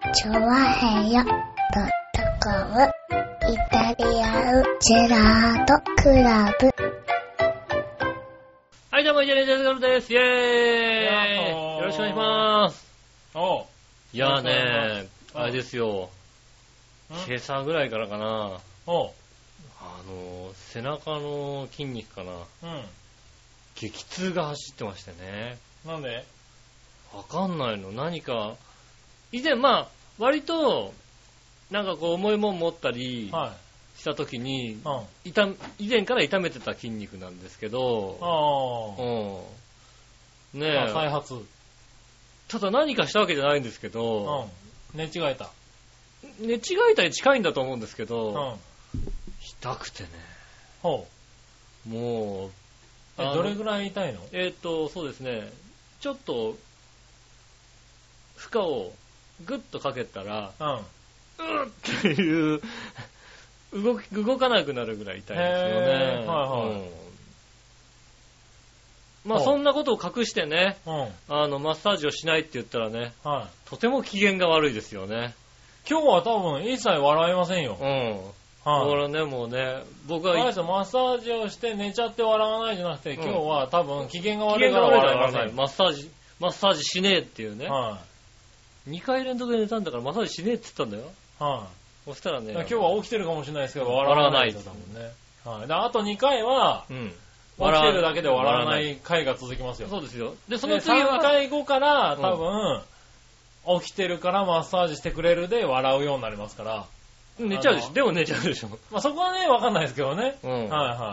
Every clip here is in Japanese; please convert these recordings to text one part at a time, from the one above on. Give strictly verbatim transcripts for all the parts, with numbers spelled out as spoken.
チョワヘヨドットコムイタリアンジェラートクラブ。 はい、どうもイタリアンジェラートです。イェーイ。よろしくお願いします。 おう。 いやーねー、 ああれですよ。今朝ぐらいからかな。 おう。 あのー、背中の筋肉かな。 うん。 激痛が走ってましてね。 なんで？ わかんないの。何か、以前まあ、割と、なんかこう重いもん持ったりした時に、 はい、 痛以前から痛めてた筋肉なんですけど、 ああ。 うん。ねえ。 再発。 ただ何かしたわけじゃないんですけど、 うん。寝違えた。 寝違えたに近いんだと思うんですけど、 うん。 痛くてね。 ほう。もう、 え、どれぐらい痛いの？ えーっと、そうですね。ちょっと、負荷をグッとかけたら、 うん。 うーっていう、動き、動かなくなるぐらい痛いんですよね。 はいはい。 うん、まあそんなことを隠してね、 うん。 あの、マッサージをしないって言ったらね、 はい。 とても機嫌が悪いですよね。 今日は多分一切笑いませんよ。 うん。 はい。 だからね、もうね、僕は、 あれですよ、マッサージをして寝ちゃって笑わないじゃなくて、今日は多分機嫌が悪いから笑いません。 マッサージ、マッサージしねえっていうね。 はい。 にかい連続で寝たんだからマッサージしねえって言ったんだよ。 はい。 そしたらね。 今日は起きてるかもしれないですけど、笑わないですよ、多分ね。はい。で、あとにかいは、うん。起きてるだけで笑わない回が続きますよ。 そうですよ。で、その次はさんかいごから多分、うん、起きてるからマッサージしてくれるで笑うようになりますから。 寝ちゃうでしょ。でも寝ちゃうでしょ。 まあそこはね、わかんないですけどね。うん。はいはい。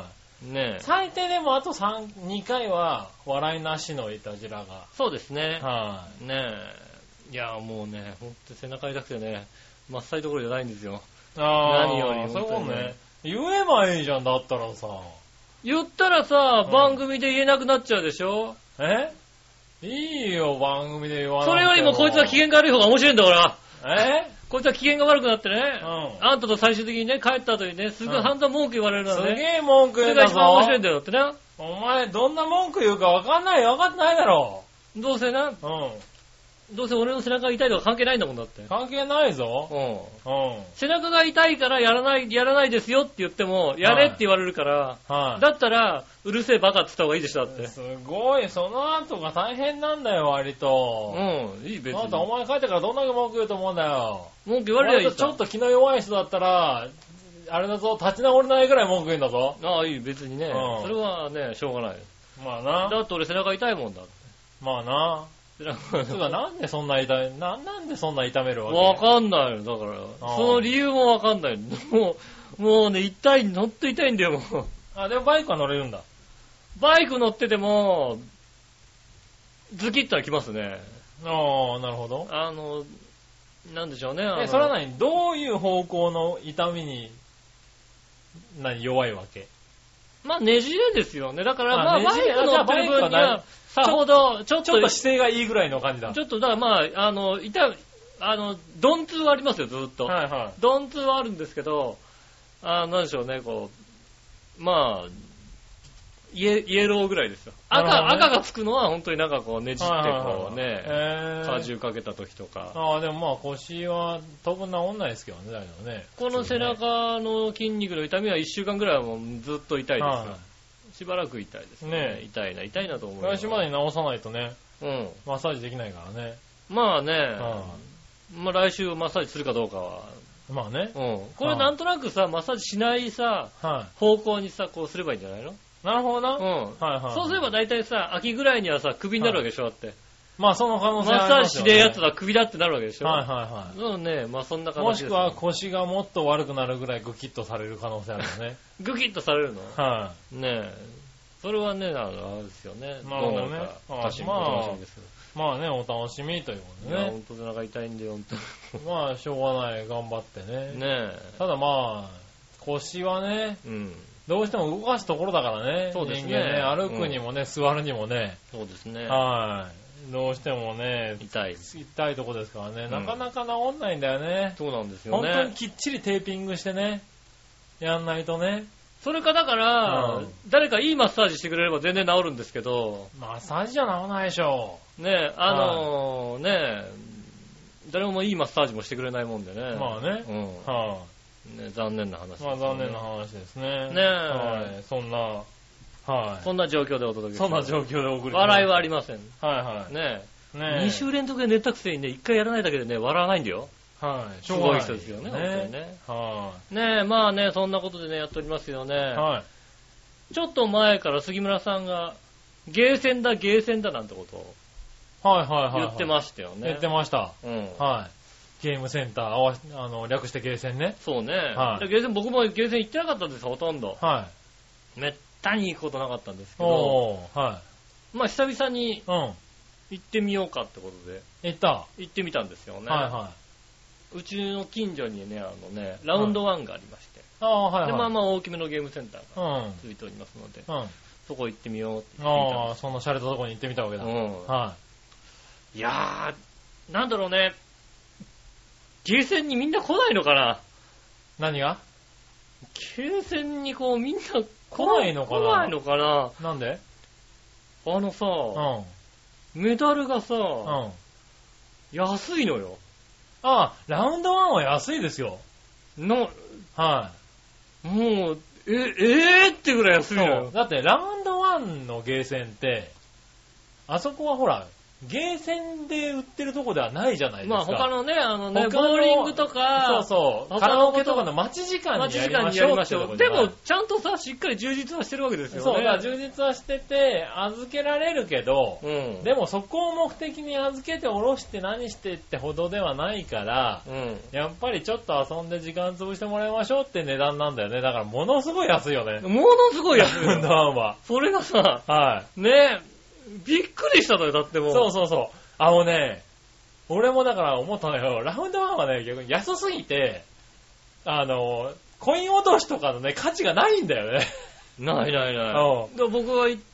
ねえ。 最低でもあとさん、にかいは笑いなしのいたじらが。 そうですね。 はい。 ねえ。いや、もうね、ほんと背中痛くてね、マッサージどころじゃないんですよ。 ああ。 何よりも。 そういうことね。言えばいいじゃん、だったらさ。 言ったらさ、うん、番組で言えなくなっちゃうでしょ？ え？いいよ、番組で言わなくても。 それよりもこいつは機嫌が悪い方が面白いんだから。 え？ こいつは機嫌が悪くなってね、うん、あんたと最終的にね、帰った後にね、すぐ半分文句言われるのね、うん。 すげえ文句言うんだぞ。 それが一番面白いんだよってな。 お前、どんな文句言うか分かんないよ、分かってないだろ。 どうせな。うん。どうせ俺の背中が痛いとか関係ないんだもんだって。 関係ないぞ。 うん。うん。背中が痛いからやらない、やらないですよって言っても、やれって言われるから、はい、だったら、うるせえバカって言った方がいいでしょ、だって。 すごい、その後が大変なんだよ、割と。 うん、いい別に。 あんたお前帰ってからどんだけ文句言うと思うんだよ。 文句言われりゃいい。 ちょっと気の弱い人だったら、あれだぞ、立ち直れないぐらい文句言うんだぞ。 ああ、いい、別にね。うん、それはね、しょうがない。 まあな。 だって俺背中痛いもんだって。 まあな。つかなんでそんな痛い、な、なんでそんな痛めるわけ？ わかんないよ、だから。その理由もわかんない。もう、もうね、痛い、乗って痛いんだよ、もう。 あ、でもバイクは乗れるんだ。 バイク乗ってても、ズキッとはきますね。 ああ、なるほど。 あの、なんでしょうね。 え、それは何？どういう方向の痛みに、何、弱いわけ？ まあ、ねじれですよね。だから、まあ、バイク乗ってる分には、さほど、ちょっと、 ちょっと姿勢がいいぐらいの感じだ。 ちょっと、だからまあ、あの、痛い、あの、鈍痛はありますよ、ずっと。 はいはい。 鈍痛はあるんですけど、あなんでしょうね、こう、まあ、イエ、イエローぐらいですよ。赤、ね、赤がつくのは本当になんかこうねじってこうね、荷重かけた時とか。 ああ、でもまあ腰は当分治んないですけどね、だけどね。 この背中の筋肉の痛みはいっしゅうかんぐらいはもうずっと痛いですよ。はい、しばらく痛いですね。ね痛いな、痛いなと思う。 来週までに治さないとね、 うん。 マッサージできないからね。 まあね、まあ来週マッサージするかどうかは。 まあね。 うん。これなんとなくさ、マッサージしないさ、はい、方向にさ、こうすればいいんじゃないの？ なるほどな。うん。 はいはい。そうすれば大体さ、秋ぐらいにはさ、クビになるわけでしょ、だって。 まあその可能性ありますよね。 マッサージしねえやつはクビだってなるわけでしょ。 はいはいはい。 そうね、まあそんな感じです。 もしくは腰がもっと悪くなるぐらいグキッとされる可能性あるよね。 グキッとされるの？ はい。 ねえ。それはね、あれですよね。 なるほどね。 楽しみ、楽しみです。 まあね、お楽しみということでね。 いや、ほんと背中痛いんだよ、ほんと。 まあ、しょうがない。頑張ってね。 ねえ。 ただまあ、腰はね、うん。どうしても動かすところだからね。 そうですね。 人間ね、歩くにもね、うん、座るにもね。 そうですね。 はい。どうしてもね、 痛い。 痛いとこですからね、うん、なかなか治んないんだよね。 そうなんですよね。 本当にきっちりテーピングしてね、やんないとね。 それかだから、うん、誰かいいマッサージしてくれれば全然治るんですけど。 マッサージじゃ治らないでしょ。 ねえ、あのー、ねえ、 誰もいいマッサージもしてくれないもんでね。 まあね。うん。はあ、ね、残念な話ですね。 まあ残念な話ですね。ねえ。 はい。 そんな、はい。 そんな状況でお届けします。 そんな状況で送る。 笑いはありません。 はいはい。 ねえ。 ねえ。 に週連続で寝たくせにね、いっかいやらないだけでね、笑わないんだよ。 はい。 すごい人ですよね、本当にね。はい。ねえ、まあね、そんなことでね、やっておりますよね。はい。ちょっと前から杉村さんが、ゲーセンだ、ゲーセンだなんてことを。はいはいはい。言ってましたよね。 言ってました。うん。はい。ゲームセンター、あの、略してゲーセンね。そうね。はい。ゲーセン、僕もゲーセン行ってなかったんですよ、ほとんど。はい。めったに行くことなかったんですけど。おー、はい。まあ、久々に、うん。行ってみようかってことで。行った。行ってみたんですよね。はいはい。うちの近所にね、あのね、ラウンドワンがありまして。ああ、はいはい。で、まあまあ大きめのゲームセンターがついておりますので。うん。そこ行ってみようって言ってみたんです。ああ、そんな洒落たとこに行ってみたわけだ。うん。はい。いやー、なんだろうね。ゲーセンにみんな来ないのかな？何が？ゲーセンにこうみんな来ないのかな？来ないのかな？なんで？あのさ、うん、メダルがさ、うん、安いのよ。ああ、ラウンドワンは安いですよ。の、はい。もう、え、えーってぐらい安いのよ。だってラウンドワンのゲーセンって、あそこはほら、ゲーセンで売ってるとこではないじゃないですか。まあ他のね、あのね、ボーリングとか、そうそう、カラオケとかの待ち時間にやりましょう。待ち時間にやりましょう。でも、ちゃんとさ、しっかり充実はしてるわけですよね。そう、だから充実はしてて、預けられるけど、うん、でもそこを目的に預けて下ろして何してってほどではないから、うん、やっぱりちょっと遊んで時間潰してもらいましょうって値段なんだよね。だからものすごい安いよね。ものすごい安いよ。はそれがさ、はい。ねびっくりしたのよ、だってもう。そうそうそう。あのね、俺もだから思ったのよ、ラウンドワンはね、逆に安すぎて、あの、コイン落としとかのね、価値がないんだよね。ないないない。うん、で僕が行って、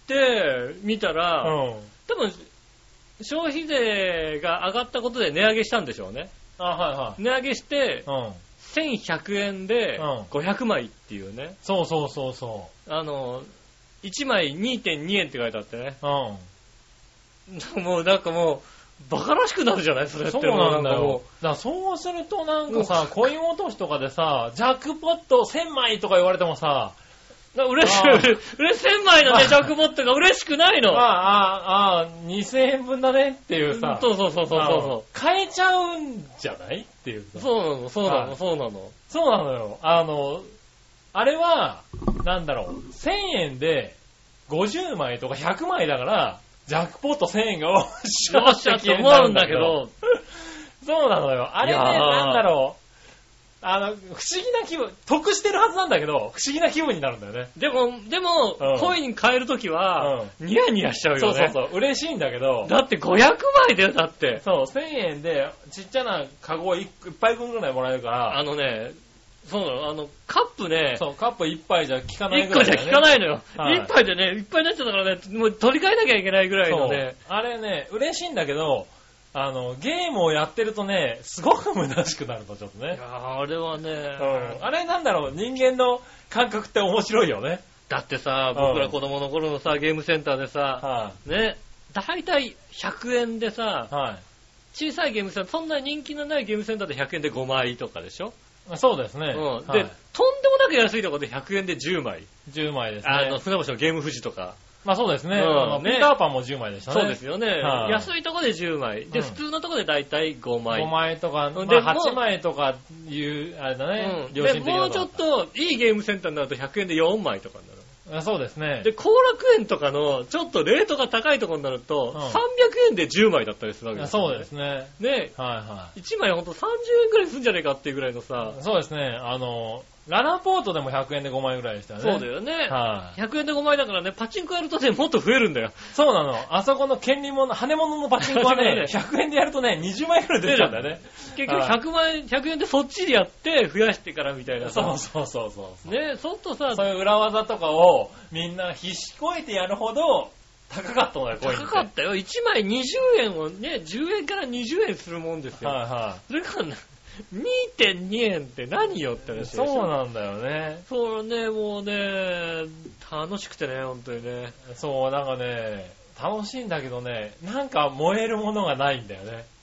見たら、うん、多分、消費税が上がったことで値上げしたんでしょうね。あ、はいはい。値上げして、うん、せんひゃくえんでごひゃくまいっていうね。そうそうそうそう。あの、いちまい にてんに 円って書いてあってね。うん。もうなんかもう、バカらしくなるじゃないそれって。そうなんだよ。だからそうするとなんかさ、コイン落としとかでさ、ジャックポットせんまいとか言われてもさ、嬉しく、嬉せんまいのね、ジャックポットが嬉しくないの。ああ、ああ、にせんえんぶんだねっていうさ。そうそうそうそうそう。買えちゃうんじゃないっていうさ。そうなの、そうなの、そうなの。そうなのよ。あの、あれは、なんだろう、せんえんでごじゅうまいとかひゃくまいだから、ジャックポットせんえんがおっしゃって思うんだけど、そうなのよ。あれね、なんだろう、あの、不思議な気分、得してるはずなんだけど、不思議な気分になるんだよね。でも、でも、うん、コイン買えるときは、うん、ニヤニヤしちゃうよね。そうそうそう、嬉しいんだけど。だってごひゃくまいだよ、だって。そう、せんえんで、ちっちゃなカゴいっぱい分ぐらいもらえるから、あのね、そうなの、あの、カップね。そう、カップ一杯じゃ効かないぐらい、ね。一個じゃ効かないのよ。一、はい、杯でね、いっぱいになっちゃったからね、もう取り替えなきゃいけないぐらいのね。あれね、嬉しいんだけど、あの、ゲームをやってるとね、すごく虚しくなるの、ちょっとね。いやー、あれはね、うん。あれなんだろう、人間の感覚って面白いよね。だってさ、僕ら子供の頃のさ、ゲームセンターでさ、はい、ね、だいたいひゃくえんでさ、はい、小さいゲームセンター、そんな人気のないゲームセンターでひゃくえんでごまいとかでしょ？そうですね。うん。で、はい、とんでもなく安いところでひゃくえんでじゅうまい。じゅうまいですね。あの、船橋のゲーム富士とか。まあそうですね。うん、ね、ピーターパンもじゅうまいでしたね。そうですよね。はい、安いところでじゅうまい。で、うん、普通のところでだいたいごまい。ごまいとか、で、まあ、はちまいとかいう、あれだね。うん、良心的なで、もうちょっといいゲームセンターになるとひゃくえんでよんまいとかになる。あ、そうですね。で、後楽園とかのちょっとレートが高いところになると、うん、さんびゃくえんでじゅうまいだったりするわけですよ、ね。そうですね。ね。はいはい。いちまいほんとさんじゅうえんくらいするんじゃねえかっていうぐらいのさ。そうですね。あの、ララポートでもひゃくえんでごまいぐらいでしたね。そうだよね。はい。ひゃくえんでごまいだからね、パチンコやるとね、もっと増えるんだよ。そうなの。あそこの権利物、羽物のパチンコはね、ひゃくえんでやるとね、にじゅうまいぐらい出ちゃうんだよね。結局ひゃくまん、ひゃくえんでそっちでやって増やしてからみたいなさ。そうそうそうそう。ね、そっとさ、そういう裏技とかをみんな必死こいてやるほど高かったのよ、これ。高かったよ。いちまいにじゅうえんをね、じゅうえんからにじゅうえんするもんですよ。はいはい。それからね、にてんに 円って何よって話でしょ。そうなんだよね。そうね、もうね、楽しくてね、本当にね。そう、なんかね、楽しいんだけどね、なんか燃えるものがないんだよね。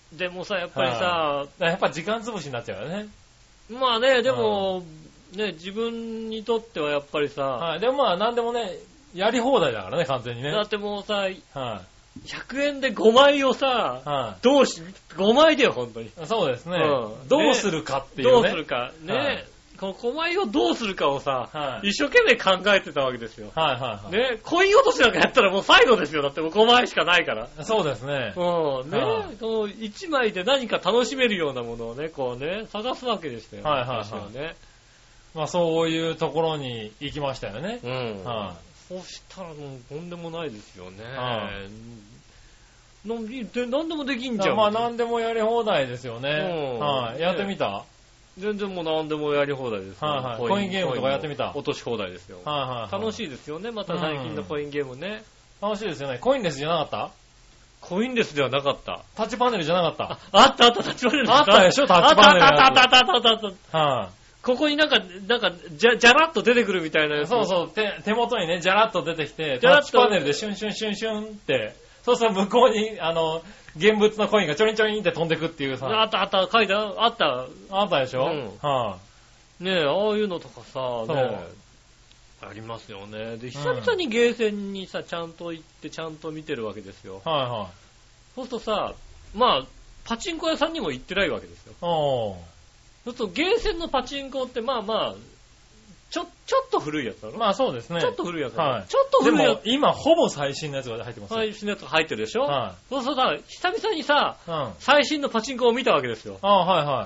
でもさ、やっぱりさ、 やっぱ時間潰しになっちゃうよね。 まあね、でも、ね、自分にとってはやっぱりさ、 はい、でもまあ何でもね、やり放題だからね、完全にね。 だってもうさ、はい、 ひゃくえんでごまいをさ、はい、どうし、ごまいだよ、本当に。 そうですね。うん、どうするかっていうね。 どうするか。ね。はい、このごまいをどうするかをさ、はい、一生懸命考えてたわけですよ。 はいはいはい。 ね、コイン落としなんかやったらもう最後ですよ。だってもうごまいしかないから。 そうですね。 うん。ね、はい、このいちまいで何か楽しめるようなものをね、こうね、探すわけでしたよ。 はいはいはい。ね、まあそういうところに行きましたよね。 うん。はい。そうしたらもうとんでもないですよね。はい。なんで、なんでもできんじゃん。 まあなんでもやり放題ですよね。うん、はい。やってみた？ 全然もう何でもやり放題です、ね。 はいはい。コインゲームとかやってみた？ 落とし放題ですよ。はいはい、はい。楽しいですよね。また最近のコインゲームね。 楽しいですよね。コインレスじゃなかった？ コインレスではなかった。 タッチパネルじゃなかった？ あったあった、タッチパネル。 あったでしょ、タッチパネル。 あったあったあったあったあったあった。 はい。 ここになんか、なんか、じゃ、じゃらっと出てくるみたいなやつ。 そうそう、手、手元にね、じゃらっと出てきて、タッチパネルでシュンシュンシュンシュンって、そうすると向こうに、あの、現物のコインがちょりんちょりんって飛んでくっていうさ。 あったあった、書いてあった。 あったでしょ？うん。 はい、ねえ、ああいうのとかさ、ねえ、ありますよね。で、久々にゲーセンにさ、ちゃんと行ってちゃんと見てるわけですよ。 はいはい。 そうするとさ、まあ、パチンコ屋さんにも行ってないわけですよ。 おー。 そうするとゲーセンのパチンコってまあまあ、ちょ、ちょっと古いやつだろ？ まあそうですね。 ちょっと古いやつだろ？ はい。 ちょっと古いやつ。 でも今ほぼ最新のやつが入ってますよ。 最新のやつが入ってるでしょ？ はい。 そうするとさ、久々にさ、うん、最新のパチンコを見たわけですよ。 ああ、はいはい。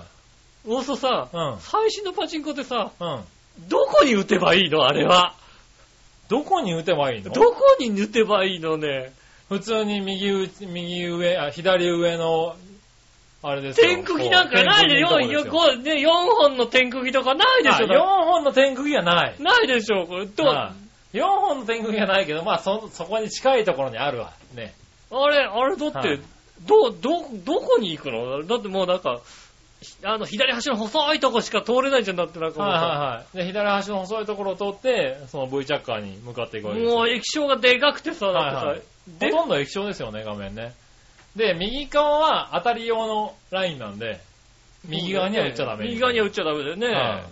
そうするとさ、うん、最新のパチンコってさ、 うん、 どこに打てばいいのあれは。 どこに打てばいいの？ どこに打てばいいのね。 普通に右上、右上、あ、左上の、あれですよ。 点釘なんかないで、よ、よ、ね、よんほんの点釘とかないでしょ。 よんほんの点釘はない。 ないでしょ、これ。どう、 よんほんの点釘はないけど、まあ、そ、そこに近いところにあるわ。ね。 あれ、あれだって、はい、ど、ど、どこに行くの？だってもうなんか、あの、左端の細いとこしか通れないじゃんだってなんかもう。 はいはいはい。で、左端の細いところを通って、その V チャッカーに向かっていくわけですよ。 もう液晶がでかくてさ、だってさ、はいはい、 ほとんど液晶ですよね、画面ね。で、右側は当たり用のラインなんで、右側には打っちゃダメ、 ね。右側には打っちゃダメだよね。はい、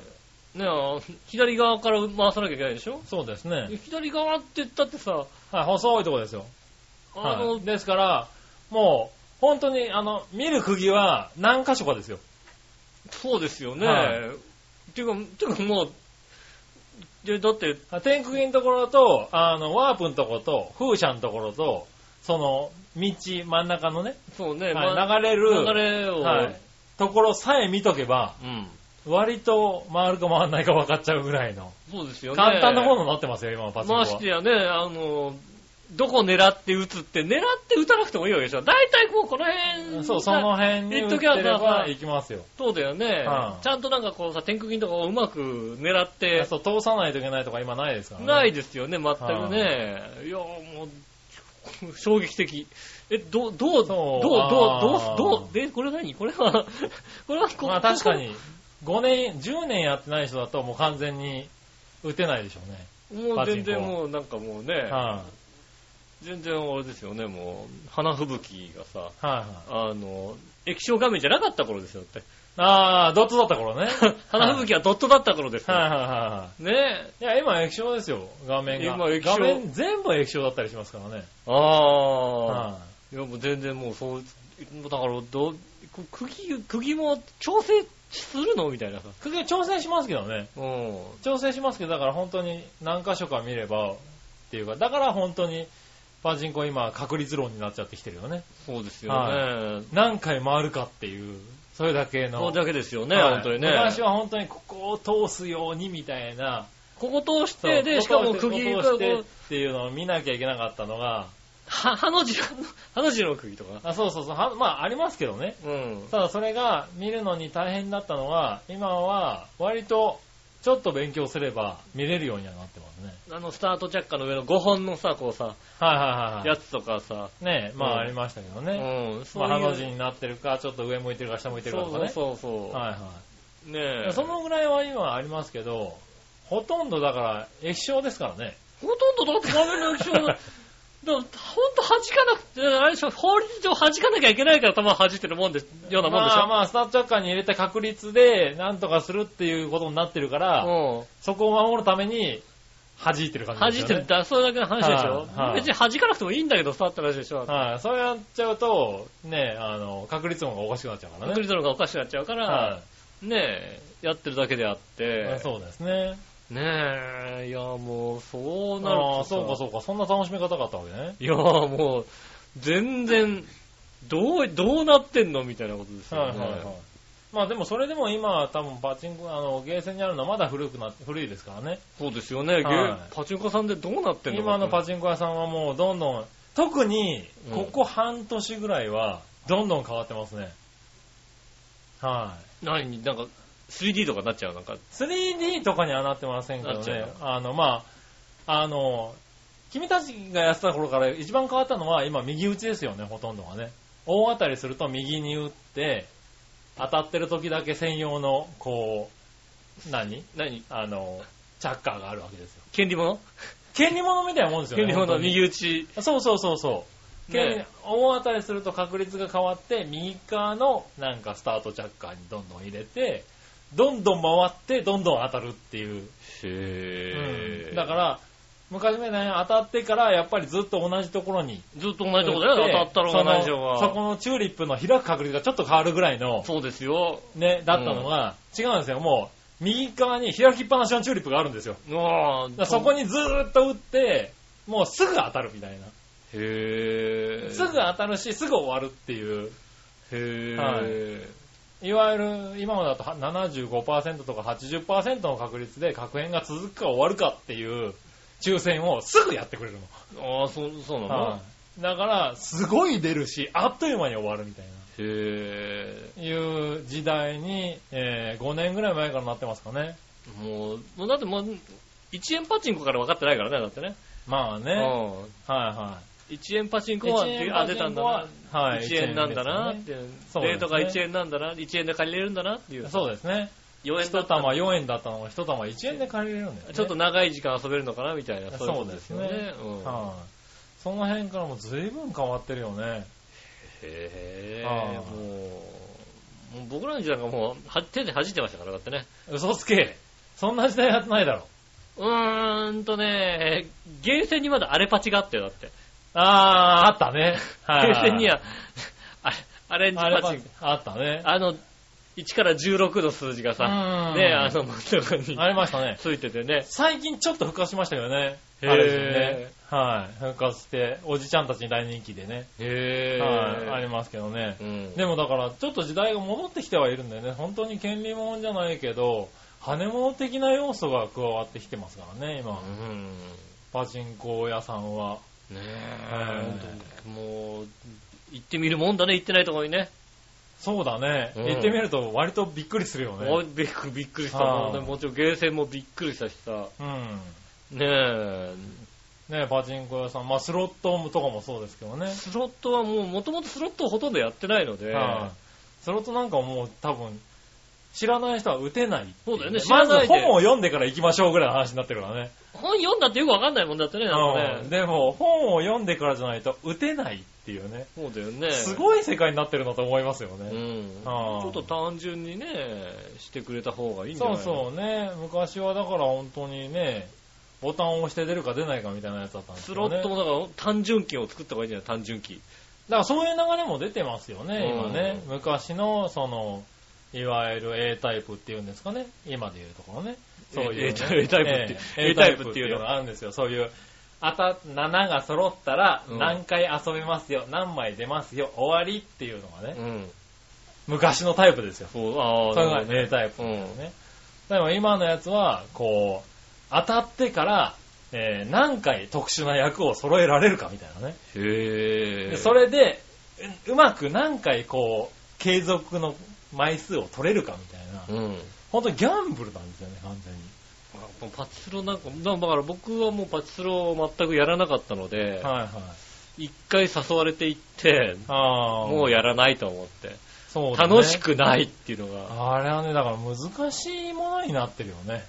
ねえ、左側から回さなきゃいけないでしょ？ そうですね。 左側って言ったってさ、 はい、細いとこですよ。あの、はい、ですから、もう、本当に、あの、見る釘は何箇所かですよ。 そうですよね。はい、っていうか、ていうかもう、で、だって、 天釘のところと、あの、ワープのところと、風車のところと、その、道、真ん中のね、 そうね、 はいま、流れる、 流れを、 はい、ところさえ見とけば、うん、割と回るか回らないか分かっちゃうぐらいの。 そうですよね。 簡単なものになってますよ、今のパチンコは。 ましてやね、あの、どこ狙って打つって、狙って打たなくてもいいわけでしょ。だいたいこう、この辺、 そう、その辺に打ってれば行きますよ。 そうだよね、うん。ちゃんとなんかこうさ、天釘とかをうまく狙って。 そう、通さないといけないとか今ないですからね。 ないですよね、全くね。いや、もう、衝撃的。え、どう、どう、どう、どう、どう、どう、で、これ何これは、これはこ、 まあ確かに、ごねん、じゅうねんやってない人だともう完全に打てないでしょうね。もう全然もうなんかもうね、はあ、全然あれですよね、もう、花吹雪がさ、 はいはい、 あの、液晶画面じゃなかった頃ですよって。 ああ、ドットだった頃ね。 花吹雪はドットだった頃ですよ。 はいはいはい。 ねえ。いや、今液晶ですよ、画面が。今液晶。画面全部液晶だったりしますからね。 ああ。はい、いや、もう全然もうそう、だから、ど、釘、釘も調整するのみたいなさ。 釘は調整しますけどね。 うん。 調整しますけど、だから本当に何箇所か見れば、っていうか、だから本当に、パチンコ今確率論になっちゃってきてるよね。 そうですよね。はい、 何回回るかっていう、それだけの。 それだけですよね、はい、本当にね。 昔は本当にここを通すようにみたいな。 ここ通して、で、しかも釘を通してっていうのを見なきゃいけなかったのが、 は、はの字、はの字の釘とか。 あ、そうそうそう。は、まあ、ありますけどね。 うん。 ただそれが見るのに大変だったのは、今は割とちょっと勉強すれば見れるようにはなってますね。 あの、スタートジャッカーの上のごほんのさ、こうさ、 はいはいはい。 やつとかさ。 ねえ、まあ、うん、ありましたけどね。 うん。 そういうまあ、はの字になってるか、ちょっと上向いてるか下向いてるかとかね。 そうそうそう。 はいはい。 ねえ。 そのぐらいは今ありますけど、ほとんどだから液晶ですからね。 ほとんどだって画面の液晶だほんと弾かなくて、あれでしょ、法律上弾かなきゃいけないから弾弾いてるもんで、ようなもんでしょ。 まあまあ、スタートチャッカーに入れた確率で、なんとかするっていうことになってるから、うん、そこを守るために、弾いてる感じですよね。弾いてる、だ、それだけの話でしょ。はあはあ、別に弾かなくてもいいんだけどさ、って話でしょ。 はい、そうやっちゃうと、ね、あの、確率の方がおかしくなっちゃうからね。 確率の方がおかしくなっちゃうから、はあ、ねえ、やってるだけであって。 そうですね。 ねえ、いやもう、そうなると。 ああ、そうかそうか、そんな楽しみ方があったわけね。 いやもう、全然、どう、どうなってんのみたいなことですよね。はいはいはい。 まあでもそれでも今多分パチンコ、あの、ゲーセンにあるのはまだ古くな、古いですからね。 そうですよね。はい、ゲーパチンコ屋さんでどうなってんの今のパチンコ屋さんはもうどんどん、特にここ半年ぐらいはどんどん変わってますね。はい。 何なんか スリーディー とかなっちゃうなんか。 スリーディー とかにはなってませんけどね。あの、まあ、あの、君たちがやってた頃から一番変わったのは今右打ちですよね、ほとんどがね。大当たりすると右に打って、当たってる時だけ専用の、こう、何何あの、チャッカーがあるわけですよ。 権利物権利物みたいなもんですよね。 権利物右打ち。 そうそうそうそう。ね、大当たりすると確率が変わって、右側のなんかスタートチャッカーにどんどん入れて、どんどん回って、どんどん当たるっていう。 へー。 うん、だから、昔目ね、当たってからやっぱりずっと同じところに。 ずっと同じところだよ、当たったろうがないじゃんは。 そこのチューリップの開く確率がちょっと変わるぐらいの。 そうですよ。 ね、だったのが、うん、違うんですよ。もう、右側に開きっぱなしのチューリップがあるんですよ。 ああ。そこにずーっと打って、もうすぐ当たるみたいな。 へー。 すぐ当たるし、すぐ終わるっていう。 へー。 はい。いわゆる、今のだと ななじゅうごパーセント とか はちじゅっパーセント の確率で確変が続くか終わるかっていう抽選をすぐやってくれるの。ああ、そう、そうなの、はい、だから、すごい出るし、あっという間に終わるみたいな。 へー。 いう時代に、えー、ごねんぐらい前からなってますかね。 もう、もうだってもう、いちえんパチンコから分かってないからね、だってね。 まあね。うん。はいはい。 いちえんパチンコはあ出たんだな。はい。いちえんなんだなって。デートがいちえんなんだな。いちえんで借りれるんだなっていう。 そうですね。 よえん一玉よえんだったのが一玉いちえんで借りれるんだよね。 ちょっと長い時間遊べるのかなみたいな。 そうですね。うん、はあ、その辺からも随分変わってるよね。 へぇー。はあ、もう、もう僕らの時代がもう手で弾いてましたから、だってね。 嘘つけ。そんな時代やってないだろ。 うーんとね、ゲーセンにまだアレパチがあってよ、だって。 あー、あったね。 はい、ゲーセンには、あれ、アレンジパチン。 あったね。 あの、いちからじゅうろくの数字がさ、ね、あの、真ん中に。 ありましたね。 ついててね。 最近ちょっと復活しましたよね。へぇー。ね、はい。復活して、おじちゃんたちに大人気でね。 へぇー。はい。ありますけどね。うん、でもだから、ちょっと時代が戻ってきてはいるんだよね。本当に権利物じゃないけど、羽物的な要素が加わってきてますからね、今。うん、パチンコ屋さんは。 ねえ。もう、行ってみるもんだね、行ってないところにね。 そうだね、うん。行ってみると割とびっくりするよね。 びっくりびっくりしたもんね。もちろんゲーセンもびっくりしたしさ。うん。ねえ。 ねえ、パチンコ屋さん。まあスロットとかもそうですけどね。 スロットはもう、もともとスロットをほとんどやってないので。はあ、 スロットなんかもう多分、知らない人は打てない。 そうだよね。 まず本を読んでから行きましょうぐらいの話になってるからね。 本読んだってよくわかんないもんだってね。なんかね、 うん、でも本を読んでからじゃないと打てないっていうね。 そうだよね。 すごい世界になってるのと思いますよね。うん。 はあ、ちょっと単純にね、してくれた方がいいんじゃないの？ そうそうね。昔はだから本当にね、ボタンを押して出るか出ないかみたいなやつだったんですけどね。 スロットもだから単純機を作った方がいいんじゃない？単純機。 だからそういう流れも出てますよね、今ね。うん、昔のその、いわゆる A タイプっていうんですかね。今でいうところね。そういう、ね。 A タイプって、 えー、A タイプっていうのがあるんですよ。そういう、あた、ななが揃ったら何回遊べますよ。うん、何枚出ますよ。終わりっていうのがね。うん、昔のタイプですよ。そう、ああ、それが A タイプですね。うん、でも今のやつは、こう、当たってから、えー、何回特殊な役を揃えられるかみたいなね。 へー。 それで、うまく何回こう、継続の枚数を取れるかみたいな。うん。本当にギャンブルなんですよね、完全に。 パチスロなんか、だから僕はもうパチスロを全くやらなかったので、はいはい。一回誘われていって、あもうやらないと思って。そう、ね、楽しくないっていうのが。 あれはね、だから難しいものになってるよね。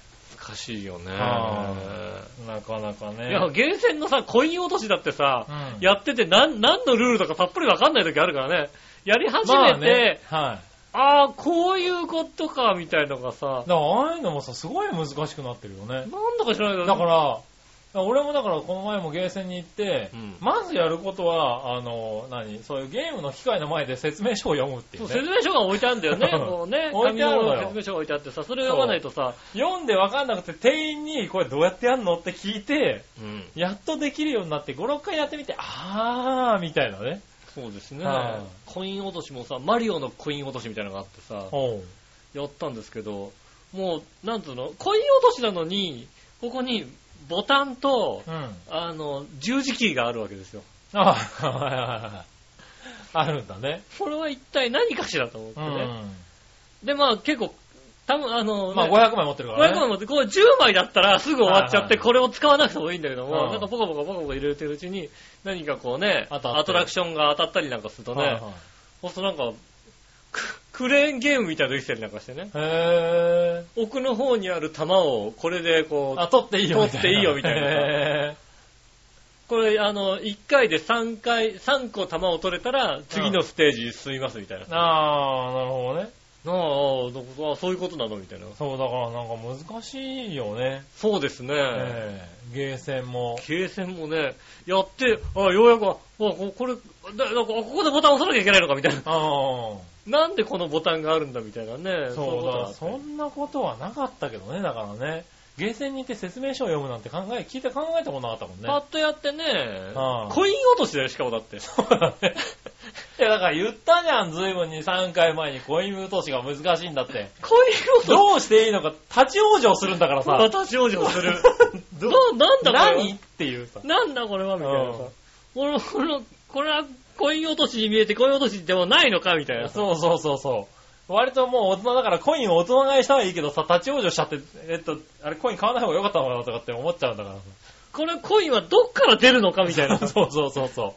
しいよね。 なかなかね。 いや、ゲーセンのさ、コイン落としだってさ、うん、やってて何、何のルールとかさっぱりわかんない時あるからね。やり始めて、まあね、はい。ああ、こういうことか、みたいなのがさ。だからああいうのもさ、すごい難しくなってるよね。 なんだか知らないけど。 だから、俺もだからこの前もゲーセンに行って、うん、まずやることは、あの、何そういうゲームの機械の前で説明書を読むっていう、ね。 そう、説明書が置いてあるんだよね。こうね。 置いてあるのよ。 説明書が置いてあってさ、それを読まないとさ。 読んでわかんなくて店員にこれどうやってやんのって聞いて、うん、やっとできるようになってご、ろっかいやってみて、あーみたいなね。 そうですね。コイン落としもさ、マリオのコイン落としみたいなのがあってさ、やったんですけど、もう、なんつうの、コイン落としなのに、ここに、ボタンと、うん、あの、十字キーがあるわけですよ。 ああ、はいはいはい。あるんだね。 これは一体何かしらと思ってね。うん、で、まあ結構、多分あの、ね、 まあごひゃくまい持ってるからね。 ごひゃくまい持って、これじゅうまいだったらすぐ終わっちゃって、これを使わなくてもいいんだけども、なんかポカポカポカポカ入れてるうちに、何かこうね、アトラクションが当たったりなんかするとね、はいはい、そうするとなんか、クレーンゲームみたいなのできたりなんかしてね。へー。奥の方にある玉をこれでこう、 あ、取っていいよみたいな。 取っていいよみたいな。へー。これ、あの、いっかいでさんかい、さんこ玉を取れたら、次のステージ進みますみたいな。 あー、なるほどね。 ああ、そういうことなのみたいな。 そう、だからなんか難しいよね。 そうですね。 えー、ゲーセンも。 ゲーセンもね、やって、あようやく、あ、これ、だなんかここでボタン押さなきゃいけないのかみたいな。あなんでこのボタンがあるんだみたいなね。 そうだ、そんなことはなかったけどね、だからね。ゲーセンに行って説明書を読むなんて考え、聞いて考えたことなかったもんね。 パッとやってね、あコイン落としだよ、しかもだって。 そうだね。いや、だから言ったじゃん、ずいぶんにさんかいまえにコイン落としが難しいんだって。 コイン落としどうしていいのか、立ち往生するんだからさ。 立ち往生する。どなんだこれ何っていうさ。 なんだこれはみたいなさ。これ、これ、これはコイン落としに見えてコイン落としでもないのかみたいな。 そうそうそうそう。割ともう大人だからコインを大人買いしたらいいけどさ、立ち往生しちゃって、えっと、あれコイン買わない方が良かったのかなとかって思っちゃうんだからさ。 これコインはどっから出るのかみたいな。 そうそうそうそう。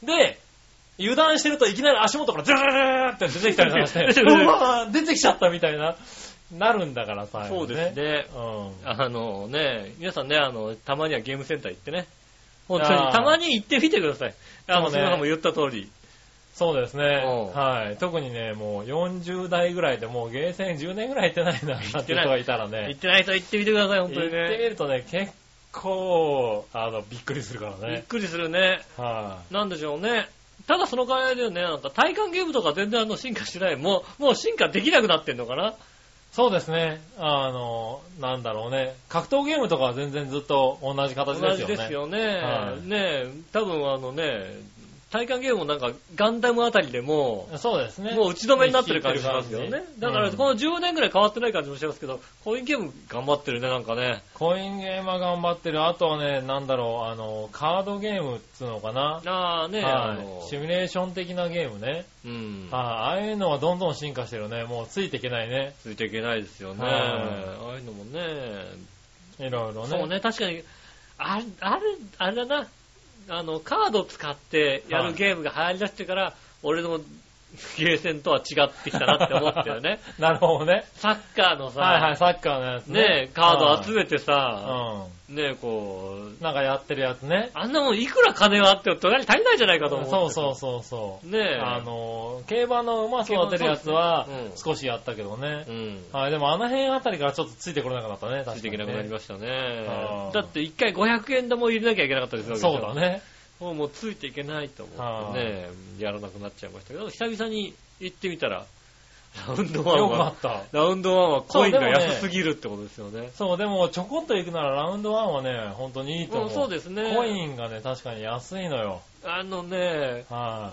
で、油断してるといきなり足元からズルルルって出てきたりとかして、うわー出てきちゃったみたいな、なるんだからさ。 そうですね。うん。あのね、皆さんね、あの、たまにはゲームセンター行ってね。本当に、たまに行ってみてください。あの、皆さんも言った通り。 そうですね。はい。特にね、もうよんじゅう代ぐらいでもうゲーセンじゅうねんぐらい行ってないな、なんて人がいたらね。 行ってない人行ってみてください、本当にね。 行ってみるとね、結構、あの、びっくりするからね。 びっくりするね。はい。なんでしょうね。ただその代わりでね、なんか体感ゲームとか全然あの進化しない。もう、もう進化できなくなってんのかな。 そうですね。あの、なんだろうね。格闘ゲームとかは全然ずっと同じ形ですよね。 同じですよね。はい、ね多分あのね、体感ゲームもなんかガンダムあたりでも、 そうですね。 もう打ち止めになってる感じしますよね。だからこのじゅうねんぐらい変わってない感じもしますけど、コインゲーム頑張ってるね、なんかね。 コインゲームは頑張ってる。あとはね、なんだろう、あの、カードゲームっつうのかな。 ああね、はい、あの、 シミュレーション的なゲームね。うん。ああ、ああいうのはどんどん進化してるね。もうついていけないね。 ついていけないですよね。ああいうのもね。 いろいろね。 そうね、確かに、あれ、あれ、あれだな。あの、カードを使ってやるゲームが流行り出してから、はい、俺のゲーセンとは違ってきたなって思ったよね。 なるほどね。 サッカーのさ、 はいはい、サッカーのやつね。 ねカード集めてさ、うん、ねこう、なんかやってるやつね。 あんなもんいくら金があっても隣足りないじゃないかと思って。 そうそうそうそう。 ねあの、競馬の馬育てるやつは少しやったけどね。うん。はい、でもあの辺あたりからちょっとついてこれなくなったね、確かに、ね。 ついていけなくなりましたね。だって一回ごひゃくえん玉入れなきゃいけなかったですよ。 そうだね。 もうもうついていけないと思ってね、やらなくなっちゃいましたけど、久々に行ってみたら、ラウンドワンは、ラウンドワンはコインが安すぎるってことですよね。 そう、でもちょこっと行くならラウンドワンはね、本当にいいと思う。 そうですね。 コインがね、確かに安いのよ。 あのね、はい、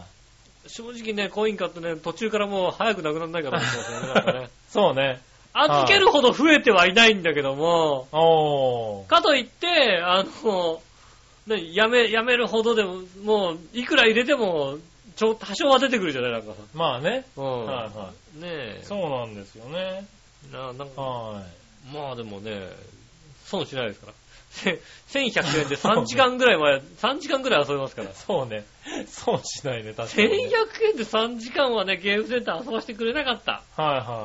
正直ね、コイン買ってね、途中からもう早くなくならないかと思ってますよね、なんかね。 そうね。 預けるほど増えてはいないんだけども、おかといって、あの、ね、やめ、やめるほどでも、もう、いくら入れても、ちょ、多少は出てくるじゃないなんか。 まあね。 うん。はいはい。ねえ。 そうなんですよね。 な、なんか。はい。まあでもね、損しないですから。せんひゃくえんでさんじかんぐらい前、さんじかんぐらい遊べますから。 そうね。損しないね、確かに、ね。 せんひゃくえんでさんじかんはね、ゲームセンター遊ばせてくれなかった。 はいは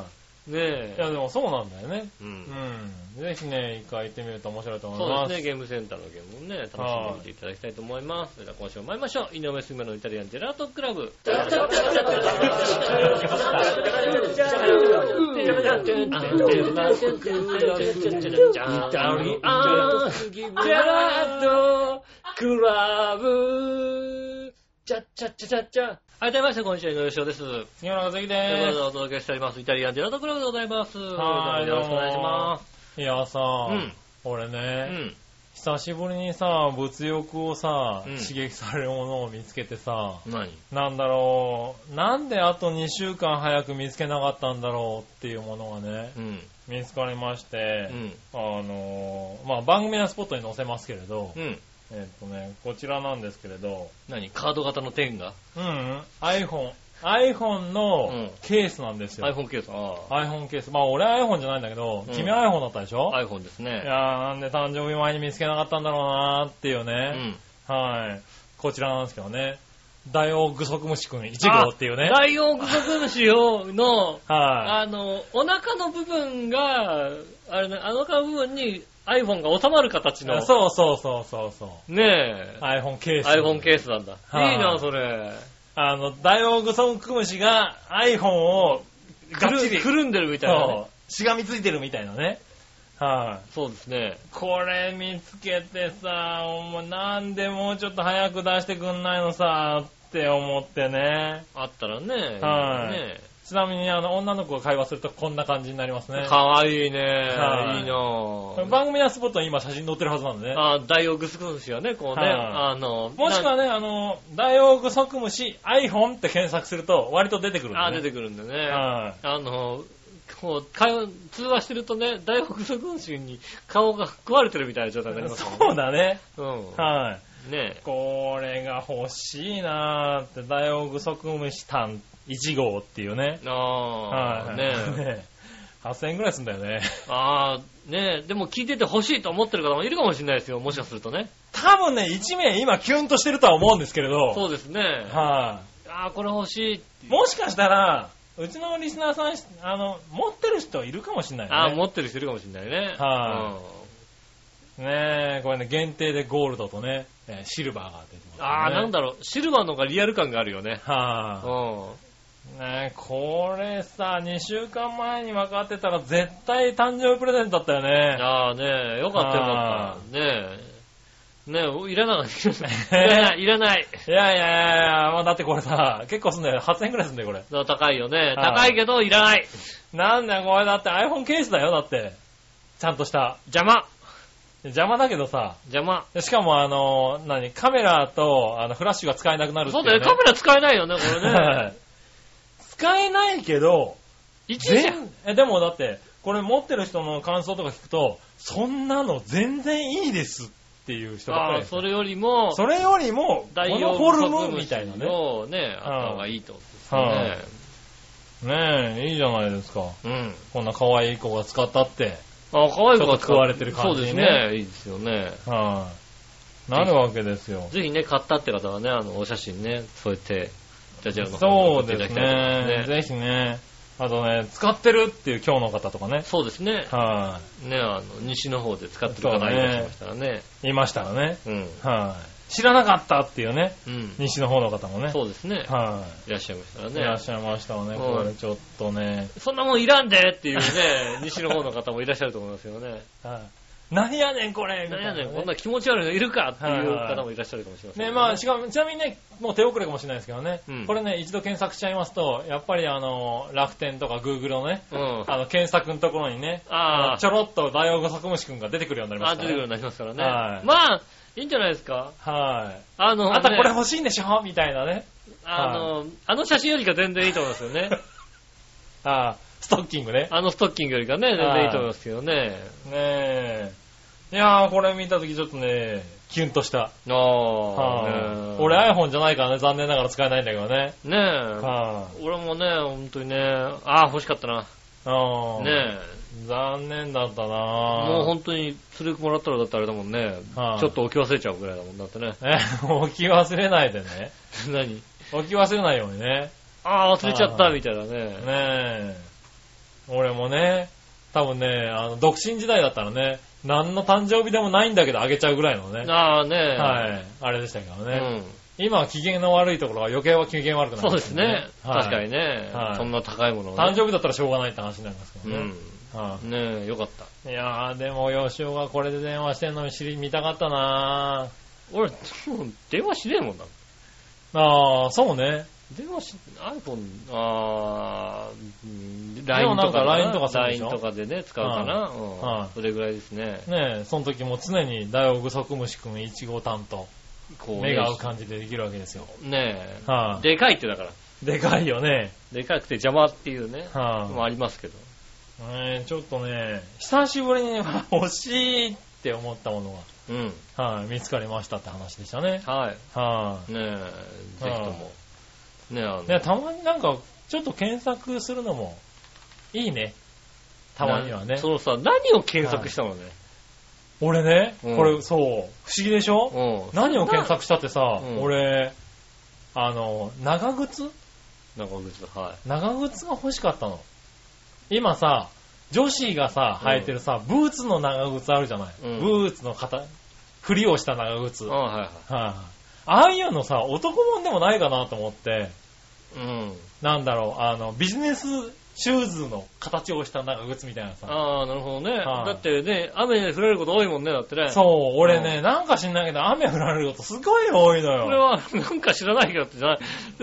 ねえ。 いや、でもそうなんだよね。 うん。 うん。ぜひね、一回行ってみると面白いと思います。 そうですね、ゲームセンターのゲームをね、楽しんでみていただきたいと思います。それでは今週も参りましょう。井上すみのイタリアンジェラートクラブ。クラブチャッチャッチャチャッチャ。はい、どうもみなさん、こんにちは、井上翔です。 今の関でーす。ということでお届けしております。イタリアンジェラートクラブでございます。はい、よろしくお願いします。 いやさ、うん、俺ね、うん、久しぶりにさ、物欲をさ、うん、刺激されるものを見つけてさ、 何なんだろう、なんであとにしゅうかん早く見つけなかったんだろうっていうものがね、うん、見つかりまして、うん、あのー、まあ、番組のスポットに載せますけれど、うん、えっとね、こちらなんですけれど、 何カード型のペンがうん、うん、iPhone。iPhone のケースなんですよ。 うん、iPhone ケース。ああ。iPhone ケース。まあ俺 iPhone じゃないんだけど、うん、君は iPhone だったでしょ？ iPhone ですね。 いやーなんで誕生日前に見つけなかったんだろうなーっていうね。うん、はい。こちらなんですけどね。ダイオウグソクムシくんいち号っていうね。 ダイオウグソクムシ用の、はい。あの、お腹の部分が、あれね、あの腹の部分に iPhone が収まる形の。 そうそうそうそうそう。 ねえ。 iPhone ケース。 iPhone ケースなんだ。はい、いいな、それ。 あの、ダイオウグソクムシが iPhone をがっちりくるんでるみたいな、ね。そう。 しがみついてるみたいなね。はい、 そうですね。 これ見つけてさ、もうなんでもうちょっと早く出してくんないのさ、って思ってね。 あったらね。 はい、ね。ちなみにあの女の子が会話するとこんな感じになりますね。 かわいいね。はい、いいなぁ。 番組のスポットに今写真載ってるはずなんでね。 あ、ダイオウグソクムシはね、こうね、あの、 もしくはね、あの、ダイオウグソクムシ iPhone って検索すると割と出てくるんでね。 あ、出てくるんでね。はい。あの、こう、会話、通話してるとね、ダイオウグソクムシに顔が食われてるみたいな状態になりますね。 そうだね。 うん。 はい。 ねえ。 これが欲しいなーって、ダイオウグソクムシ単いち号っていうね。 ああ、はい、ねえ。 はっせんえんぐらいすんだよね。 ああ、ねえ。でも聞いてて欲しいと思ってる方もいるかもしれないですよ。もしかするとね。 多分ね、いち名今キュンとしてるとは思うんですけれど。 そうですね。はい、 あ。 ああ、これ欲しいって。 もしかしたら、うちのリスナーさん、あの、持ってる人いるかもしれないね。 ああ、持ってる人いるかもしれないね。 はい、うん、ねえ、これね、限定でゴールドとね、シルバーが出てます、ね。 ああ、なんだろう、シルバーの方がリアル感があるよね。 はい、うん、ねえ、これさ、にしゅうかんまえに分かってたら絶対誕生日プレゼントだったよね。 ああねえ、よかったよかった。ねえ。ねえ、いらない。いらない。いらない。 いやいやいや、まあ、だってこれさ、結構すんだよ。はっせんえんくらいすんだよ、これ。 高いよね。高いけど、いらない。 なんだよ、これだって iPhone ケースだよ、だって。ちゃんとした。 邪魔。 邪魔だけどさ。 邪魔。 しかもあの、何、カメラとあのフラッシュが使えなくなるっていう、ね。 そうだよ、カメラ使えないよね、これね。 使えないけど、 一時じゃん。 え、でもだって、これ持ってる人の感想とか聞くと、そんなの全然いいですっていう人ばっかり。 ああ、それよりも、 それよりも、このフォルムみたいなね。 をね、あった方がいいってことですよね。 ねえ、いいじゃないですか。 うん。 こんな可愛い子が使ったって。 あ、可愛い子が使われてる感じ、ね、 そうですね。いいですよね。 はい、なるわけですよ。 ぜひね、買ったって方はね、あの、お写真ね、そうやって、じゃじゃの方に送っていただきたいと思いますね。ぜひね。あとね、使ってるっていう今日の方とかね。 そうですね。 はい、 ね、あの、西の方で使ってる方いらっしゃいましたらね。 いましたらね。 うん。 はい、知らなかったっていうね。 うん。 西の方の方もね。 そうですね。 はい、 いらっしゃいましたらね。 いらっしゃいましたらね。これちょっとね。 そんなもんいらんでっていうね、西の方の方もいらっしゃると思いますよね。 はい、何やねんこれみたいな、 ね、何やねんこんな気持ち悪いのいるかっていう方もいらっしゃるかもしれませんね。 ね、まあ、しかも、ちなみにね、もう手遅れかもしれないですけどね、うん、これね、一度検索しちゃいますと、やっぱりあの、楽天とか Google のね、うん、あの、検索のところにね、あちょろっとダイオウグソクムシくんが出てくるようになりますからね。 あ、出てくるようになりますからね。 はい、 まあ、いいんじゃないですか。 はい。 あの、 あんたこれ欲しいんでしょみたいなね。 あの、はい、あの写真よりか全然いいと思いますよね。 ああ、ストッキングね。 あのストッキングよりかね、全然いいと思いますけどね。ねえ。いやー、これ見たときちょっとね、キュンとした。ああ、はあ、俺 iPhone じゃないからね、残念ながら使えないんだけどね。 ねえ。はあ、俺もね、本当にね、ああ、欲しかったな。 ああ。 ねえ。 残念だったな。 もう本当に、それもらったらだってあれだもんね。はあ、ちょっと置き忘れちゃうぐらいだもんだってね。 え、置き忘れないでね。 何置き忘れないようにね。 ああ、忘れちゃったみたいなね。 ねえ。俺ももね、多分ね、あの、独身時代だったらね、何の誕生日でもないんだけどあげちゃうぐらいのね。 ああね。 はい。あれでしたけどね。うん。今は機嫌の悪いところが余計は機嫌悪くなる、ね。 そうですね。はい、確かにね、はい。そんな高いものを、ね。 誕生日だったらしょうがないって話になりますけどね。 うん。はい、ねえ、よかった。 いやー、でも、吉尾がこれで電話してんのに知り見たかったなー。俺、電話しねえもんな。 ああ、そうね。 電話し、iPhone、あー、ライン とか、ライン とかするでしょライン とかでね、使うかな。はい、うん。はい、それぐらいですね。 ねえ、その時も常にダイオウグソクムシ君いち号担当。こう、ね、目が合う感じでできるわけですよ。 ねえ。はい、あ、でかいってだから。 でかいよね。 でかくて邪魔っていうね。はい、あ、もありますけど。 えー、ちょっとね、久しぶりに欲しいって思ったものが、うん、はい、見つかりましたって話でしたね。はい。はい。ねえ、ぜひとも。ねえ、あの。ね、たまになんか、ちょっと検索するのも、いいね。たまにはね。 そのさ、何を検索したのね。 俺ね、うん、これ、そう、不思議でしょ、うん、何を検索したってさ、うん、俺、あの、長靴長靴、はい。 長靴が欲しかったの。今さ、女子がさ、履いてるさ、うん、ブーツの長靴あるじゃない、うん、ブーツの型、振りをした長靴。あ、はいはい。はい、あ。ああいうのさ、男物でもないかなと思って、うん。なんだろう、あの、ビジネスシューズの形をした長靴みたいなさ。 ああ、なるほどね。はあ、だってね、雨で降られること多いもんね、だってね。 そう、俺ね、うん、なんか知んないけど、雨降られることすごい多いのよ。 これは、なんか知らないけどってじゃない。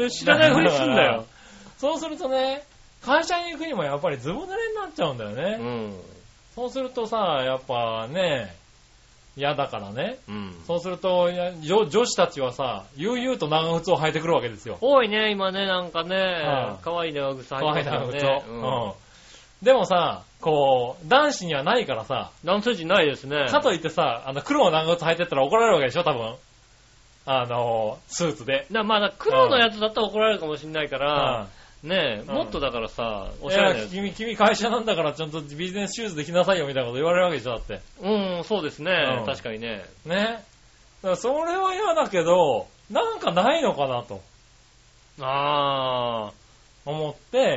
知らないふりすんだよ。 そうするとね、会社に行くにもやっぱりズボ濡れになっちゃうんだよね。うん。そうするとさ、やっぱね、嫌だからね。うん。そうすると、女, 女子たちはさ、悠々と長靴を履いてくるわけですよ。 多いね、今ね、なんかね。はい、かわいい長靴履いてますよね。かわいい長靴を。うん。うん。 でもさ、こう、男子にはないからさ。 男性陣ないですね。 かといってさ、あの、黒の長靴履いてったら怒られるわけでしょ、多分。あの、スーツで。 だまあ、黒のやつだったら怒られるかもしれないから、うんねえ、もっとだからさ、 おしゃれなやつ。君、君会社なんだからちゃんとビジネスシューズで着なさいよみたいなこと言われるわけでしょ、だって。 うん、そうですね。うん、確かにね。 ね。だからそれは嫌だけど、なんかないのかなと。あー。思って、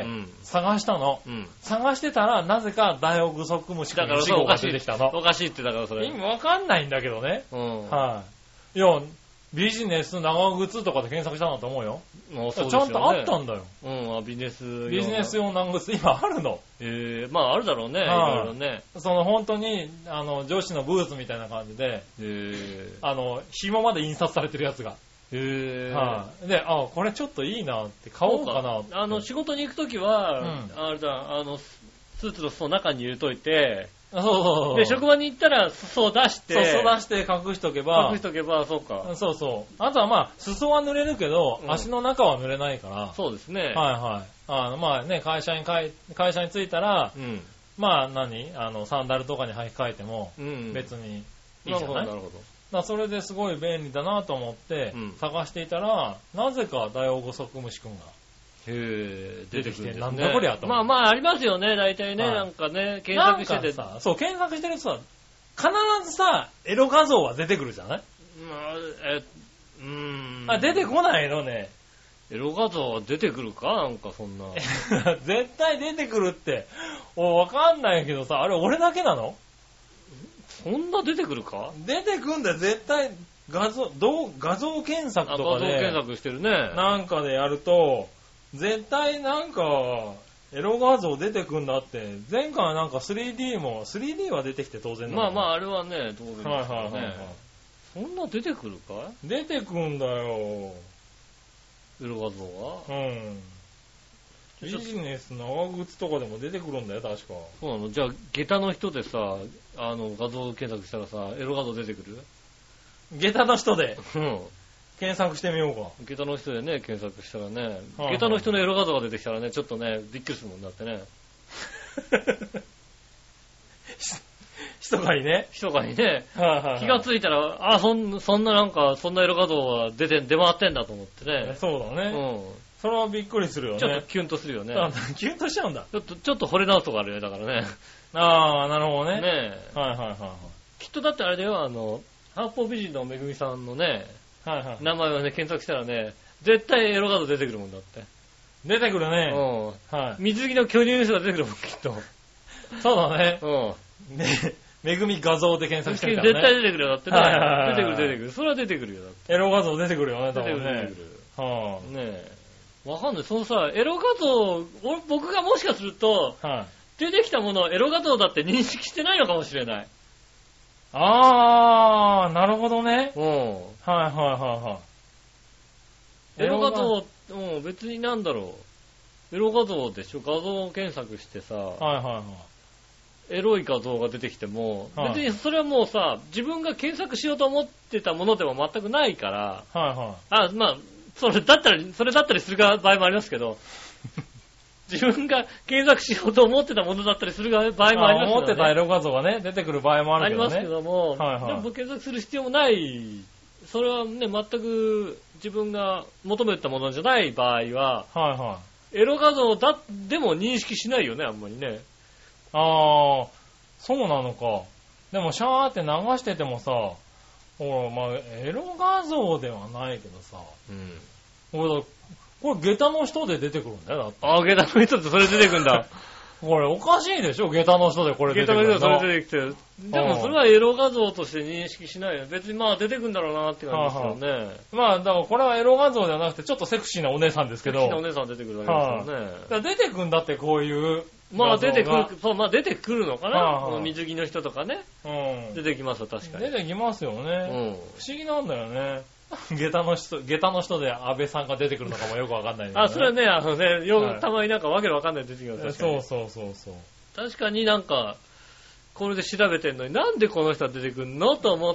探したの、うん。探してたら、なぜかダイオウグソクムシ君いち号が出てきたの。 おかしいってだからそれ。 意味わかんないんだけどね。うん。はい、あ。いや、ビジネス長靴とかで検索したんだと思うよ。あ、そうですよね。ちゃんとあったんだよ。 うん、ビジネス用。 ビジネス用長靴、今あるの。 ええー、まああるだろうね。いろいろね。 その本当に、あの、女子のブーツみたいな感じで、えー、あの、紐まで印刷されてるやつが。へぇー。はい、で、あ、これちょっといいなって買おうかなって。 あの、仕事に行くときは、うん、あれだ、あの、スーツの裾中に入れといて、 そうそうそう。 で、職場に行ったら、裾を出して。 裾出して隠しとけば。 隠しとけば、そうか。 そうそう。あとはまあ、裾は濡れるけど、うん、足の中は濡れないから。 そうですね。はいはい。あの、まあね、会社に帰、会社に着いたら、うん、まあ何あの、サンダルとかに履き替えても、別にいいじゃない、うん、なるほど、なるほど。だからそれですごい便利だなと思って、うん、探していたら、なぜかダイオウグソクムシ君が。 へぇー、出てきてるんですね。 なんだこりゃと。 まあまあありますよね、大体ね、はい、なんかね、検索しててさ、そう、検索してるとさ、必ずさ、エロ画像は出てくるじゃない？まあ、え、うーん。あ、出てこないのね。 エロ画像は出てくるかなんかそんな。 絶対出てくるって。お、わかんないけどさ、あれ俺だけなの？ そんな出てくるか？ 出てくんだよ、絶対。画像、どう、画像検索とかで。 画像検索してるね。 なんかでやると、絶対なんか、エロ画像出てくんだって。前回はなんか スリーディー も、スリーディー は出てきて当然だ。まあまあ、あれはね、当然ですよね。はいはいはいはい。そんな出てくるかい？ 出てくんだよ。 エロ画像は？うん。 ビジネス長靴とかでも出てくるんだよ、確か。 そうなの？じゃあ、下駄の人でさ、あの、画像検索したらさ、エロ画像出てくる？ 下駄の人で？うん。検索してみようか。 下駄の人でね、検索したらね、はいはい、下駄の人のエロ画像が出てきたらね、ちょっとね、びっくりするもんだってね。 ひそかにね。 ひそかにね。はいはいはい、気がついたら、あ、そん、そんななんか、そんなエロ画像が出て、出回ってんだと思ってね。 そうだね。うん。それはびっくりするよね。 ちょっとキュンとするよね。 キュンとしちゃうんだ。 ちょっと、ちょっと惚れ直すとこあるよね、だからね。 ああ、なるほどね。 ねえ。はいはいはいはい。 きっとだってあれだよ、あの、八方美人のめぐみさんのね、はいはい、名前をね、検索したらね、絶対エロ画像出てくるもんだって。 出てくるね。 うん。はい。水着の巨乳の人が出てくるもん、きっと。 そうだね。うん。ね、めぐみ画像で検索してみたらね。 絶対出てくるよ、だってね。出てくる出てくる。それは出てくるよ、だって。 エロ画像出てくるよね、多分ね。 出てくる出てくる。はあ、ねえ。わかんない。そのさ、エロ画像、僕がもしかすると、はあ、出てきたものをエロ画像だって認識してないのかもしれない。 あー、なるほどね。 うん。はいはいはいはい。 エロ画像、うん、別になんだろう。エロ画像でしょ、画像検索してさ、はいはいはい。エロい画像が出てきても、はい、別にそれはもうさ、自分が検索しようと思ってたものでも全くないから、はいはい。あ、まあ、それだったら、それだったりする場合もありますけど、自分が検索しようと思ってたものだったりする場合もありますけど、ね、 思ってたエロ画像がね、出てくる場合もあるけどね。 ありますけども、はいはい、でも検索する必要もない、それはね、全く自分が求めたものじゃない場合は、はいはい、エロ画像だ、でも認識しないよね、あんまりね。 ああ、そうなのか。でもシャーって流しててもさ、ほら、まあ、エロ画像ではないけどさ、うん。俺、これ、下駄の人で出てくるんだよ、だって。 ああ、下駄の人ってそれ出てくるんだ。 これ、おかしいでしょ、下駄の人でこれ出てくるんだ。 下駄の人でそれ出てきてる。でも、それはエロ画像として認識しないよ。別にまあ、出てくるんだろうなって感じですよね。はあはあ、 まあ、だからこれはエロ画像ではなくて、ちょっとセクシーなお姉さんですけど。 セクシーなお姉さん出てくるわけですよね。はあ、 だから出てくるんだって、こういう。 まあ出てくる、そう、まあ出てくるのかな、はあはあ、水着の人とかね。うん。出てきますよ、確かに。 出てきますよね。うん。不思議なんだよね。下駄の人、下駄の人で安倍さんが出てくるのかもよくわかんないんだけど、ね。 あ、それはね、あのね、よ、はい、たまになんかわけわかんない出てきます。 そうそうそうそう。 確かになんか、これで調べてんのになんでこの人は出てくるのと思って、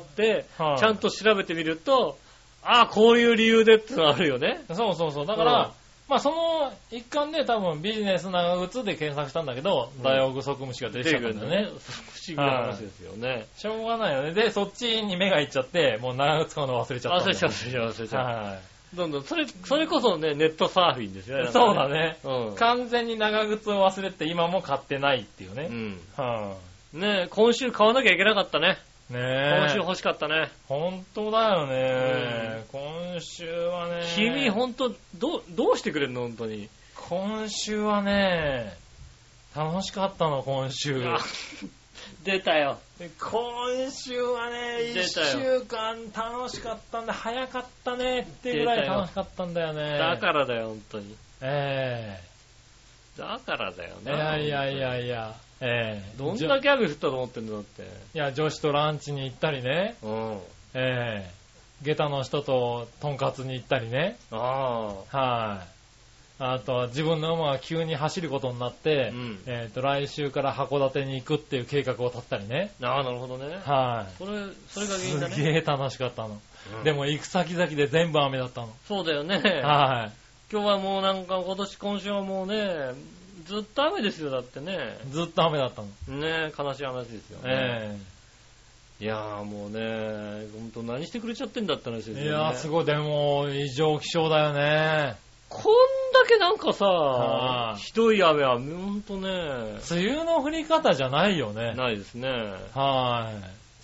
はあ、ちゃんと調べてみると、ああ、こういう理由でってのがあるよね。 そうそうそう。だから、うん、まあその一環で多分ビジネス長靴で検索したんだけど、うん、ダイオウグソクムシが出てきちゃったんだよね。不思議な話ですよね、はい。 しょうがないよね。で、そっちに目がいっちゃって、もう長靴買うの忘れちゃったんだよね。 忘れちゃう、忘れちゃう、忘れちゃう。はい。どんどん、それ、それこそね、ネットサーフィンですよね。 そうだね。うん、完全に長靴を忘れて今も買ってないっていうね。うん。 はあ、ねえ、今週買わなきゃいけなかったね。ねえ。今週欲しかったね。 本当だよね、うん。今週はね。 君本当、どう、どうしてくれるの本当に。 今週はね、楽しかったの、今週。 出たよ。 今週はね、一週間楽しかったんだ。早かったねってぐらい楽しかったんだよね。 だからだよ、本当に。 ええー。だからだよね。 いやいやいやいや。ええー。どんだけ雨降ったと思ってんだって。 いや、女子とランチに行ったりね。うん。ええー。下駄の人ととんかつに行ったりね。ああ。はい、あ。あとは自分の馬が急に走ることになって、うん、えっと、来週から函館に行くっていう計画を立ったりね。 ああ、なるほどね。 はい。 それ、それが原因だね。 すげえ楽しかったの。うん、でも行く先々で全部雨だったの。 そうだよね。 はい。 今日はもうなんか今年、今週はもうね、ずっと雨ですよ、だってね。 ずっと雨だったの。 ねえ、悲しい話ですよね。ええー。いやーもうね、ほんと何してくれちゃってんだって話ですよね。 いやーすごい、でも異常気象だよね。 こんだけなんかさ、ひどい雨はほんとね。 梅雨の降り方じゃないよね。 ないですね。 はい。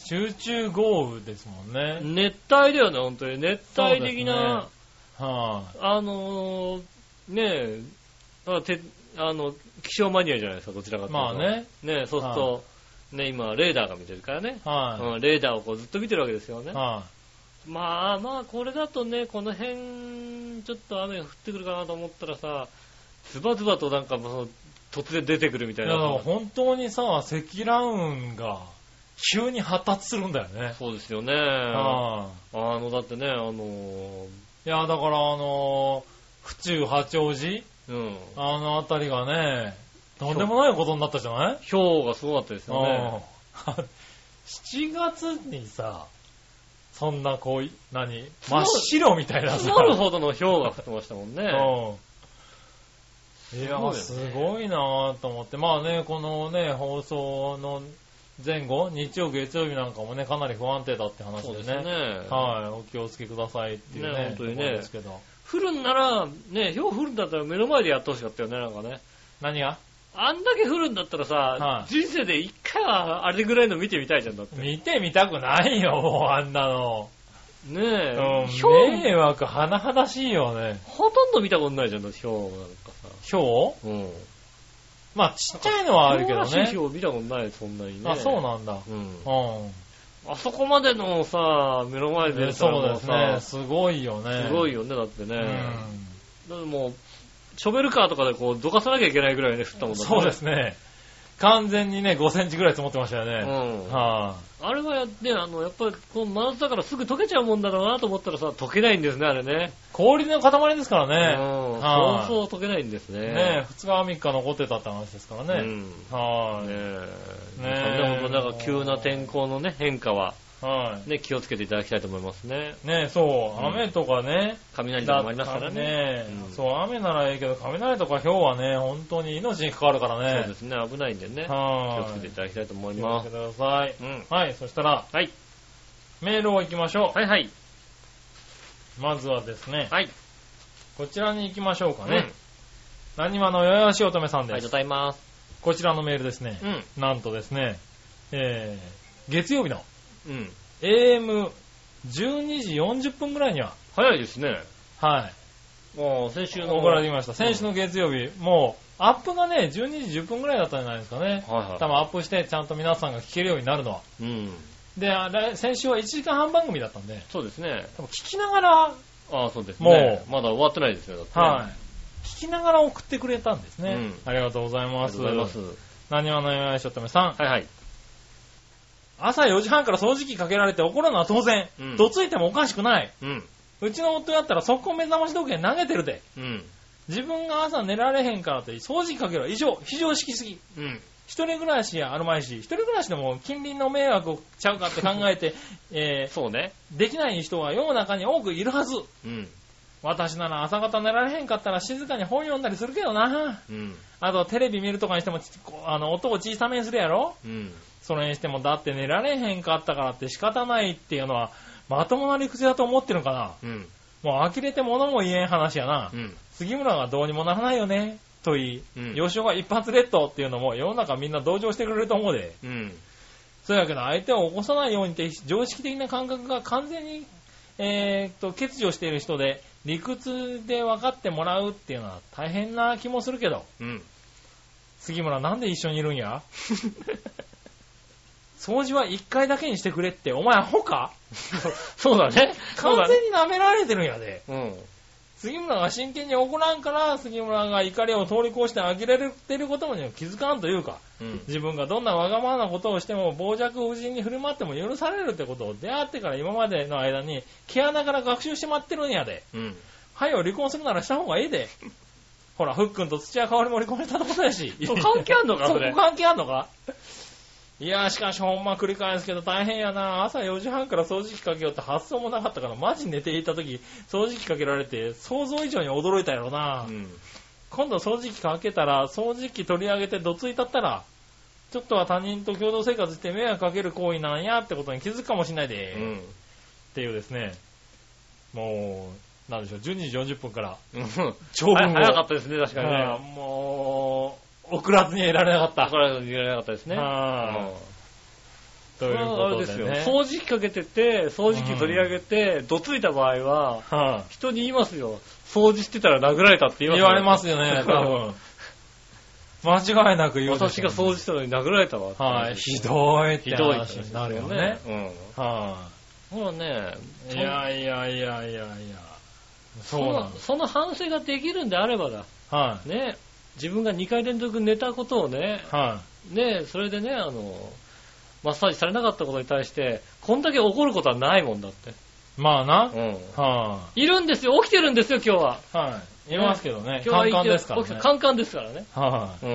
集中豪雨ですもんね。 熱帯だよね、ほんとに。熱帯的な、ね、はい、あのー、ねえ、だからてあの、気象マニアじゃないですか、どちらかというと。 まあね。 ねえ、そうすると、はい、ね、今、レーダーが見てるからね。はい、うん。レーダーをこうずっと見てるわけですよね。はい、まあまあ、これだとね、この辺、ちょっと雨が降ってくるかなと思ったらさ、ズバズバとなんかもう、突然出てくるみたいな。いや、 本当にさ、積乱雲が、急に発達するんだよね。 そうですよね。ああの、だってね、あのー、 いや、だからあのー、府中八王子、うん、あのあたりがね、とんでもないことになったじゃない？ 氷がすごかったですよね。 しちがつにさ、そんなこう、何真っ白みたいなさ。 なるほどの氷が降ってましたもんね。 うん、いや、すごいなぁと思って。まあね、このね、放送の前後、日曜月曜日なんかもね、かなり不安定だって話でね。そうですね。はい、お気をつけくださいっていうね。ね、本当にね。ですけど。 降るんなら、ね、氷降るんだったら目の前でやってほしかったよね、なんかね。 何が？ あんだけ降るんだったらさ、はい、人生で一回はあれぐらいの見てみたいじゃん、だって。 見てみたくないよ、もうあんなの。 ねえ。 うん、迷惑、甚だしいよね。 ほとんど見たことないじゃん、氷なんかさ。 氷？うん。 まあ、ちっちゃいのはあるけどね。 香ばしい表見たことない、そんなにね。 あ、そうなんだ。うん。うん。 あそこまでのさ、目の前でそうですね。すごいよね。 すごいよね、だってね。うん。だってもう、ショベルカーとかでこう、どかさなきゃいけないぐらいね、降ったもんだね。 そうですね。完全にね、ごセンチぐらい積もってましたよね。うん。はあ、あれはね、あの、やっぱり、この真夏だからすぐ溶けちゃうもんだろうなと思ったらさ、溶けないんですね、あれね。 氷の塊ですからね。 うん。はあ、そうそう溶けないんですね。 ねえ、ふつかみっか残ってたって話ですからね。うん。はい。ねえ。ねえ。でもなんか急な天候のね、変化は、はい。ね、気をつけていただきたいと思いますね。 ねえ、そう。雨とかね。 雷とかもありますからね。ねえ、うん。そう、雨ならいいけど、雷とか雹はね、本当に命に関わるからね。 そうですね、危ないんでね。はい。気をつけていただきたいと思います。 気をつけてください。うん。はい、そしたら、はい。メールを行きましょう。 はいはい。 まずはですね。 はい。 こちらに行きましょうかね。うん。何話のよよしおとめさんです。 ありがとうございます。 こちらのメールですね。うん。なんとですね、えー、月曜日の、うん。エーエムじゅうにじよんじゅっぷんぐらいには。 早いですね。 はい。 もう先週の。 送られてきました。先週の月曜日、うん、もう、アップがね、じゅうにじじゅっぷんぐらいだったんじゃないですかね。はいはい。多分アップして、ちゃんと皆さんが聞けるようになるのは。うん。で、先週はいちじかんはん番組だったんで。 そうですね。 多分聞きながら、 ああ、そうですね。もう、まだ終わってないですよ、だって、ね。 はい。聞きながら送ってくれたんですね。うん。ありがとうございます。ありがとうございます。何話のよよしおとめさん。 はいはい。 朝よじはんから掃除機かけられて怒るのは当然。うん、どついてもおかしくない。うん。うちの夫やったら速攻目覚まし時計投げてるで。うん。自分が朝寝られへんからと掃除機かけるは異常、非常識すぎ。うん。一人暮らしやあるまいし、一人暮らしでも近隣の迷惑をちゃうかって考えて、えー、 そうね。 できない人は世の中に多くいるはず。うん。私なら朝方寝られへんかったら静かに本読んだりするけどな。うん。あとテレビ見るとかにしても、あの、音を小さめにするやろ。うん。それにしてもだって寝られへんかったからって仕方ないっていうのはまともな理屈だと思ってるのかな。うん。もう呆れて物も言えん話やな。うん。杉村がどうにもならないよね。と言い、うん、吉尾が一発列島っていうのも世の中みんな同情してくれると思うで。うん。そうやけど相手を起こさないようにって常識的な感覚が完全に、えー、っと欠如している人で理屈で分かってもらうっていうのは大変な気もするけど。うん。杉村なんで一緒にいるんや掃除は一回だけにしてくれって、お前アホかそうだね。 完全に舐められてるんやで。うん。杉村が真剣に怒らんから、杉村が怒りを通り越して呆れてることには気づかんというか、うん、自分がどんなわがままなことをしても、傍若無人に振る舞っても許されるってことを出会ってから今までの間に、毛穴から学習してまってるんやで。うん。はよ離婚するならした方がいいで。ほら、ふっくんと土屋香織も離婚したとこだし。 関係あんのかそれ。 そこ関係あんのかいやーしかしほんま繰り返すけど大変やな。朝よじはんから掃除機かけようって発想もなかったから、マジ寝ていた時掃除機かけられて想像以上に驚いたやろな、うん、今度掃除機かけたら掃除機取り上げてどついたったらちょっとは他人と共同生活して迷惑かける行為なんやってことに気づくかもしれないで、うん、っていうですね。もうなんでしょうじゅうにじよんじゅっぷんから長文を早かったですね確かにね。 もう送らずにいられなかった。 送らずにいられなかったですね。はぁ。ということで、ね、ですよ。掃除機かけてて、掃除機取り上げて、うん、どついた場合は、はぁ、人に言いますよ。掃除してたら殴られたって言いますよ。 言われますよね、多分。間違いなく言う、ね。 私が掃除したのに殴られたわ。 はい、ひどいって話になるよね。 うん。はい、ほらね。 いやいやいやいやいや。 そうなんその反省ができるんであればだ。はい、ね。自分がにかい連続寝たことをね、はい、ね、それでね、あの、マッサージされなかったことに対して、こんだけ怒ることはないもんだって。 まあな。うん。 はい、いるんですよ、起きてるんですよ、今日は。 はい。いますけどね。カンカンですからね。 カンカンですからね。 はい、うん。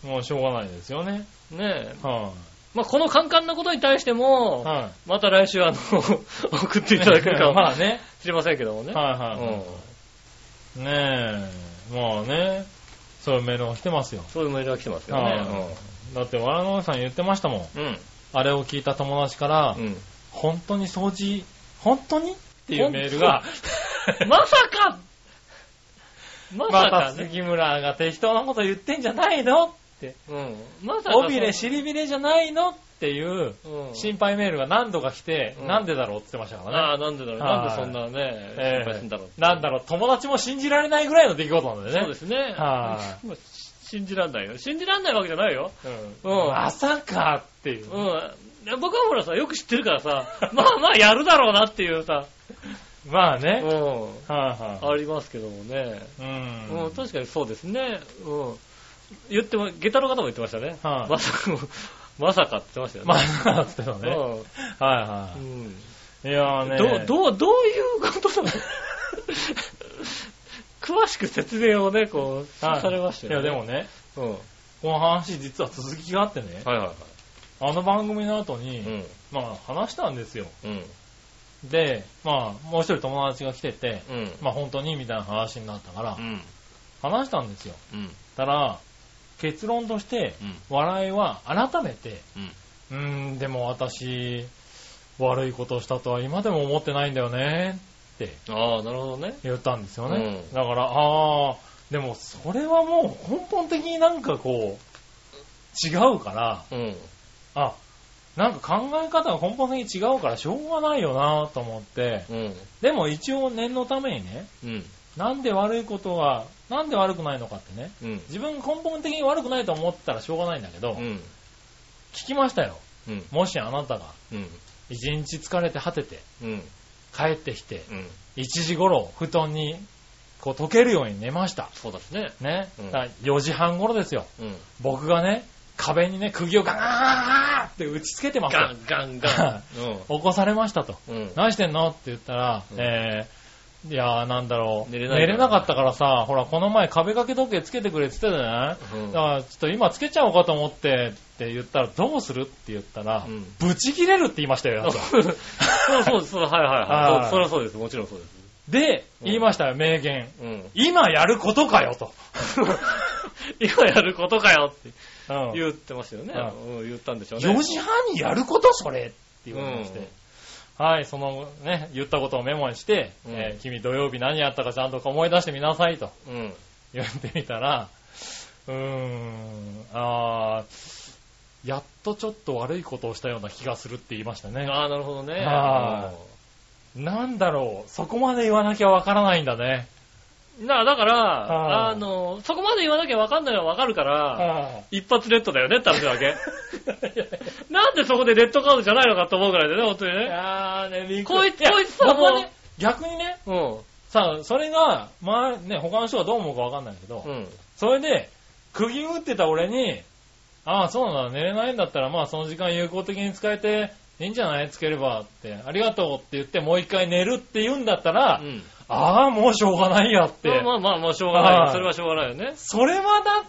もうしょうがないですよね。 ねえ。はい。まあ、このカンカンなことに対しても、はい、また来週あの、送っていただけるかも。まあね。知りませんけどもね。はいはい、 うん。ねえ。まあね。そういうメールが来てますよ。 そういうメールが来てますよね。 うん、だって、わらのおさん言ってましたもん。うん。あれを聞いた友達から、うん、本当に掃除、本当にっていうメールが、 まさかまさか、ね、また杉村が適当なこと言ってんじゃないのって。うん。まさか。尾びれ、尻びれじゃないのっていう心配メールが何度か来て、うん、なんでだろうって言ってましたからね。 ああ、なんでだろう。なんでそんなね、心配するんだろう、 えー。なんだろう、友達も信じられないぐらいの出来事なんだよね。 そうですね。はい、 信じらんないよ。信じらんないわけじゃないよ。 うん。うん、まさかっていう。 うん。僕はほらさ、よく知ってるからさ、まあまあやるだろうなっていうさ。 まあね。 うん。はいはい。ありますけどもね。 うん。 うん、確かにそうですね。うん。言っても、下駄の方も言ってましたね。はい。まさか、まさかって言ってましたよね。 まさかって言ってたね。うん。はいはい。うん。いやーね。 どう、どう、どういうことなの詳しく説明をね、こう、されましたよね。 いやでもね、 うん。 この話実は続きがあってね。 はいはいはい。 あの番組の後に、うん、まあ話したんですよ。うん。で、まあもう一人友達が来てて、うん、まあ本当にみたいな話になったから、うん、話したんですよ。うん。たら、結論として、うん、笑いは改めて、うん、うーん、でも私、悪いことをしたとは今でも思ってないんだよねって。 ああ、なるほどね。 言ったんですよね。うん、だから、ああ、でもそれはもう根本的になんかこう、違うから、うん、あ、なんか考え方が根本的に違うからしょうがないよなと思って、うん、でも一応念のためにね、うん、なんで悪いことが、なんで悪くないのかってね、うん、自分根本的に悪くないと思ったらしょうがないんだけど、うん、聞きましたよ。うん、もしあなたが、うん一日疲れて果てて、うん、帰ってきて、うん、いちじ頃布団にこう溶けるように寝ました。 そうですね。 ね、うん、だよじはん頃ですよ、うん。僕がね、壁にね、釘をガーッって打ちつけてますガンガンガン。 起こされましたと。うん、何してんのって言ったら、うん、えー、いやーなんだろう寝れない、寝れなかったからさ、ほらこの前壁掛け時計つけてくれって言ってたじゃない、うん、だからちょっと今つけちゃおうかと思ってって言ったらどうするって言ったら、うん、ブチ切れるって言いましたよ。 そうそうです、はいはいはい。それはそうです、もちろんそうです。 で、うん、言いましたよ、名言、うん。今やることかよと。 今やることかよって言ってましたよね。うんうん、言ったんでしょうね。 よじはんにやることそれって言われまして。うんはい、そのね、言ったことをメモにして、うんえー、君土曜日何やったかちゃんと思い出してみなさいと、うん、言ってみたら、うーん、あー、やっとちょっと悪いことをしたような気がするって言いましたね。 あー、なるほどね。 あー、なんだろう、そこまで言わなきゃわからないんだね。 だから、あの、そこまで言わなきゃわかんないのはわかるから、一発レッドだよねって話わけ。なんでそこでレッドカードじゃないのかと思うぐらいだよね、本当にね。 あーね、 こいつ、こいつさ、もう、ね、 逆にね、うん、さあ、それが、まあね、他の人がどう思うかわかんないけど、うん、それで、釘打ってた俺に、ああ、そうなんだ、寝れないんだったら、まあその時間有効的に使えていいんじゃないつければって、ありがとうって言ってもう一回寝るって言うんだったら、うんああ、もうしょうがないやって。 まあまあまあ、もうしょうがないよ。それはしょうがないよね。 それはだって、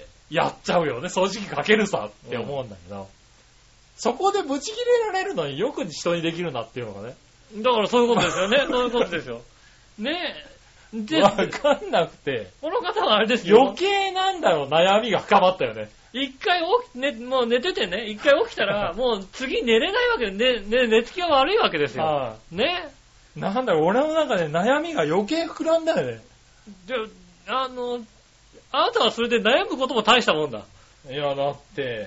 やっちゃうよね。掃除機かけるさって思うんだけど。うん、そこでブチ切れられるのによく人にできるなっていうのがね。 だからそういうことですよね。そういうことですよ。ねえ。で、わかんなくて。 この方はあれですよ。 余計なんだろう、悩みが深まったよね。 一回起き、ね、もう寝ててね、一回起きたら、もう次寝れないわけで、ね、ね、寝つきが悪いわけですよ。はあ、ねなんだろう、俺の中で悩みが余計膨らんだよね。 で、あの、あなたはそれで悩むことも大したもんだ。 いや、だって、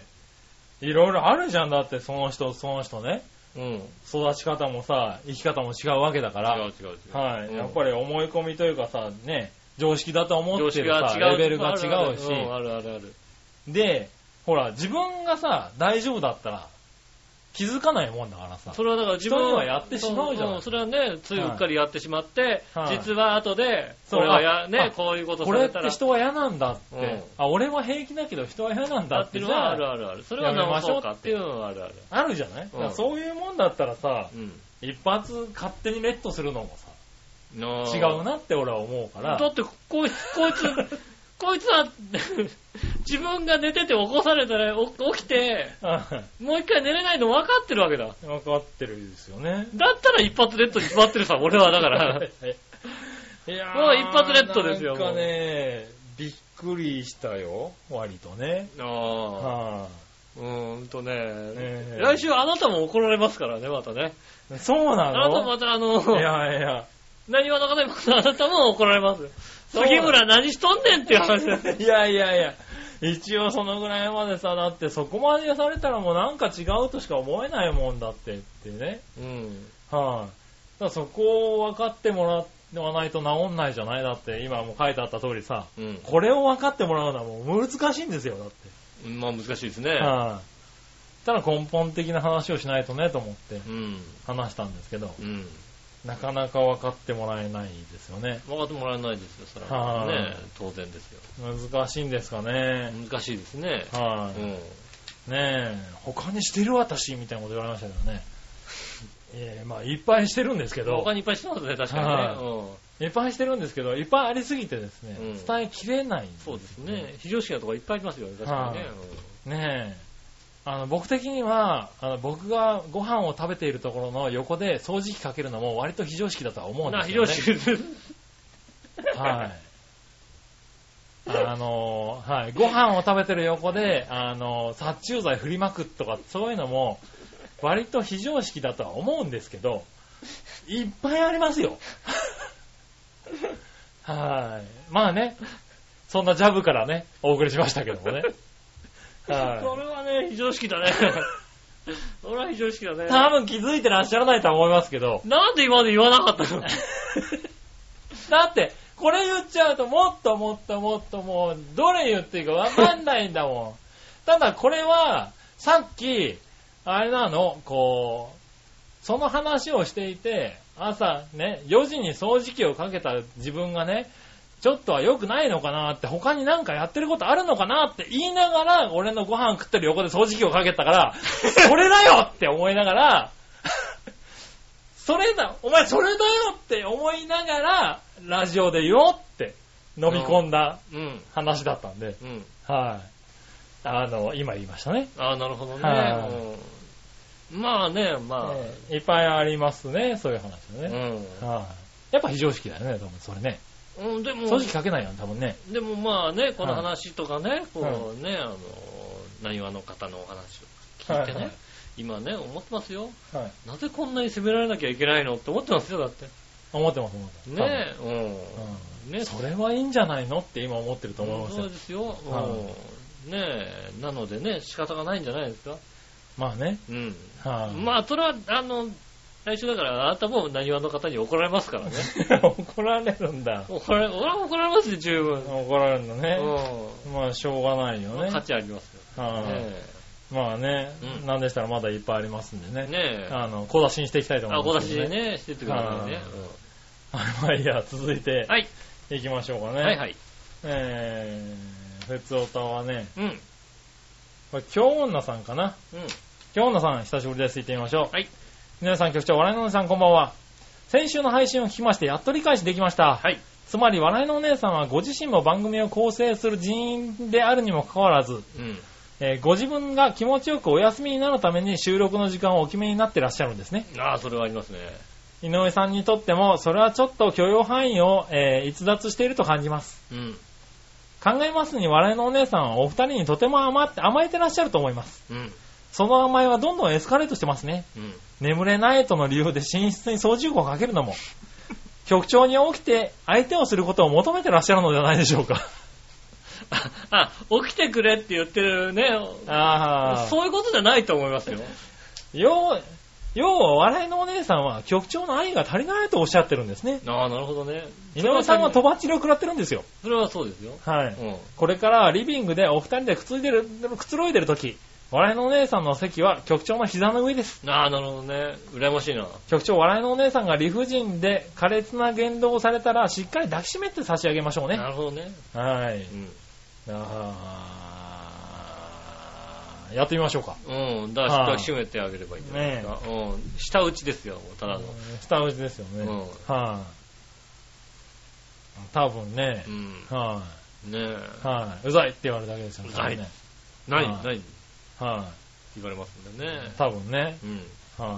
いろいろあるじゃん、だって、その人、その人ね。うん。育ち方もさ、生き方も違うわけだから。 違う違う違う。 はい、うん。やっぱり思い込みというかさ、ね、常識だと思ってるさ、レベルが違うし。あるある、うん、あるあるある。で、ほら、自分がさ、大丈夫だったら、気づかないもんだからさ。 それはだから自分人はやってしまうじゃん。 それはね、ついうっかりやってしまって、はい、実は後で、これはや、ね、こういうことされたら。 これって人は嫌なんだって。うん、あ、俺は平気だけど人は嫌なんだって。 っていうのはあるあるある。それは直そうかっていうのはあるある。 あるじゃない、うん、そういうもんだったらさ、うん、一発勝手にレッドするのもさ、違うなって俺は思うから。 だって、こいつ、こいつ、こいつは、自分が寝てて起こされたら起きて、もう一回寝れないの分かってるわけだ。 分かってるですよね。 だったら一発レッドに決まってるさ、俺はだから。いやもう一発レッドですよ。 なんかね、びっくりしたよ、割とね。ああ。 はあ、うーんとね、えー、来週あなたも怒られますからね、またね。 そうなの？ あなたまたあの、 いやいや。 何話の方にもあなたも怒られます。杉村何しとんねんっていう話です。 いやいやいや。一応そのぐらいまでさ、だってそこまでされたらもうなんか違うとしか思えないもんだってってね。うん。はい、あ、そこを分かってもらっわないと治んないじゃない。だって今も書いてあった通りさ、うん、これを分かってもらうのはもう難しいんですよ。だって。 まあ難しいですね。はい、 あ、ただ根本的な話をしないとねと思って話したんですけど、うん、なかなか分かってもらえないですよね。 分かってもらえないですよ。それはね、当然ですよ。 難しいんですかね。 難しいですね。 はい、うん、ねえ、他にしてる私みたいなこと言われましたけどね。えー、まあいっぱいしてるんですけど。 他にいっぱいしてますね、確かにね、 うん。いっぱいしてるんですけど、いっぱいありすぎてですね、うん、伝えきれないんです、ね。 そうですね。非常識なところいっぱいありますよね、確かにね。 うん、ねえ。あの僕的にはあの僕がご飯を食べているところの横で掃除機かけるのも割と非常識だとは思うんですよね。非常識です。はい。あのはい、ご飯を食べてる横であの殺虫剤振りまくとかそういうのも割と非常識だとは思うんですけど、いっぱいありますよ。はい。まあね、そんなジャブからねお送りしましたけどもね。 はい、これはね非常識だね。これは非常識だね。 多分気づいてらっしゃらないとは思いますけど。 なんで今まで言わなかったの？だってこれ言っちゃうともっともっともっともうどれ言っていいかわかんないんだもん。ただこれはさっきあれなの、こうその話をしていて朝ねよじに掃除機をかけた自分がねちょっとは良くないのかなって、他になんかやってることあるのかなって言いながら俺のご飯食ってる横で掃除機をかけたからそれだよって思いながらそれだお前それだよって思いながらラジオで言おうって飲み込んだ話だったんで、うんうん、はい、あの今言いましたね。 ああ、なるほどね。うん、まあね、まあ、 えー、いっぱいありますね、そういう話ね。うん、はあ、やっぱ非常識だよね、多分それね。うん、でも正直かけないよ、多分ね。 でもまあね、この話とかね、はい、こうね、あの何話の方のお話を聞いてね、はいはい、今ね思ってますよ、はい。なぜこんなに責められなきゃいけないのって思ってますよ、だって。 思ってます思ってます。 ねえ、うん、ね、 それはいいんじゃないのって今思ってると思いますよ。 そうですよ。はい、ねえ、なのでね仕方がないんじゃないですか。 まあね。 うん。はあ、まあそれはあの。来週だからあなたも何話の方に怒られますからね。 怒られるんだ。 怒られ、俺は怒られますよ、十分。 怒られるんだね。うん、まあしょうがないよね。 価値ありますよ。はあ、 ね、まあね、うん、なんでしたらまだいっぱいありますんでね。ねえ。あの、小出しにしていきたいと思います、ね。 あ、小出しにね、してってくださいね。 はい、まあいいや、続いて。 はい。 いきましょうかね。 はいはい。 えー、ふつおたはね。うん。これ、京女さんかな。うん。京女さん、久しぶりです。行ってみましょう。はい。皆さん局長、笑いのお姉さんこんばんは。先週の配信を聞きましてやっと理解できました。はい。つまり笑いのお姉さんはご自身も番組を構成する人員であるにもかかわらず、うん、えー、ご自分が気持ちよくお休みになるために収録の時間をお決めになってらっしゃるんですね。 ああ、それはありますね。 井上さんにとってもそれはちょっと許容範囲を、えー、逸脱していると感じます。うん。考えますに笑いのお姉さんはお二人にとても甘って甘えてらっしゃると思います。うん。その甘えはどんどんエスカレートしてますね。うん、眠れないとの理由で寝室に掃除機をかけるのも局長に起きて相手をすることを求めてらっしゃるのではないでしょうか。 あ、起きてくれって言ってるね。あ、そういうことじゃないと思いますよ。 要要は笑いのお姉さんは局長の愛が足りないとおっしゃってるんですね。 ああ、なるほどね。 井上さんはとばっちりを食らってるんですよ。 それはそうですよ。 はい。うん、これからリビングでお二人でくついでるくつろいでるとき、笑いのお姉さんの席は局長の膝の上です。 ああ、なるほどね。羨ましいな。 局長、笑いのお姉さんが理不尽で苛烈な言動をされたらしっかり抱きしめて差し上げましょうね。 なるほどね。 はい。うん、あやってみましょうか。 うん。だから抱きしめてあげればいいんじゃないですか。ね、うん。舌打ちですよ、ただの。 舌打ちですよね。うん。はい、あ、多分ね。うん。はい、あ、ねえ。はい、あ、うざいって言われるだけですよね。 うざい。何、はあ、何はい、言われますんでね。 多分ね。うん。はい、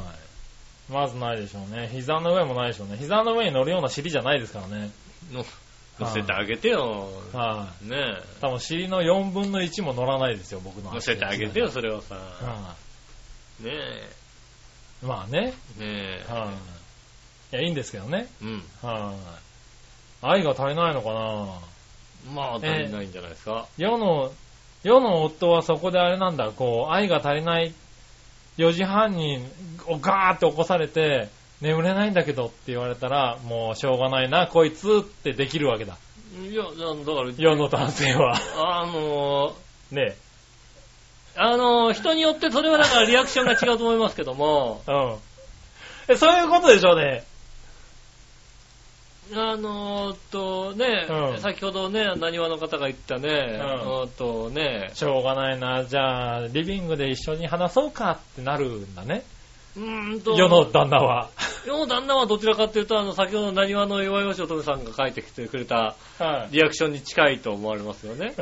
まずないでしょうね。膝の上もないでしょうね。膝の上に乗るような尻じゃないですからね。 の乗せてあげてよ。 はい、ねえ。多分尻のよんぶんのいちも乗らないですよ、僕の。 乗せてあげてよ、それをさ。はねえ。 まあね。 ねえ。 はい、いや、いいんですけどね。うん。はい、愛が足りないのかな。 まあ、足りないんじゃないですか。 世の世の夫はそこであれなんだ、こう愛が足りないよじはんにガーって起こされて眠れないんだけどって言われたら、もうしょうがないな、こいつってできるわけだ。 いや、だから、 世の男性は。 あのー、ねえ。あのー、人によってそれはだからリアクションが違うと思いますけども。 うん。え、そういうことでしょうね。 あのー、とね、うん、先ほどね、何話の方が言ったね、うん、とね、 しょうがないな、じゃあ、リビングで一緒に話そうかってなるんだね。 うーんと世の旦那は。 世の旦那はどちらかっていうと、あの、先ほど何話の弱々しおとめさんが書いてきてくれた、リアクションに近いと思われますよね。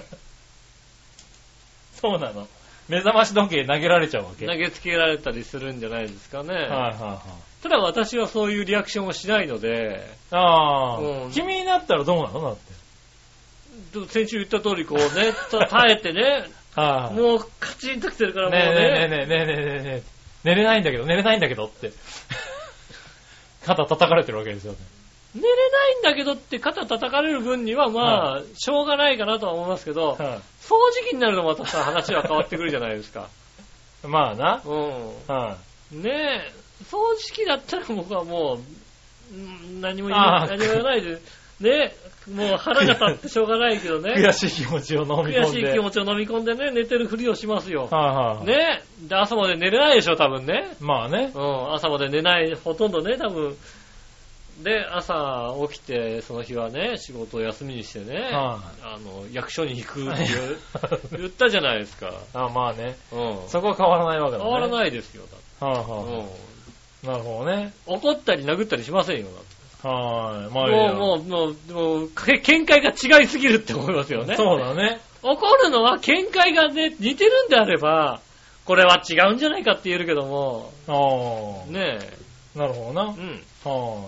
そうなの。目覚まし時計投げられちゃうわけ。 投げつけられたりするんじゃないですかね。はいはいはい。 ただ私はそういうリアクションをしないので。 ああ、うん。君になったらどうなのだって。 先週言った通りこうね、耐えてね、はあ、もうカチンときてるからもうね。 ねえねえねえねえねえねえねえ。寝れないんだけど、寝れないんだけどって。肩叩かれてるわけですよね。 寝れないんだけどって肩叩かれる分にはまあ、はい、しょうがないかなとは思いますけど、はい、掃除機になるのまたさ、話は変わってくるじゃないですか。 まあな。 うん。はい、ねえ、掃除機だったら僕はもう、何も言わ何も言わないで、ね、もう腹が立ってしょうがないけどね。 悔しい気持ちを飲み込んで。 悔しい気持ちを飲み込んでね、寝てるふりをしますよ。 はあはあ、 ね。で、朝まで寝れないでしょ、多分ね。 まあね。 うん、朝まで寝ない、ほとんどね、多分。で、朝起きて、その日はね、仕事を休みにしてね、はあ、あの、役所に行くって言ったじゃないですか。 あ、まあね。うん。そこは変わらないわけだね。 変わらないですよ、だって。はあはあ、うん。なるほどね。 怒ったり殴ったりしませんよ、だって。 はい。まあもう、もう、もう、もう、見解が違いすぎるって思いますよね。 そうだね。 怒るのは見解がね、似てるんであれば、これは違うんじゃないかって言えるけども。ああ。ねえ。なるほどな。 うん。 はい。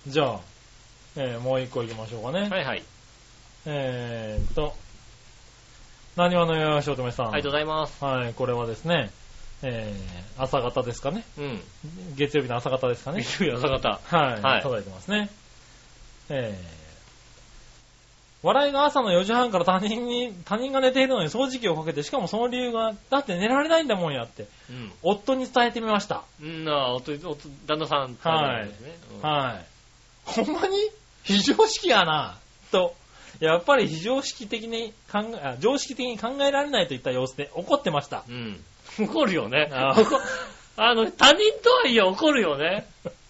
じゃあ、えー、もう一個行きましょうかね。 はいはい。 えーっと、何話のよしおとめさん。 ありがとうございます。 はい、これはですね、えー、朝方ですかね。 うん。 月曜日の朝方ですかね。 月曜日の朝方。 はい。はい。届いてますね。えー、笑いが朝のよじはんから他人に、他人が寝ているのに掃除機をかけて、しかもその理由が、だって寝られないんだもんやって、うん、夫に伝えてみました。 うん、なあ、夫、夫、旦那さん、 はい、ねうん。はい。ほんまに非常識やな、と。やっぱり非常識的に考え、常識的に考えられないといった様子で怒ってました。 うん。怒るよね。あ, あの、他人とはいえ怒るよね。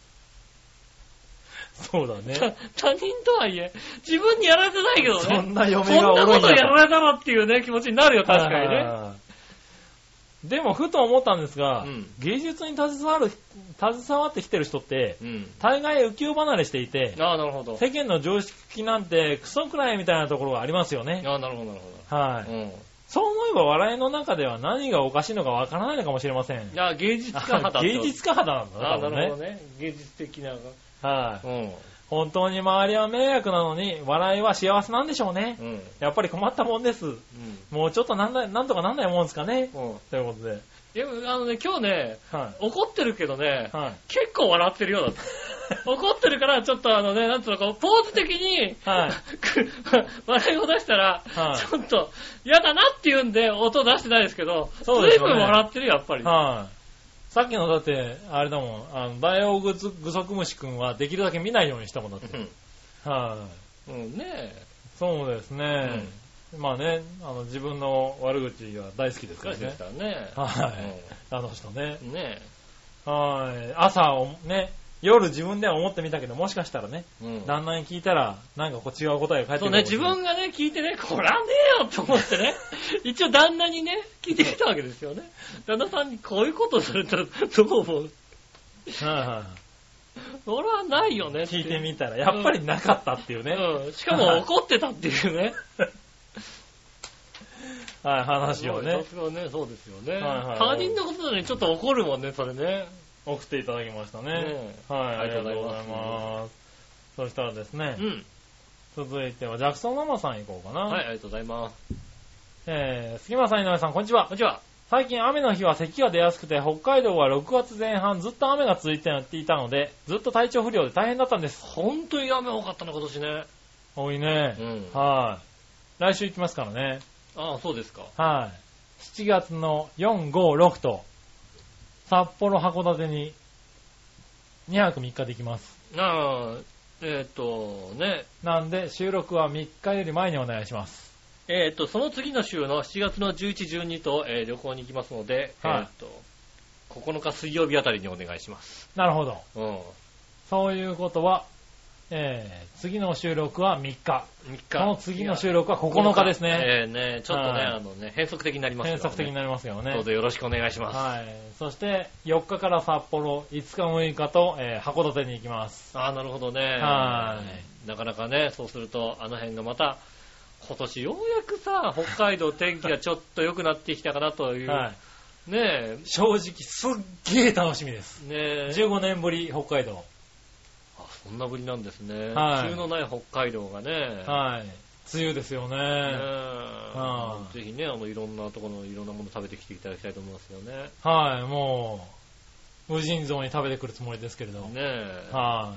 そうだね。 他人とはいえ、自分にやられてないけどね。 そんな嫁がおるんや。 そんなことやられたらっていうね、気持ちになるよ、確かにね。 でも、ふと思ったんですが、うん、芸術に携わる、携わってきてる人って、うん、大概浮世離れしていて、 ああ、なるほど。 世間の常識なんてクソくらいみたいなところがありますよね。 ああ、なるほど、なるほど。はい。うん、そう思えば笑いの中では何がおかしいのかわからないのかもしれません。 いや、芸術家肌。 芸術家肌なんだね。 ああ、なるほどね。芸術的な。 はい、うん。本当に周りは迷惑なのに、笑いは幸せなんでしょうね。うん、やっぱり困ったもんです。うん、もうちょっとなんだ、なんとかなんないもんですかね。うん、ということで。 でも、あのね、今日ね、はい、怒ってるけどね、はい、結構笑ってるようだった。怒ってるから、ちょっとあのね、なんつうのか、ポーズ的に、はい、笑いを出したら、はい、ちょっと嫌だなって言うんで、音出してないですけど、そうですよね、随分笑ってるよ、やっぱり。 はい、さっきのだって、あれだもん、あの、ダイオウグソクムシ君はできるだけ見ないようにしたもんだって。はい、 うん、ねえ。 そうですね。うんまあね、あの自分の悪口は大好きですからね。 大好きですからね。 はい、うん。あの人ね。 ねはい。朝をね、夜自分では思ってみたけど、もしかしたらね、うん、旦那に聞いたら、なんかこう違う答えが返ってくる。 そうね、自分がね、聞いてね、こらねえよと思ってね、一応旦那にね、聞いてみたわけですよね。旦那さんにこういうことされたらどう思うはいはい。それはないよねって。 聞いてみたら、やっぱりなかったっていうね。 うん。しかも怒ってたっていうね。 はい、話をね。 さすがね、そうですよね。はいはいはい、他人のことでね、ちょっと怒るもんね、それね。 送っていただきましたね。ねはい、ありがとうございます。そしたらですね、うん、続いてはジャクソンママさん行こうかな。 はい、ありがとうございます。 えー、杉村さん、井上さん、こんにちは。 こんにちは。 最近雨の日は咳が出やすくて、北海道はろくがつぜん半ずっと雨が続いていたので、ずっと体調不良で大変だったんです。 本当に雨多かったね、今年ね。 多いね。うん、はい。来週行きますからね。 ああ、そうですか。 はい。しちがつのよん、ご、ろくと、札幌、函館ににはくみっかできます。 ああ、えっと、ね。 なんで、収録はみっかより前にお願いします。 えっと、その次の週のしちがつのじゅういち、じゅうにと、えー、旅行に行きますので、はい、えっと、ここのか水曜日あたりにお願いします。 なるほど。 うん。 そういうことは、えー、次の収録はみっか。 みっか。 その次の収録はここのかですね。 えー、ね、ちょっとね、はい、あのね、変則的になりますよね。 変則的になりますよね。 どうぞよろしくお願いします。 はい。そして、よっかから札幌、いつかむいかと、えー、函館に行きます。 ああ、なるほどね。 はい。 なかなかね、そうすると、あの辺がまた、今年ようやくさ、北海道天気がちょっと良くなってきたかなという。はい。ねえ。 正直、すっげー楽しみです。 ねえ。 じゅうごねんぶり、北海道。 そんなぶりなんですね。 はい。 梅雨のない北海道がね。 はい。梅雨ですよね。ねはい。ぜひね、あの、いろんなところのいろんなもの食べてきていただきたいと思いますよね。 はい、もう、無尽蔵に食べてくるつもりですけれど。 ねえ。 はい。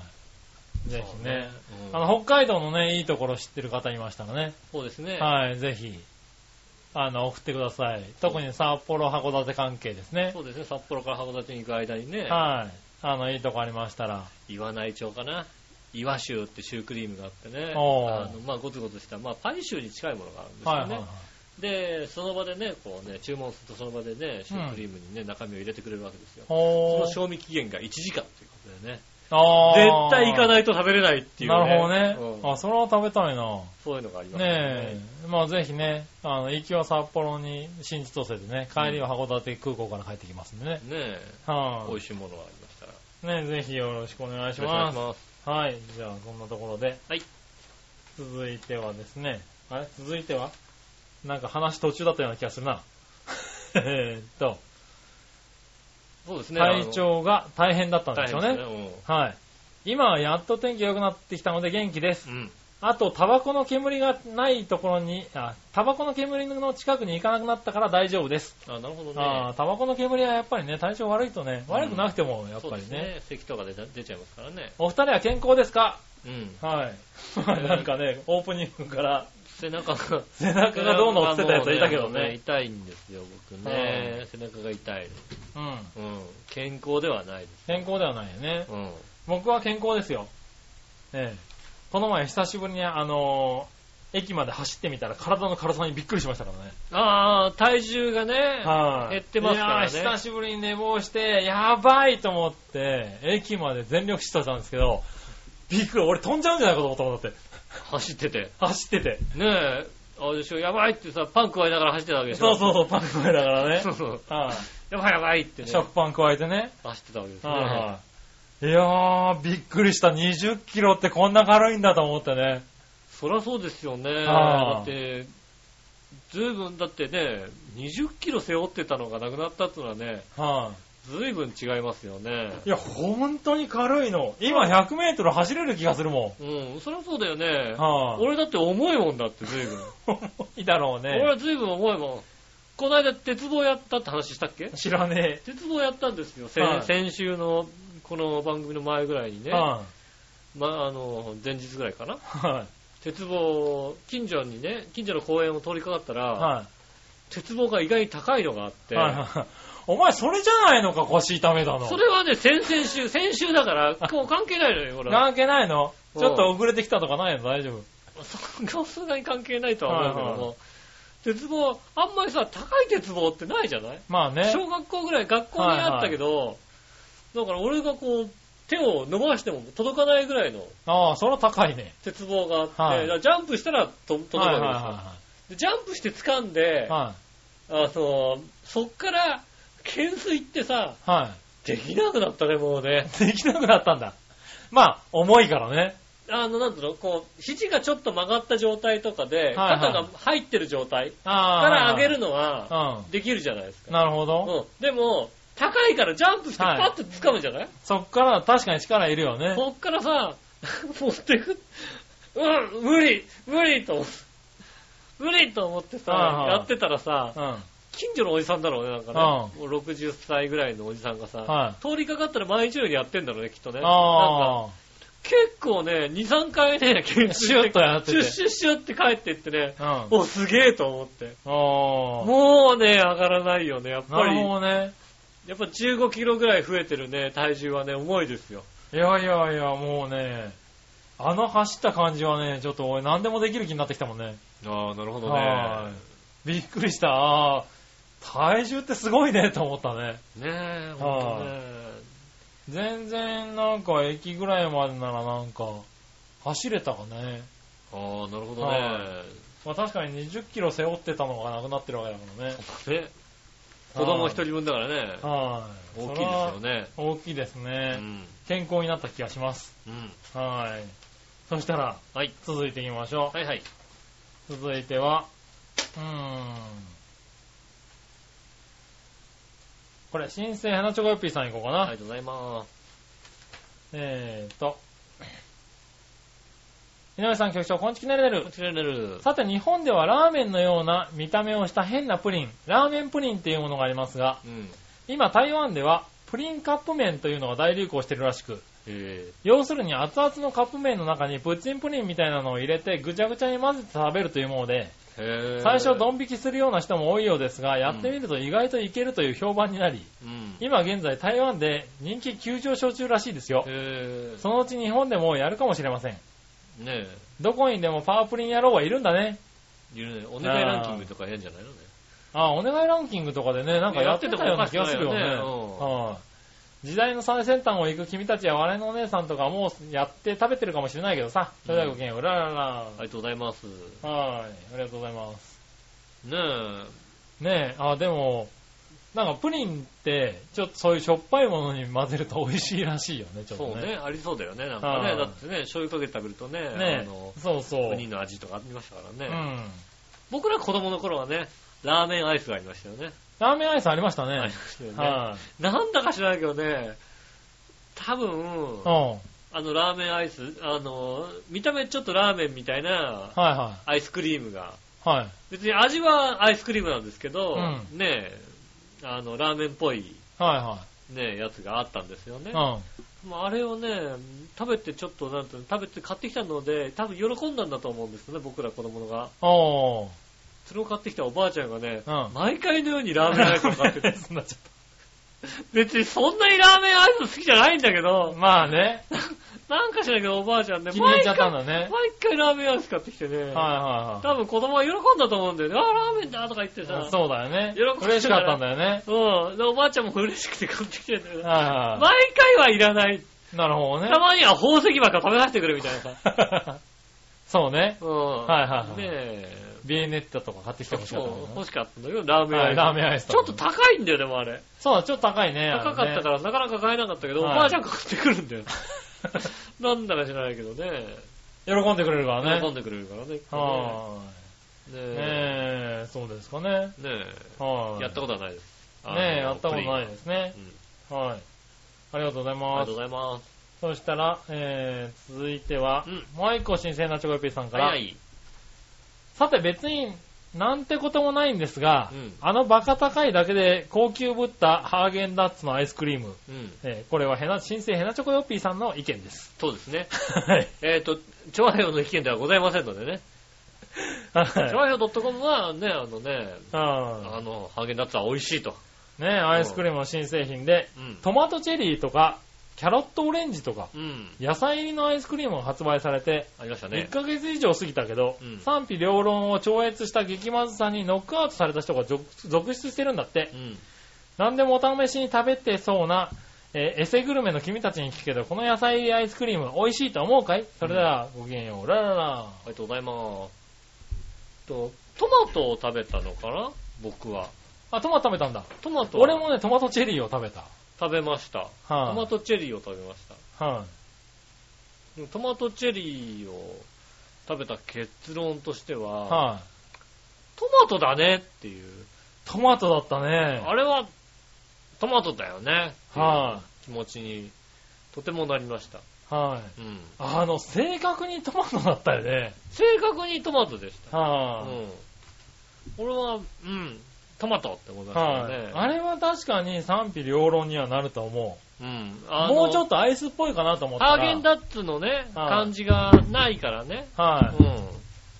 ぜひね、うん。あの、北海道のね、いいところ知ってる方いましたらね。 そうですね。 はい、ぜひ、あの、送ってください。特に札幌、函館関係ですね。 そうですね、札幌から函館に行く間にね。 はい。あの、いいとこありましたら。 岩内町かな。岩州ってシュークリームがあってね。あの、まあ、ゴツゴツした、まあ、パイシューに近いものがあるんですよね。はいはいはい、で、その場でね、こうね、注文するとその場でね、シュークリームにね、うん、中身を入れてくれるわけですよ。その賞味期限がいちじかんということでね。あ絶対行かないと食べれないっていうね。 なるほどね。うん、あ、それは食べたいな。 そういうのがありますね。 ねえ。まあぜひね、あの、行きは札幌に新千歳でね、帰りは函館空港から帰ってきますんでね。ねえ。 はあ、美味しいものがありましたら。ねえ、ぜひよろしくお願いします。お願いします。はい。じゃあ、こんなところで。 はい。 続いてはですね。あれ続いてはなんか話途中だったような気がするな。えっと。 そうですね。 体調が大変だったんですよね。 大変ですね。 はい。今はやっと天気が良くなってきたので元気です。 うん。 あと、タバコの煙がないところに、あ、タバコの煙の近くに行かなくなったから大丈夫です。 あ、なるほどね。 あ、タバコの煙はやっぱりね、体調悪いとね、うん、悪くなくてもやっぱりね。そうですね。咳とかで出ちゃいますからね。 お二人は健康ですか？ うん。 はい。なんかね、オープニングから、 背中が、 背中がどうのってたやついたけどね。 ね痛いんですよ、僕ね。うん、背中が痛い。うん。うん。健康ではないです。 健康ではないよね。 うん。 僕は健康ですよ。ええ。この前久しぶりにあのー、駅まで走ってみたら体の軽さにびっくりしましたからね。 ああ、体重がね、はあ、減ってますからね。 いや久しぶりに寝坊して、やばいと思って、駅まで全力疾走したんですけど、びっくり、俺飛んじゃうんじゃないかと思ったもんだって。 走ってて。 走ってて。 ねえ、あれでしょ、やばいってさ、パン加えながら走ってたわけでしょ。 そうそうそう、パン加えながらね。そうそう。 はあ、やばいやばいってね。 食パン加えてね。 走ってたわけですね。 はあいやー、びっくりした。にじゅっキロってこんな軽いんだと思ってね。 そりゃそうですよね。だって、ずいぶん、だってね、にじゅっキロ背負ってたのがなくなったっていうのはね、はあ、ずいぶん違いますよね。 いや、本当に軽いの。今ひゃくメートル走れる気がするもん。うん、そりゃそうだよね。はあ、俺だって重いもんだって、ずいぶん。 重いだろうね。 俺はずいぶん重いもん。この間鉄棒やったって話したっけ？ 知らねえ。 鉄棒やったんですよ。はあ、先週のこの番組の前ぐらいにね。はあ、まあ、あの、前日ぐらいかな。はあ、鉄棒、近所にね、近所の公園を通りかかったら、はあ、鉄棒が意外に高いのがあって。はあ、お前それじゃないのか、腰痛めたの。 それはね、先々週、先週だから、もう関係ないのよ、ほら。 関係ないの？ちょっと遅れてきたとかないの？大丈夫。 さすがに関係ないとは思うけども。はいはい、鉄棒、あんまりさ、高い鉄棒ってないじゃない？ まあね。 小学校ぐらい学校にあったけど、はいはい、だから俺がこう、手を伸ばしても届かないぐらいの。 ああ、それは高いね。 鉄棒があって、はい、ジャンプしたらと届くわけですよ、はいはいはい。でジャンプして掴んで、はい、あの、そっから懸垂ってさ、はい、できなくなったね、もうね。 できなくなったんだ。まあ、重いからね。 あの、なんていうの、こう、肘がちょっと曲がった状態とかで、はいはい、肩が入ってる状態から上げるのは、できるじゃないですか。 なるほど。 うん。でも、高いからジャンプしてパッと掴むじゃない、はい、 そっから確かに力いるよね。 そっからさ、持ってく、うん、無理、無理と、無理と思ってさ、はいはい、やってたらさ、うん、近所のおじさんだろうね、なんかね。うん、もうろくじゅっさいぐらいのおじさんがさ、はい、通りかかったら毎日のようにやってんだろうね、きっとね。なんか結構ね、に、さんかいね、シュッとやってて。 シュッシュッシュッって帰ってってね、うん、お、すげえと思って。もうね、上がらないよね、やっぱり。 なるほどね。 やっぱじゅうごキロぐらい増えてるね、体重はね、重いですよ。 いやいやいや、もうね、あの走った感じはね、ちょっと俺何でもできる気になってきたもんね。 ああ、なるほどね。 びっくりした。ああ、体重ってすごいねと思ったね。 ねえ、ほんとね。 全然なんか駅ぐらいまでならなんか走れたかね。 ああ、なるほどね。 まあ確かににじゅっキロ背負ってたのがなくなってるわけだからね。 そうね。子供一人分だからね。 はい。 大きいですよね。 大きいですね。うん、健康になった気がします。うん。はい。そしたら、はい。続いていきましょう。 はいはい。 続いては、うーん。これ、新生花チョコヨッピーさんいこうかな。 ありがとうございます。 えーと。井上さん局長、こんちきなれる。 こんちきなれる。 さて、日本ではラーメンのような見た目をした変なプリン、ラーメンプリンっていうものがありますが、うん、今台湾ではプリンカップ麺というのが大流行しているらしく、へ要するに熱々のカップ麺の中にプッチンプリンみたいなのを入れてぐちゃぐちゃに混ぜて食べるというもので、へ最初ドン引きするような人も多いようですが、やってみると意外といけるという評判になり、うん、今現在台湾で人気急上昇中らしいですよ。へそのうち日本でもやるかもしれません。ねえ。どこにでもパワープリン野郎はいるんだね。 いるね。お願いランキングとかやるんじゃないのね。 ああ、お願いランキングとかでね、なんかやってたような気がするよね。はあ、時代の最先端を行く君たちや笑いのお姉さんとかもうやって食べてるかもしれないけどさ。それではごきげんよう。うららら。 ありがとうございます。 はい。ありがとうございます。 ねえ。ねえ。あ、でも、なんかプリンって、ちょっとそういうしょっぱいものに混ぜると美味しいらしいよね、ちょっとね。 そうね、ありそうだよね、なんかね。だってね、醤油かけて食べるとね、 ねあのそうそう。 ウニの味とかありましたからね。 うん。 僕ら子供の頃はね、ラーメンアイスがありましたよね。 ラーメンアイスありましたね。ありましたよね。はい。なんだか知らないけどね、多分、うん、あのラーメンアイス、あの、見た目ちょっとラーメンみたいな、はいはい。アイスクリームが。はい。別に味はアイスクリームなんですけど、うん、ねえ、あの、ラーメンっぽい、はいはい。ね、やつがあったんですよね。うん。あれをね、食べてちょっと、なんて、食べて買ってきたので、多分喜んだんだと思うんですね、僕ら子供が。おー。それを買ってきたおばあちゃんがね、うん、毎回のようにラーメンアイスを買ってて。そんなちょっと別にそんなにラーメンアイス好きじゃないんだけど。 まあね。 なんかしないけどおばあちゃんね、 気に入っちゃったんだね。 毎回ラーメンアイス買ってきてね。はいはいはい。多分子供は喜んだと思うんだよね。ああ、ラーメンだとか言ってさ。 そうだよね。喜んで嬉しかったんだよね。 うん。で、おばあちゃんも嬉しくて買ってきてんだよね。はいはい。毎回はいらない。 なるほどね。 たまには宝石箱食べさせてくれみたいなさ。 そうね。 うん。 はいはい。 ねえ。 ビエネッタとか買ってきてほしかった。 欲しかったんだけど、ラーメンアイス。 ラーメンアイス。 ちょっと高いんだよ、でもあれ。 そうだ、ちょっと高いね。 高かったからなかなか買えなかったけど、おばあちゃんが買ってくるんだよ。なんだか知らないけどね。 喜んでくれるからね。 喜んでくれるからね。 はい。ねえ、そうですかね。 ねえ。はい。やったことはないです。 ねえ、やったことないですね。はい。ありがとうございます。 ありがとうございます。 そしたら、えー、続いては、もう一個新鮮なチョコヨッピーさんから。はい。さて別になんてこともないんですが、うん、あのバカ高いだけで高級ぶったハーゲンダッツのアイスクリーム、うんえー、これはヘナ新生ヘナチョコヨッピーさんの意見です。 そうですね。はい。えっ、ー、と、チョアヘヨの意見ではございませんのでね。チョアヘヨ .com はね、あのね、あの、ハーゲンダッツは美味しいと。 ね、アイスクリームの新製品で、うん、トマトチェリーとか、キャロットオレンジとか、うん、野菜入りのアイスクリームが発売されて、 ありましたね。 いっかげつ以上過ぎたけど、うん、賛否両論を超越した激まずさにノックアウトされた人が続出してるんだって。うん、何でもお試しに食べてそうな、えー、エセグルメの君たちに聞くけど、この野菜入りアイスクリーム美味しいと思うかい？それでは、ごきげんよう。ラララ。 ありがとうございます。と、トマトを食べたのかな？僕は。 あ、トマト食べたんだ。 トマト。 俺もね、トマトチェリーを食べた。 食べました。はあ、トマトチェリーを食べました。はい、トマトチェリーを食べた結論としては、はあ、トマトだねっていう。 トマトだったね。 あれはトマトだよねっていう気持ちにとてもなりました。 はい、うん。あの、正確にトマトだったよね。 正確にトマトでした。はあ、うん。俺は、うん。トマトって思いましたね、はい。 あれは確かに賛否両論にはなると思う。うん。あのもうちょっとアイスっぽいかなと思ったら。 ハーゲンダッツのね、はい、感じがないからね。はい。うん。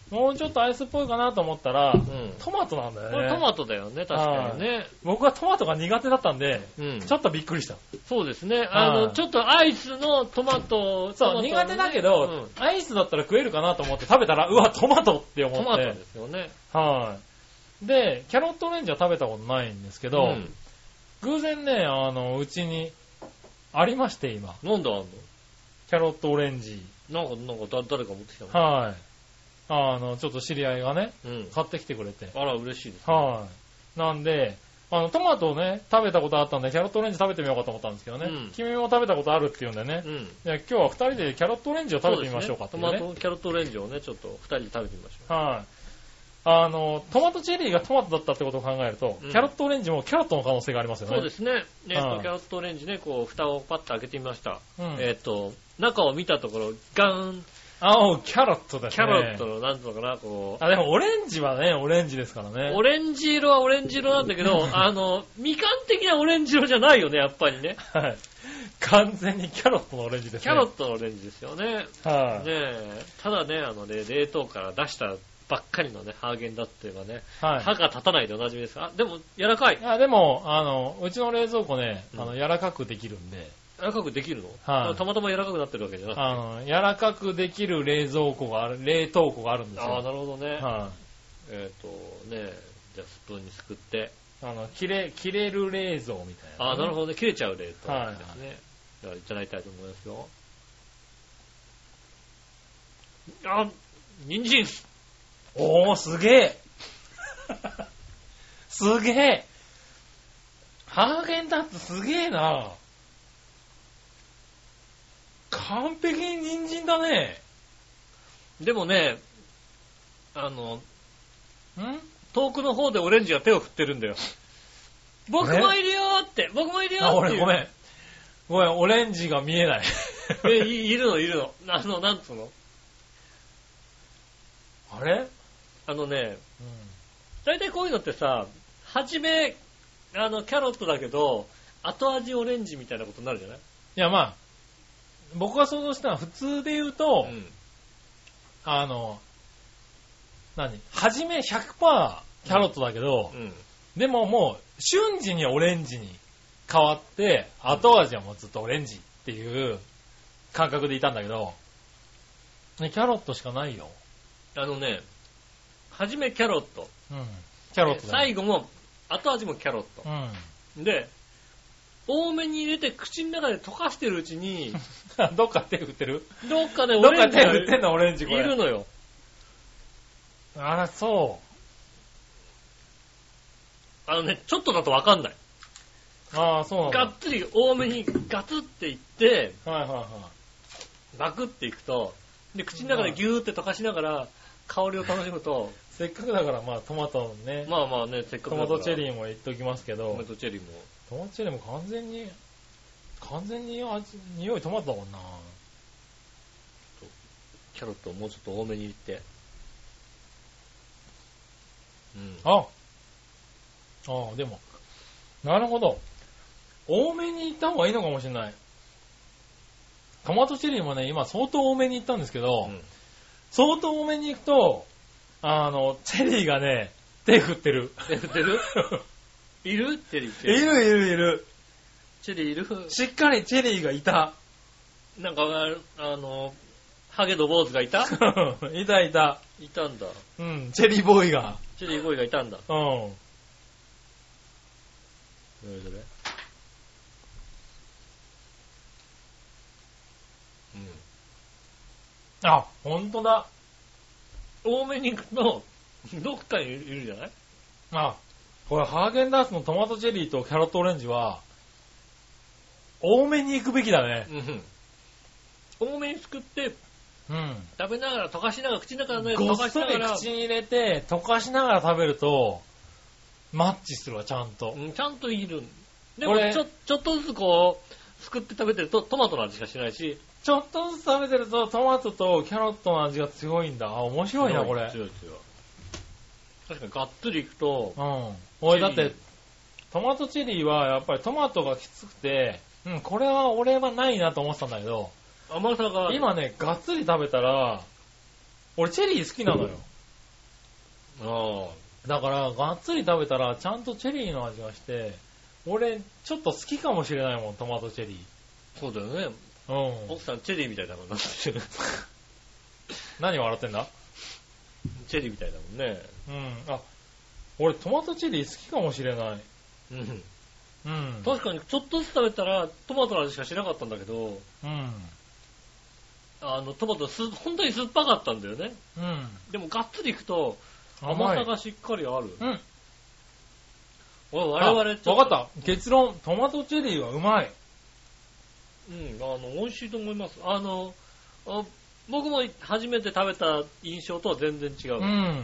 もうちょっとアイスっぽいかなと思ったら、うん、トマトなんだよね。 これトマトだよね、確かにね。 僕はトマトが苦手だったんで、うん、ちょっとびっくりした。 そうですね。あの、ちょっとアイスのトマト、 そう、苦手だけど、うん、アイスだったら食えるかなと思って食べたら、うわ、トマトって思って。 トマトですよね。 はい。で、キャロットオレンジは食べたことないんですけど、うん、偶然ね、あの、うちにありまして、今。 なんであんの？ キャロットオレンジ。 なんか、なんか誰か持ってきたの？ はい。あの、ちょっと知り合いがね、うん、買ってきてくれて。 あら、嬉しいです、 ね。はい。なんで、あの、トマトをね、食べたことあったんで、キャロットオレンジ食べてみようかと思ったんですけどね。うん、君も食べたことあるっていうんでね。うん、いや、今日は二人でキャロットオレンジを食べてみましょうかって、ね。 トマト、キャロットオレンジをね、ちょっと二人で食べてみましょう。 はい。あの、トマトチェリーがトマトだったってことを考えると、うん、キャロットオレンジもキャロットの可能性がありますよね。 そうですね。えっと、キャロットオレンジね、こう、蓋をパッと開けてみました。うん、えっと、中を見たところ、ガーン。 青、キャロットですね。 キャロットの、なんとかな、こう。あ、でもオレンジはね、オレンジですからね。 オレンジ色はオレンジ色なんだけど、あの、みかん的なオレンジ色じゃないよね、やっぱりね。 はい。完全にキャロットのオレンジですね。 キャロットのオレンジですよね。 はい、 ねえ。ただね、あのね、冷凍から出したばっかりのね、ハーゲンダッツがね、はい、歯が立たないでおなじみです。あ、でも、柔らかい。 あ、でも、あの、うちの冷蔵庫ね、あの、柔らかくできるんで。 柔らかくできるの？ はい、 たまたま柔らかくなってるわけじゃなくて。 あの、柔らかくできる冷蔵庫がある、冷凍庫があるんですよ。 ああ、なるほどね。 はい、 えっ、ー、と、ね、じゃあスプーンにすくって。 あの、切れ、切れる冷蔵みたいな、 ね。ああ、なるほどね。切れちゃう冷凍ですね。はい、じゃあ、いただきたいと思いますよ。あ、人参。 おー、すげえ。すげえ。ハーゲンダッツすげえな。完璧に人参だね。 でもね、あの、 ん遠くの方でオレンジが手を振ってるんだよ。僕もいるよーって、僕もいるよーって。 あ、俺ごめん。ごめん、オレンジが見えない。 え、い, いるのいるの。あの、なんつうの？ あれ？ あのね、うん、大体こういうのってさ、はじめ、あの、キャロットだけど、後味オレンジみたいなことになるじゃない？いや、まあ、僕が想像したのは普通で言うと、うん、あの、何？はじめ ひゃくパーセント キャロットだけど、うんうん、でももう瞬時にオレンジに変わって、後味はもうずっとオレンジっていう感覚でいたんだけど、ね、キャロットしかないよ。 あのね、はじめキャロット。 うん。キャロットだ、ね。 最後も、後味もキャロット。うん。で、多めに入れて口の中で溶かしてるうちに、 どっか手振ってる？ どっかでオレンジが。どっか手振ってんのオレンジこれ。 いるのよ。 あら、そう。 あのね、ちょっとだとわかんない。 ああ、そうなんだ。 がっつり多めにガツっていって、 はいはいはい。 バクっていくと、で、口の中でギューって溶かしながら、香りを楽しむと、 せっかくだからまあトマトね。 まあまあね、せっかくだから。 トマトチェリーも言っておきますけど。 トマトチェリーも。 トマトチェリーも完全に、完全に味、匂いトマトだもんな。 キャロットをもうちょっと多めに入れて。 うん。あああ、でも、なるほど。多めにいった方がいいのかもしれない。トマトチェリーもね、今相当多めにいったんですけど、うん、相当多めに行くと、あの、チェリーがね、手振ってる。 手振ってるいるチェリー。 いるいるいる。 チェリーいるしっかりチェリーがいた。 なんか、あの、ハゲの坊主がいたいたいた。 いたんだ。 うん、チェリーボーイが。 チェリーボーイがいたんだ。 うん。 どれどれうん。あ、ほんとだ。 多めに行くと、どっかにいるじゃない？ あ、これハーゲンダッツのトマトチェリーとキャロットオレンジは、多めに行くべきだね。 うん。多めに作って、 うん。 食べながら、溶かしながら、口の中で溶かしながら。ごっそり口に入れて、溶かしながら食べると、マッチするわ、ちゃんと。 うん、ちゃんといる。でもちょ、ちょっとずつこう、すくって食べてるとトマトの味しかしないし、 ちょっとずつ食べてるとトマトとキャロットの味が強いんだ。あ、面白いな、これ。 強い強い。確かにがっつりいくと。 うん。俺だって、トマトチェリーはやっぱりトマトがきつくて、うん、これは俺はないなと思ってたんだけど、 甘さが。 今ね、がっつり食べたら、俺チェリー好きなのよ。 あだから、がっつり食べたら、ちゃんとチェリーの味がして、俺、ちょっと好きかもしれないもん、トマトチェリー。 そうだよね。うん。奥さん、チェリーみたいだもんな。 何笑ってんだ？ チェリーみたいだもんね。 うん。あ、俺、トマトチェリー好きかもしれない。 うん。うん。確かに、ちょっとずつ食べたら、トマトの味しかしなかったんだけど、うん。あの、トマトす、本当に酸っぱかったんだよね。うん。でも、がっつりいくと、甘さがしっかりある。うん。我々ちょっと。 わかった。結論、トマトチェリーはうまい。 うん、あの、美味しいと思います。あの、あ僕も初めて食べた印象とは全然違う。うん。うん。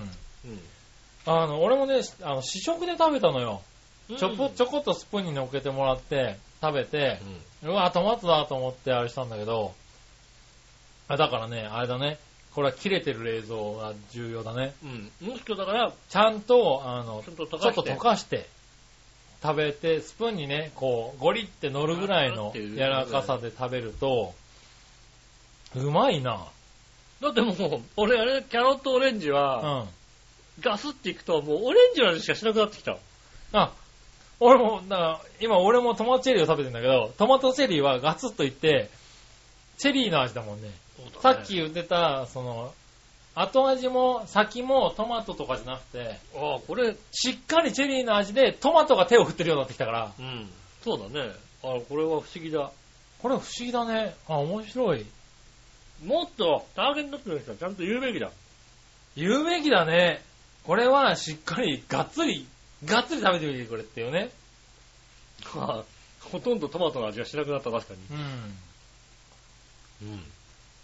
あの、俺もね、あの、試食で食べたのよ。うん、ちょこ、ちょこっとスプーンに乗っけてもらって、食べて、うん、うわ、トマトだと思ってあれしたんだけど、あ、だからね、あれだね。これは切れてる冷蔵が重要だね。 うん。もしくはだから、 ちゃんと、あの、ちょっと溶かして、食べて、スプーンにね、こう、ゴリって乗るぐらいの柔らかさで食べると、うまいな。 だってもう、俺あれ、キャロットオレンジは、うん、ガスっていくと、もうオレンジの味しかしなくなってきた。 あ、俺も、だから今俺もトマトチェリーを食べてんだけど、トマトチェリーはガツッといって、チェリーの味だもんね。ね、さっき言ってた、その、後味も先もトマトとかじゃなくて、 ああ、これ、 しっかりチェリーの味でトマトが手を振ってるようになってきたから。 うん。そうだね。あ、これは不思議だ。 これは不思議だね。あ、面白い。 もっと、ターゲットの人はちゃんと言うべきだ。 言うべきだね。これはしっかり、がっつり、がっつり食べてみてくれっていうね。 はあ、ほとんどトマトの味がしなくなった、確かに。うん。うん。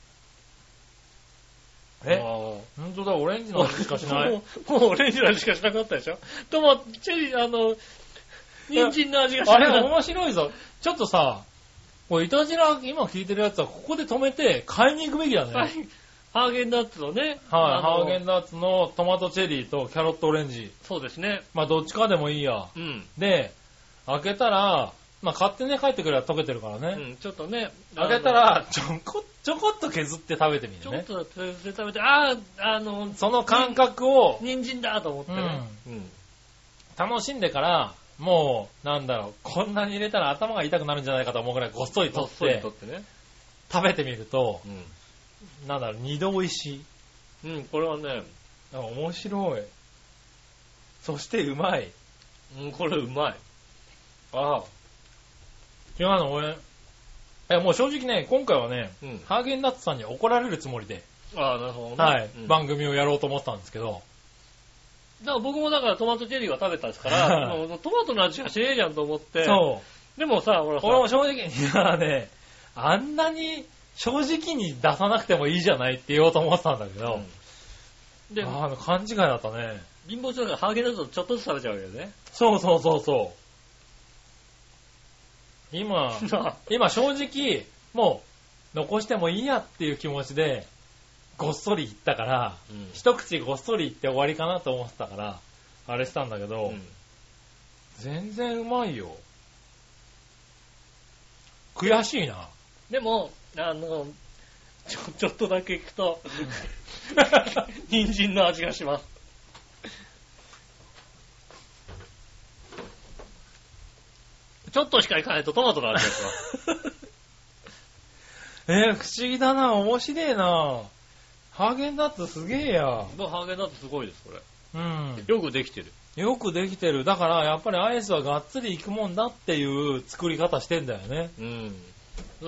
え、ほんとだ、オレンジの味しかしない。 もう、もうオレンジの味しかしなかったでしょ。トマト、チェリー、あの、人参の味がしなかった。 あれ、面白いぞ。ちょっとさ、これ、イタジラ、今聞いてるやつは、ここで止めて、買いに行くべきだね。はい。 ハーゲンダッツのね。 はい、ハーゲンダッツのトマトチェリーとキャロットオレンジ。 そうですね。 まあ、どっちかでもいいや。うん。で、開けたら、まあ、買ってね、帰ってくれば溶けてるからね。 うん、ちょっとね。 開けたら、ちょこ、ちょこっと削って食べてみるね。 ちょっと削って食べて、ああ、あの、 その感覚を、 人参だと思ってね。うん。うん、 楽しんでから、もう、なんだろう、こんなに入れたら頭が痛くなるんじゃないかと思うぐらいごっそり取って、ごっそり取ってね、食べてみると、うん、なんだろう、二度美味しい。 うん、これはね、 面白い。そしてうまい。 うん、これうまい。ああ。 違うの、俺、え、もう正直ね、今回はね、うん、ハーゲンダッツさんに怒られるつもりで、 ああ、なるほどね。 はい、うん、番組をやろうと思ったんですけど、 だから僕もだからトマトチェリーは食べたんですから、もうトマトの味がしねえじゃんと思って。 そう。 でもさ、俺俺も正直に、いやね、あんなに正直に出さなくてもいいじゃないって言おうと思ってたんだけど、うん、で、あの、勘違いだったね。 貧乏症だからハーゲンダッツをちょっとずつ食べちゃうわけよね。 そうそうそうそう。今、今正直、もう残してもいいやっていう気持ちで、ごっそりいったから、うん、一口ごっそりいって終わりかなと思ってたから、あれしたんだけど、うん、全然うまいよ。悔しいな。 でも、あの、ちょ、ちょっとだけいくと、人参の味がします。ちょっとしかいかないとトマトの味がします。 えー、不思議だな、面白いな。ハーゲンダッツすげえや。ハーゲンダッツすごいです、これ。 うん。 よくできてる。 よくできてる。だから、やっぱりアイスはがっつりいくもんだっていう作り方してんだよね。 うん。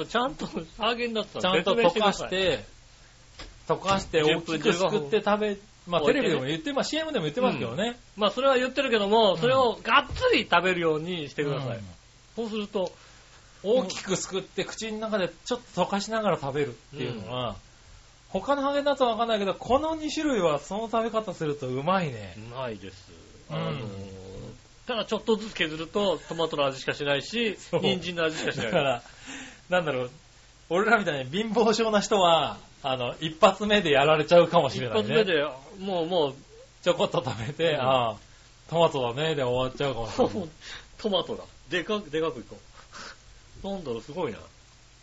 ちゃんと、ハーゲンダッツはちゃんと溶かして、溶かして大きくすくって食べ、まあテレビでも言って、まあ シーエム でも言ってますけどね。 うん、まあそれは言ってるけども、それをがっつり食べるようにしてください。うん、そうすると、 大きくすくって口の中でちょっと溶かしながら食べるっていうのは、うん、他のハーゲンダッツはわかんないけど、このに種類はその食べ方するとうまいね。 うまいです。あのー、うん、ただちょっとずつ削るとトマトの味しかしないし、人参の味しかしない。 だから、なんだろう、俺らみたいに貧乏症な人は、あの、一発目でやられちゃうかもしれないね。 一発目で、もうもう、 ちょこっと食べて、うん、ああ、トマトだね、で終わっちゃうかもしれない。 トマトだ。でかく、でかくいこう。なんだろう、すごいな。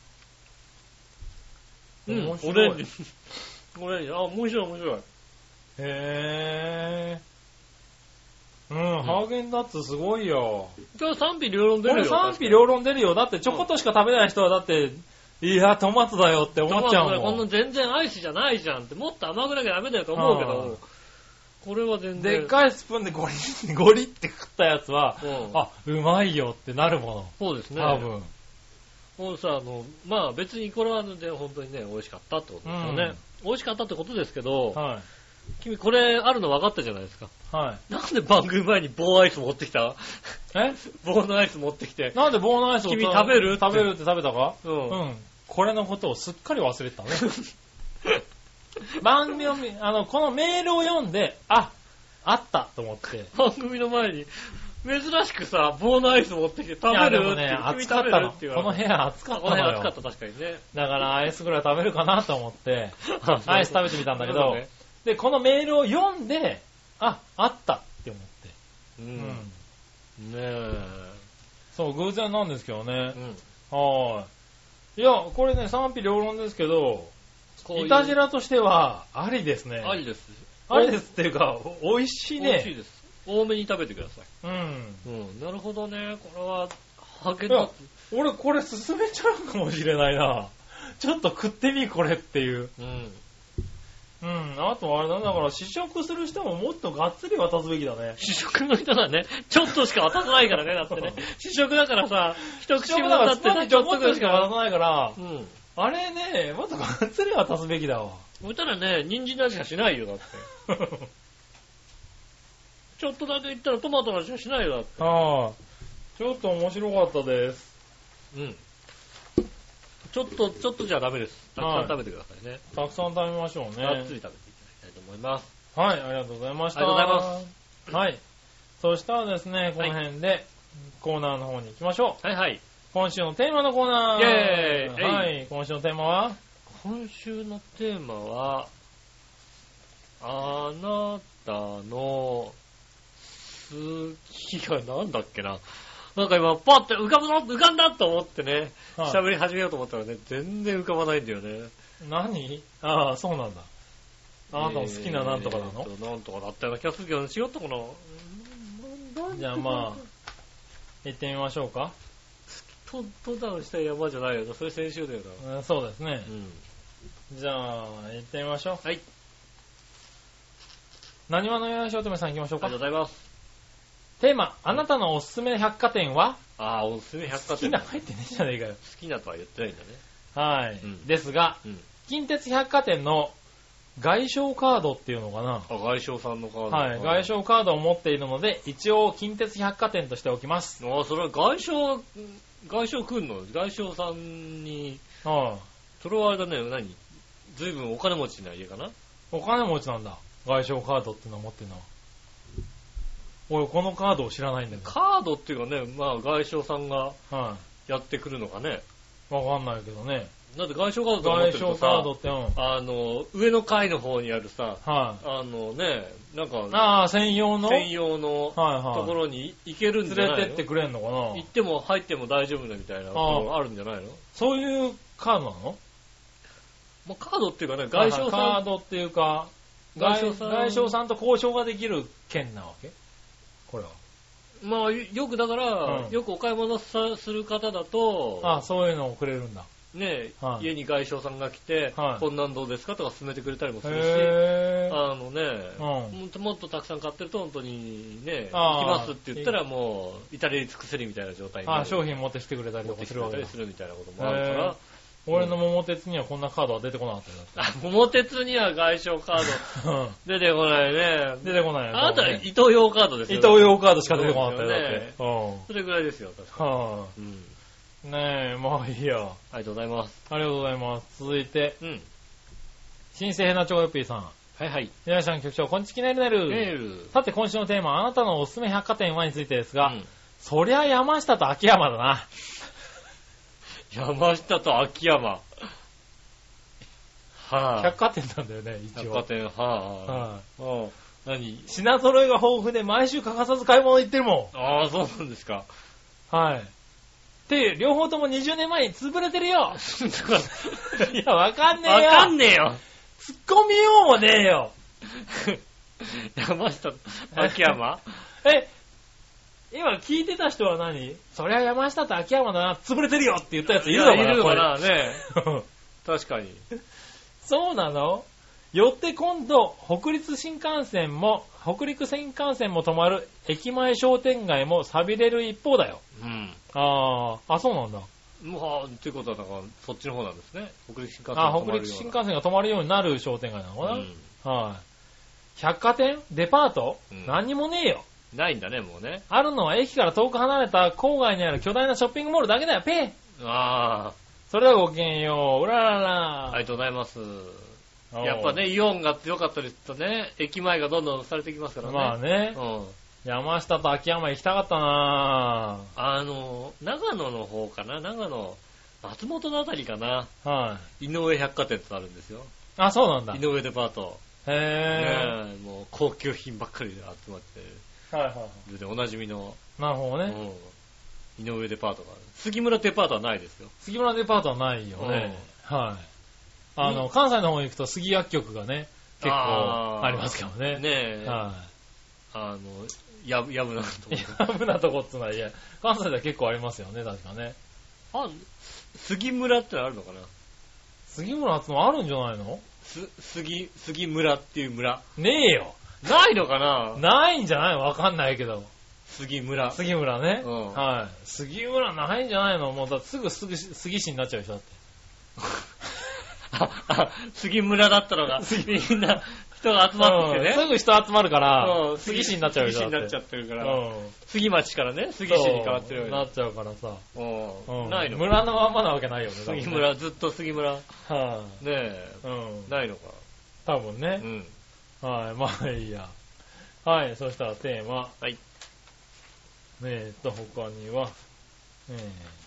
うん、オレンジ。オレンジ。あ、面白い、面白い。 へぇー。うん、うん、ハーゲンダッツすごいよ。 今日賛否両論出るよ。 これ賛否両論出るよ。だってチョコとしか食べない人はだって、いや、トマトだよって思っちゃうもん。 こんな全然アイスじゃないじゃんって、もっと甘くなきゃダメだよと思うけど、これは全然。 でっかいスプーンでゴリゴリって食ったやつは、うん、あ、うまいよってなるもの。 そうですね。 多分。 もうさ、あの、まあ別にこれはで本当にね、美味しかったってことですよね。うん、美味しかったってことですけど、はい、君これあるの分かったじゃないですか。はい。なんで番組前に棒アイス持ってきた？え？棒のアイス持ってきて。 なんで棒のアイスを君食べる？ 食べるって食べたか？うん。うん。これのことをすっかり忘れてたね。番組を、あの、このメールを読んで、あ、あったと思って。 番組の前に、珍しくさ、棒のアイス持ってきて食べるって、 ね、暑かったの。この部屋暑かったのよ。 この部屋暑かった確かにね。 だからアイスぐらい食べるかなと思って、アイス食べてみたんだけど、ね、で、このメールを読んで、あ、あったって思って。うん。うん、ねえ。 そう、偶然なんですけどね。うん。はい。いや、これね、賛否両論ですけど、いたじらとしては、ありですね。 ありです。 ありですっていうか、美味しいね。 美味しいです。多めに食べてください。うん。うん。なるほどね。これは、ハゲナッツ。 俺、これ勧めちゃうかもしれないな。ちょっと食ってみ、これっていう。うん。うん。あとあれなんだから、試食する人ももっとがっつり渡すべきだね。 試食の人だね。ちょっとしか渡さないからね、だってね。試食だからさ、一口もだってね、 ちょっとしか渡さないから、うん。あれね、もっとがっつり渡すべきだわ。 そしたらね、人参の味しかしないよ、だって。ちょっとだけ言ったらトマトの味がしないよ、だって。 ああ。ちょっと面白かったです。 うん。ちょっと、ちょっとじゃダメです。たくさん食べてくださいね。はい、 たくさん食べましょうね。 がっつり食べていただきたいと思います。 はい、ありがとうございました。 ありがとうございます。 はい。そしたらですね、この辺でコーナーの方に行きましょう。はいはい。 今週のテーマのコーナー。 イェーイ。 はい。今週のテーマは？ 今週のテーマは、あなたの好きがなんだっけな。なんか今、パッて浮かぶの浮かんだと思ってね、喋、はい、り始めようと思ったらね、全然浮かばないんだよね。 何？ああ、そうなんだ。あなたの好きななんとかなの？ えー、なんとかだったような気がするけど、違ったかな。 じゃあまあ、行ってみましょうか。 ト登山した山じゃないよな。それ先週だよな。そうですね。うん、じゃあ、行ってみましょう。 はい。 何話のよやしおとめさん行きましょうか。 ありがとうございます。 テーマ、あなたのおすすめ百貨店は？ ああ、おすすめ百貨店。 好きな入ってねえじゃねえかよ。 好きなとは言ってないんだね。 はい。うん、ですが、うん、近鉄百貨店の外商カードっていうのかな。 あ、外商さんのカード。 はい。外商カードを持っているので、一応近鉄百貨店としておきます。 ああ、それは外商、外商来んの？外商さんに。ああ。それはあれだね、何？ずいぶんお金持ちな家かな？ お金持ちなんだ。外商カードってのを持ってるのは。俺、このカードを知らないんだけど。 カードっていうかね、まあ外商さんがやってくるのかね。 わかんないけどね。 だって外商カードとか持ってるとさ、 外商カードって、うん、 あの、上の階の方にあるさ、はい、あのね、なんか、 ああ、専用の専用のところに行けるんじゃないの？ 連れてってくれんのかな？ 行っても入っても大丈夫だみたいなところあるんじゃないの？ そういうカードなの？ まあ、カードっていうかね、外商さん。 カードっていうか、外商さん。外商さんと交渉ができる券なわけ？これは。 まあ、よくだから、うん、よくお買い物する方だと、 ああ、そういうのをくれるんだ。 ね、はい、家に外商さんが来て、はい、こんなんどうですかとか勧めてくれたりもするし、あのね、うん、もっともっとたくさん買ってると本当にね、行きますって言ったらもう至れり尽くせりみたいな状態になる。 あ、商品持ってきてくれたりとかするわけだ。 持ってきてくれたりするみたいなこともあるから。 俺の桃鉄にはこんなカードは出てこなかったよ。 あ、桃鉄には外商カード出てこないね。 出てこないよ。 あなたは伊東洋カードですよ。 伊東洋カードしか出てこなかったよ。 ね、それぐらいですよ、確かに。はあ、うんねえ、まあいいや。 ありがとうございます。 ありがとうございます。続いて、うん。新生ヘナチョコヨッピーさん。 はいはい。 皆さん局長、こんちきねるねる。 ねる。 さて今週のテーマ、あなたのおすすめ百貨店はについてですが、うん、そりゃ山下と秋山だな。 山下と秋山。はぁ、あ。 百貨店なんだよね、一応。百貨店、はぁ、あ。はぁ、あ。何？ 品揃えが豊富で毎週欠かさず買い物行ってるもん。ああ、そうなんですか。 はい。で、両方ともにじゅうねんまえに潰れてるよ。いや、わかんねえよ。 わかんねえよ。 突っ込みようもねえよ。 山下、秋山え、今聞いてた人は何？そりゃ山下と秋山だな、潰れてるよって言ったやついるのかな？ いるのかなね。確かに。 そうなの？よって今度、北陸新幹線も、北陸新幹線も止まる駅前商店街も錆びれる一方だよ。 うん。 ああ、あ、そうなんだ。 もう、ということは、なんか、そっちの方なんですね。北陸新幹線が止まるような。あ、北陸新幹線が止まるようになる商店街なのかな？うん。はい。百貨店？デパート？うん、何にもねえよ。 ないんだね、もうね。 あるのは駅から遠く離れた郊外にある巨大なショッピングモールだけだよ、ペー。 ああ。 それではごきげんよう。うららら。 ありがとうございます。やっぱね、イオンが強かったりするとね、駅前がどんどんされてきますからね。 まあね。うん。山下と秋山行きたかったなぁ。 あの、長野の方かな、長野、松本のあたりかな。はい。井上百貨店ってあるんですよ。 あ、そうなんだ。 井上デパート。へぇー。ね、もう高級品ばっかりで集まって。はいはいはい。で、おなじみの。 なるほどね。 うん。井上デパートがある。杉村デパートはないですよ。 杉村デパートはないよね。はい。あの、関西の方に行くと杉薬局がね、結構ありますけどね。 ねえ。はい。あの、やぶ、やぶなとこ。 やぶなとこってのは、いや、関西では結構ありますよね、確かね。 あ、杉村ってあるのかな？ 杉村ってのあるんじゃないの？ す、杉、杉村っていう村。 ねえよ。 ないのかな？ ないんじゃない？わかんないけど。 杉村。 杉村ね。うん。はい。杉村ないんじゃないの？もうだってすぐすぐ杉市になっちゃうでしょ、だって。 あ、あ、杉村だったのが、みんな人が集まってきてね。 すぐ人集まるから、杉市になっちゃうでしょ。 杉市になっちゃってるから。杉町からね、杉市に変わってるようになっちゃうからさ。 ないの？ 村のままなわけないよね。 杉村、ずっと杉村。ねえ。ないのか。 多分ね。はい、まあいいや。はい、そしたらテーマ。はい。えっと、他には、え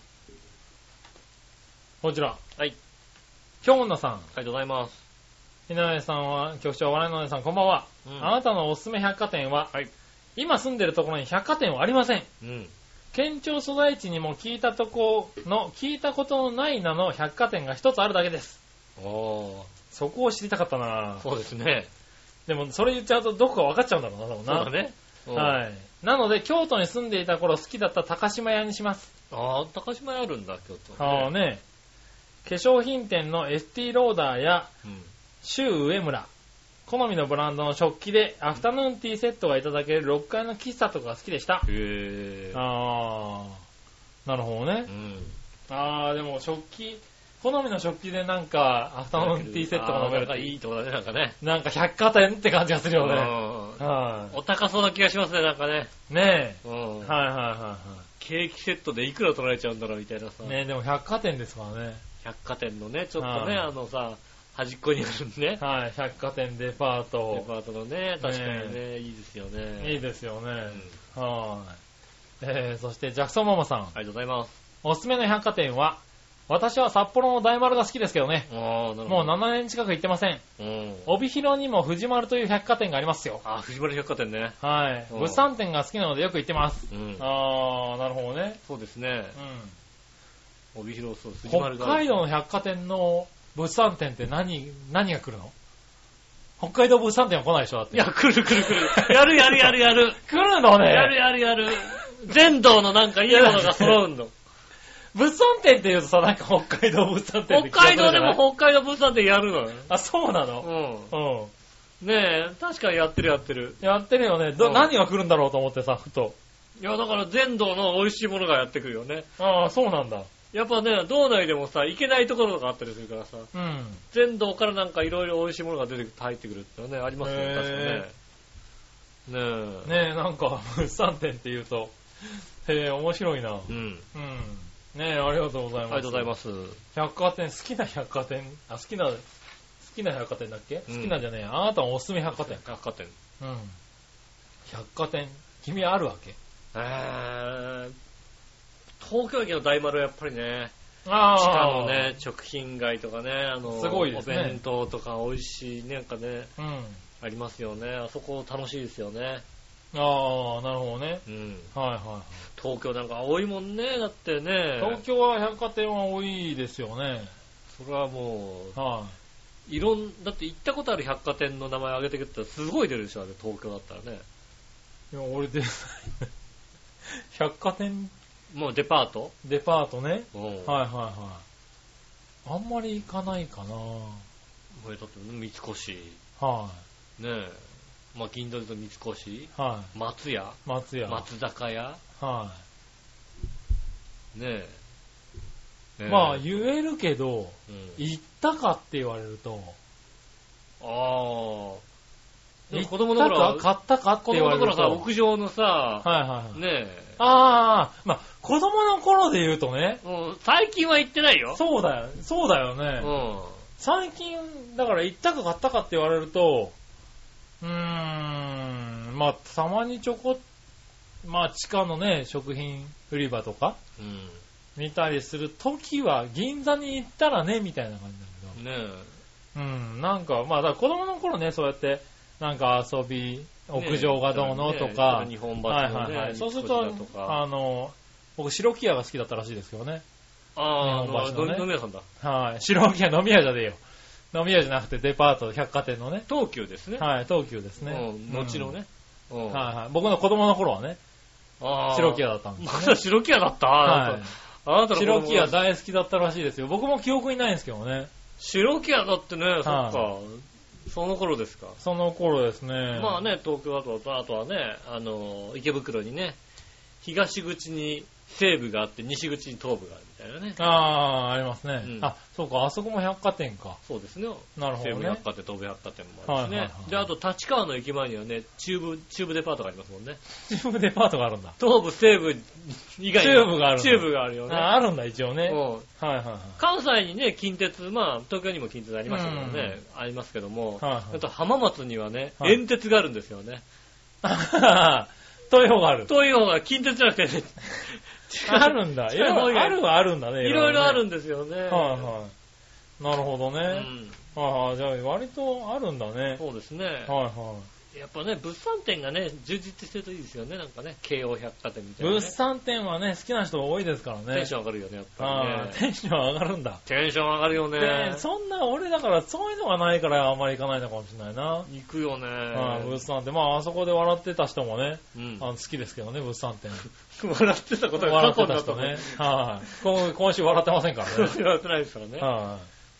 こちら。はい。京女さん。ありがとうございます。 井上さんは、局長、笑いのお姉さん、こんばんは。うん、あなたのおすすめ百貨店は、はい、今住んでるところに百貨店はありません。うん、県庁所在地にも聞いたとこの、聞いたことのない名の百貨店が一つあるだけです。おー。そこを知りたかったな。 そうですね。 でも、それ言っちゃうとどこか分かっちゃうんだろうな、多分な。 そうだね。 はい。なので、京都に住んでいた頃好きだった高島屋にします。 ああ、高島屋あるんだ、京都、 ね。ああね。化粧品店のエスティローダーや、うん、シュウ上村、好みのブランドの食器でアフタヌーンティーセットがいただけるろっかいの喫茶とかが好きでした。へー。あー、なるほどね。うん、あー、でも食器、好みの食器でなんかアフタヌーンティーセットが飲めるといいとこだね、なんかね。 なんか百貨店って感じがするよね。 はい。お高そうな気がしますね、なんかね。 ねえ。うん。はいはいはいはい。 ケーキセットでいくら取られちゃうんだろうみたいなさ。 ねえ、でも百貨店ですからね。 百貨店のね、ちょっとね、あのさ、端っこにあるね。 はい、百貨店デパート。 デパートのね、確かにね、いいですよね。 いいですよね。うん、はい。えー、そしてジャクソンママさん。ありがとうございます。 おすすめの百貨店は、私は札幌の大丸が好きですけどね。あ、なるほど。もうななねん近く行ってません。うん。帯広にも藤丸という百貨店がありますよ。 あ、藤丸百貨店ね。 はい。物産展が好きなのでよく行ってます。うん。あー、なるほどね。 そうですね。うん。帯広、そう、 藤丸が。北海道の百貨店の物産展って何、何が来るの？北海道物産展は来ないでしょだって。 いや、来る来る来る。やるやるやるやる。 来るのね。 やるやるやる。全道のなんかいいものが揃うんの。 物産展って言うとさ、なんか北海道物産展って北海道でも北海道物産展やるのよ。 あ、そうなの？ うん。うん。ねえ、確かにやってるやってる。 やってるよね。ど、うん、何が来るんだろうと思ってさ、ふと。 いや、だから全道の美味しいものがやってくるよね。 ああ、そうなんだ。 やっぱね、道内でもさ、行けないところがあったりするからさ。うん。全道からなんかいろいろ美味しいものが出て入ってくるってのはね、ありますよね、確かね。ねえ。ねえ、なんか、物産展って言うと、へえ、面白いな。うん。うん。ねえ、ありがとうございます。 ありがとうございます。 百貨店、好きな百貨店、あ、好きな、好きな百貨店だっけ、うん、好きなじゃねえ。あなたのおすすめ百貨店。 百貨店。 うん。百貨店、君はあるわけ？ えー、東京駅の大丸はやっぱりね、あ地下のね、食品街とかね、あの、 すごいですね。 お弁当とか美味しい、なんかね、うん、ありますよね。あそこ楽しいですよね。 ああ、なるほどね。うん。はいはいはい。 東京なんか多いもんね、だってね。 東京は百貨店は多いですよね。 それはもう、はい、 いろん、だって行ったことある百貨店の名前挙げてくれたらすごい出るでしょ、あれ東京だったらね。 いや、俺出ない。百貨店もうデパートデパートね。 うん。はいはいはい。あんまり行かないかな。 これだって三越。 はい。 ねえ。まあ、銀座でと三越。 はい。 松屋。 松屋。 松坂屋。 はい。 ねえ。 まあ言えるけど、 うん、 行ったかって言われると、 ああ。 でも子供の頃は買ったかって言われると、子供の頃さ、屋上のさ、 はいはい、 ねえ。 ああ、まあ子供の頃で言うとね、 うん、最近は行ってないよ。 そうだよ、そうだよね。うん、最近だから行ったか買ったかって言われると、うーん、まあたまにちょこ、まあ地下のね食品売り場とか。うん、見たりするときは銀座に行ったらねみたいな感じだけどねえ、うん、なんかまあだから子供の頃ねそうやってなんか遊び屋上がどうのとか、 ね、日本橋のね、 はいはいはい、そうするとあの僕白木屋が好きだったらしいですけどね。 ああ、日本橋のね、飲み屋さんだ。 はい、白木屋飲み屋じゃねえよ。飲み屋じゃなくてデパート百貨店のね。 東急ですね。 はい、東急ですね。 うん、後のね、 うん、はいはい。僕の子供の頃はね、あ白木屋だったんですよ、ね。 まだ白木屋だった。はい。あなたの白木屋大好きだったらしいですよ。僕も記憶にないんですけどね。 白木屋だってね、そっか。その頃ですか。 その頃ですね。 まあね、東京だと、あとはね、あの、池袋にね、東口に西部があって、西口に東部があるみたいなね。 ああ、ありますね。うん、あ、そうか、あそこも百貨店か。 そうですね。 なるほどね。 西武百貨店、東武百貨店もあるしね。はいはいはい、で、あと立川の駅前にはね、中部、中部デパートがありますもんね。 中部デパートがあるんだ。 東部、西部以外に。 中部があるんだ。 中部があるよね。 あ、あるんだ、一応ね。 うん。 はいはいはい。 関西にね、近鉄、まあ、東京にも近鉄ありましたけどね、うん、ありますけども、はいはい、あと浜松にはね、はい、遠鉄があるんですよね。 遠い方がある。 遠い方が近鉄じゃなくてね、 あるんだ。いろいろあるはあるんだね。 いろいろあるんですよね。はいはい。なるほどね。うん、はいはい。じゃあ割とあるんだね。 そうですね。はいはい。 やっぱね、物産展がね、充実してるといいですよね。なんかね、京王百貨店みたいな、ね。 物産展はね、好きな人が多いですからね。 テンション上がるよね、やっぱりね。 テンション上がるんだ。 テンション上がるよね。 そんな、俺だからそういうのがないからあんまり行かないのかもしれないな。 行くよね。 物産展。まあ、あそこで笑ってた人もね、うん、あの好きですけどね、物産展。 笑ってたことが過去だとね。 はい、今, 今週笑ってませんからね。 笑ってないですからね。 はい、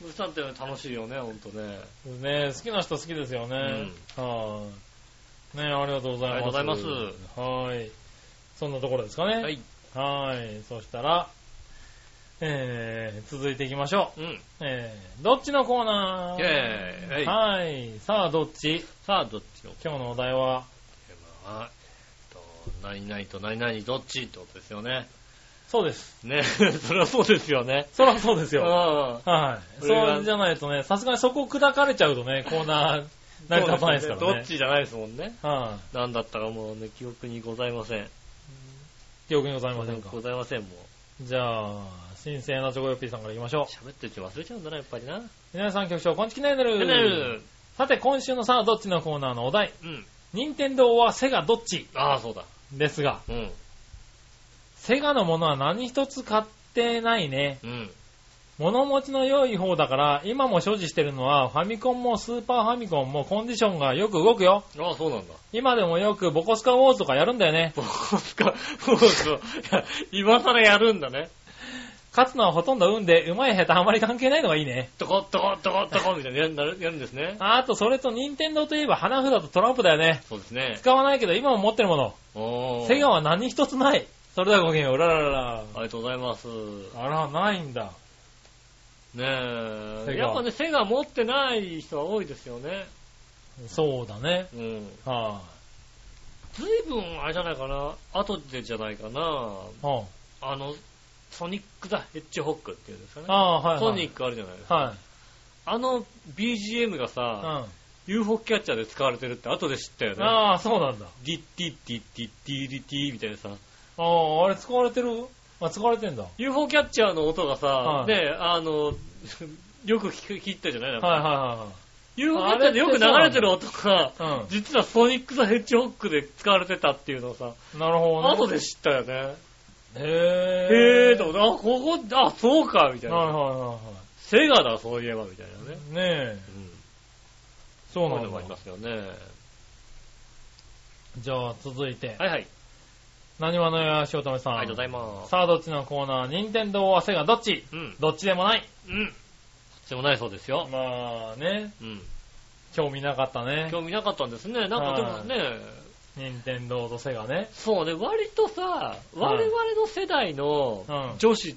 物産展は楽しいよね、ほんとね。 ね、好きな人好きですよね。うん、はい、ね、ありがとうございます。 ありがとうございます。 はい。そんなところですかね。 はい。 はい。そしたら、えー、続いていきましょう。 うん。 えー、どっちのコーナー？イェーイ。 はい。さあ、どっち？ さあ、どっちの今日のお題は？ はい。と、何々と何々どっちってことですよね。 そうです。 ね、それはそうですよね。 それはそうですよ。はい。そうじゃないとね、さすがにそこ砕かれちゃうとね、コーナー、成り立たないですからね。 どっちじゃないですもんね。 はい、 なんだったかもうね、記憶にございません。 記憶にございませんか。 ございません、もう。じゃあ、新鮮なチョコヨッピーさんから行きましょう。 喋ってるうち忘れちゃうんだな、やっぱりな。 皆さん局長、こんちきねるねる。さて、今週のさあ、どっちのコーナーのお題。うん。任天堂はセガどっち？ ああ、そうだ。 ですが。 うん。 セガのものは何一つ買ってないね。うん。物持ちの良い方だから、今も所持してるのは、ファミコンもスーパーファミコンもコンディションがよく動くよ。 ああ、そうなんだ。 今でもよくボコスカウォーズとかやるんだよね。 ボコスカウォーズ今更やるんだね。 勝つのはほとんど運で、上手い下手あまり関係ないのがいいね。 トコトコトコトコみたいなやるんですね。 あと、それと任天堂といえば花札とトランプだよね。 そうですね。 使わないけど、今も持ってるもの。 おー。 セガは何一つない。それではごきげんよう。うらららら。 ありがとうございます。 あら、ないんだ。 ねえ。やっぱね、セガ持ってない人は多いですよね。 そうだね。 うん。 はぁ、あ。ずいぶん、あれじゃないかな。後でじゃないかな。はあ。あの、ソニックだ、ヘッジホックっていうんですかね。 ああ、はい、はい。 ソニックあるじゃないですか。 はい。 あの ビージーエム がさ、うん、ユーフォー キャッチャーで使われてるって後で知ったよね。 ああ、そうなんだ。 ディッティッティッティッティリティみたいなさ。 ああ、あれ使われてる？あ、使われてんだ。 ユーフォー キャッチャーの音がさ、はい、ね、あの、よく聞く、聞いたじゃないはいはいはい。 ユーフォー キャッチャーでよく流れてる音が、うん、実はソニック・ザ・ヘッジホックで使われてたっていうのをさ、 なるほどね。 後で知ったよね。 へぇー。 へぇーと思って、あ、ここ、あ、そうか、みたいな。 はいはいはいはい。 セガだ、そういえば、みたいなね。 ねえ。 うそうなんだ。 こういうのがありますよね。 じゃあ続いて。 はいはい。 何話のよしおとめさん。 ありがとうございます。 さあどっちのコーナー、任天堂はセガどっち？うん。どっちでもない。 うん。どっちでもないそうですよ。 まあね。うん。興味なかったね。 興味なかったんですね。なんかでもね。 任天堂とセガね。 そうね、割とさ、我々の世代の女子って、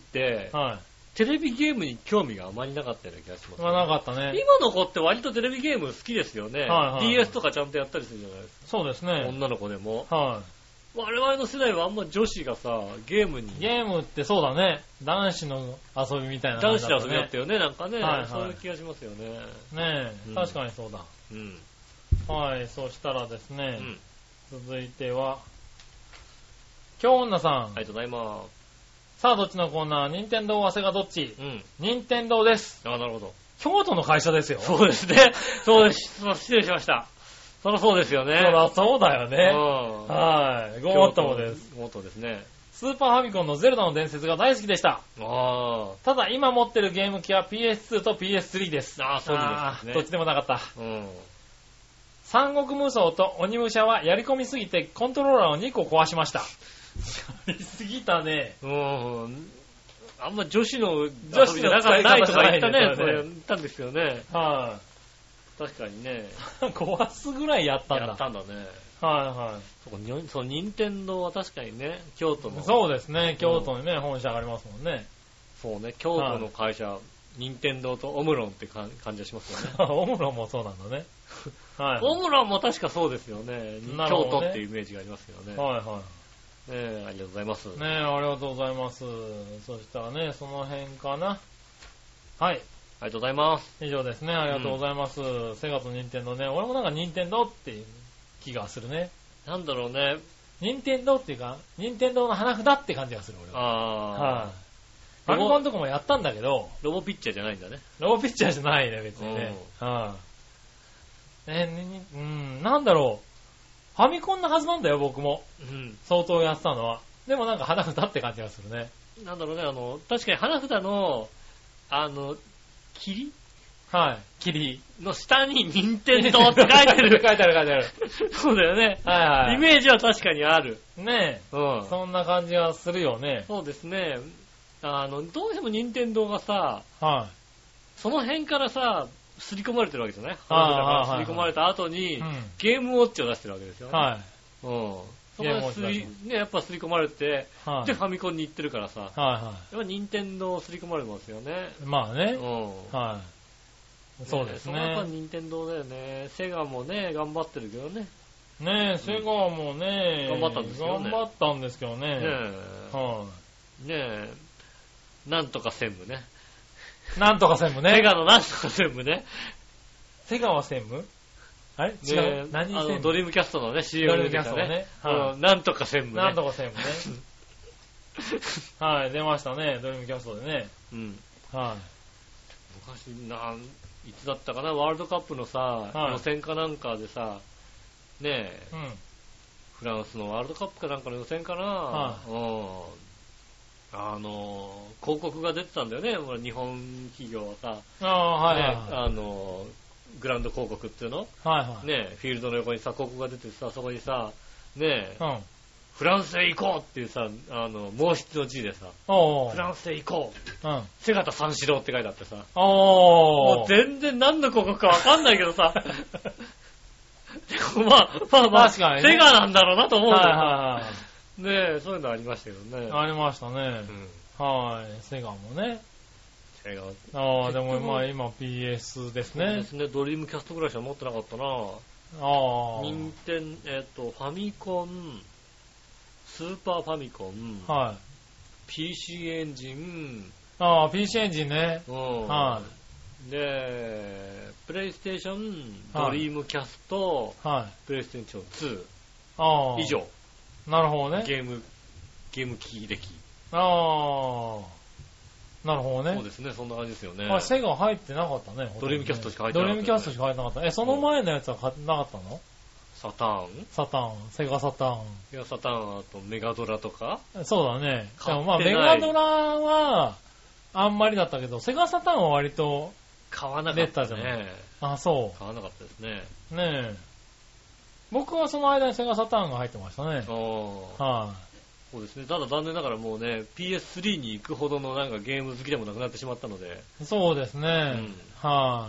はいはい、テレビゲームに興味があまりなかったような気がします、ね。 まあなかったね。 今の子って割とテレビゲーム好きですよね。はいはい、ディーエス とかちゃんとやったりするじゃないですか。 そうですね。 女の子でも。はい。我々の世代はあんま女子がさ、ゲームに。 ゲームってそうだね。男子の遊びみたいな感じだったね。 男子の遊びだったよね、なんかね、はいはい。そういう気がしますよね。 ねえ、うん、確かにそうだ。うん。はい、そしたらですね。うん続いては、京女さん。ありがとうございます。 さあ、どっちのコーナー？任天堂はセガどっち？うん。任天堂です。 あ、なるほど。 京都の会社ですよ。 そうですね。そうです。失礼しました。そりゃそうですよね。 そりゃそうだよね。うん。はい。ごもっともです。 ごもっともですね。 スーパーファミコンのゼルダの伝説が大好きでした。あただ、今持ってるゲーム機は ピーエスツー と ピーエススリー です。 ああ、そうですね。 どっちでもなかった。うん。三国無双と鬼武者はやり込みすぎてコントローラーをにこ壊しました。やりすぎたね。 うん。あんま女子の女子じゃなかったないとか言ったね。それ言ったんですよね。はい、確かにね。 壊すぐらいやったんだ。 やったんだね。 はいはい。 そこ、そう、任天堂は確かにね、京都の。 そうですね、京都にね、本社ありますもんね。 そうね、京都の会社、はい、任天堂とオムロンって感じがしますよね。 オムロンもそうなんだね。 はい、オムロンも確かそうですよね。ね京都っていうイメージがありますよね。はいはい。ねえ、ありがとうございます。ねえ、ありがとうございます。そしたらね、その辺かな。はい。 ありがとうございます。 以上ですね、ありがとうございます。うん、セガとニンテンドーね。俺もなんかニンテンドーっていう気がするね。 なんだろうね。 ニンテンドーっていうか、ニンテンドーの花札って感じがする、俺は。ああ。はい、ファミコンとかもやったんだけど。 ロボピッチャーじゃないんだね。 ロボピッチャーじゃないね、別にね。はい、あ、えー、うん、なんだろう。ファミコンのはずなんだよ、僕も。うん。相当やってたのは。でもなんか花札って感じがするね。 なんだろうね、あの、確かに花札の、あの、霧はい。霧の下に任天堂って書いてる。 書いてある書いてある。 そうだよね。はいはい。イメージは確かにある。 ねえ。うん。そんな感じがするよね。 そうですね。あの、どうしても任天堂がさ、はい。その辺からさ、刷り込まれてるわけじゃない？花札から刷り込まれた後に、うん、ゲームウォッチを出してるわけですよね。はい。うん。そこですり、ね、やっぱ刷り込まれて、はい、で、ファミコンに行ってるからさ、はいはい。やっぱ任天堂刷り込まれてますよね。 まあね。うん。はい。そうですね。 ね、やっぱ任天堂だよね。セガもね、頑張ってるけどね。 ねえ、セガもね、 頑張ったんですけどね。 頑張ったんですけどね。ねえ。 はい。ねえ、なんとか専務ね。 なんとか専務ね。 セガのなんとか専務ね。 セガは専務あれ違う。何専務？ ドリームキャストのね、シーエム で出たね。ドリームキャストね。はい、なんとか専務ね。 なんとか専務ね。はい、出ましたね。ドリームキャストでね。うん。はい。 昔、なん、いつだったかな、ワールドカップのさ、はい、予選かなんかでさ、ねえ、うん、フランスのワールドカップかなんかの予選かな、はい、うん、あの、広告が出てたんだよね、日本企業はさ、 ああ、はい、はい、ね、 あの、グランド広告っていうの、はいはい、ねえ、フィールドの横にさ、広告が出てさ、そこにさ、ねえ、うん、フランスへ行こうっていうさ、あの、毛筆の字でさ、フランスへ行こう、うん、セガタ三四郎って書いてあってさ、おもう全然何の広告かわかんないけどさ、でもまあ、まあまあ、ね、セガなんだろうなと思うんだけど、はいはいはい、ねえ、そういうのありましたけどね。 ありましたね。うん、はい、セガもね。セガ。ああ、でもまあ今 ピーエス ですね。そうですね、 ドリームキャストぐらいしか持ってなかったな。ああ。任天、えっと、ファミコン、スーパーファミコン、はい、ピーシー エンジン、 ああ、ピーシー エンジンね。うん。 はい。で、プレイステーション、ドリームキャスト、はい、プレイステーションツー、ああ、以上。 なるほどね。 ゲーム、ゲーム機歴。 ああ、なるほどね。 そうですね、そんな感じですよね。 あ、セガ入ってなかったね。 ドリームキャストしか入ってなかった、ね。 ドリームキャストしか入ってなかった。え、その前のやつはなかったの？ サターンサターン。セガサターン。 セガサターン、あとメガドラとかそうだね。でもまあメガドラはあんまりだったけど、セガサターンは割と買わなかったね。 じゃない。あ、そう。 買わなかったですね。 ねえ。僕はその間にセガサターンが入ってましたね。 ああ。はい、あ。そうですね。ただ残念ながらもうね、ピーエススリー に行くほどのなんかゲーム好きでもなくなってしまったので。 そうですね。うん、はい、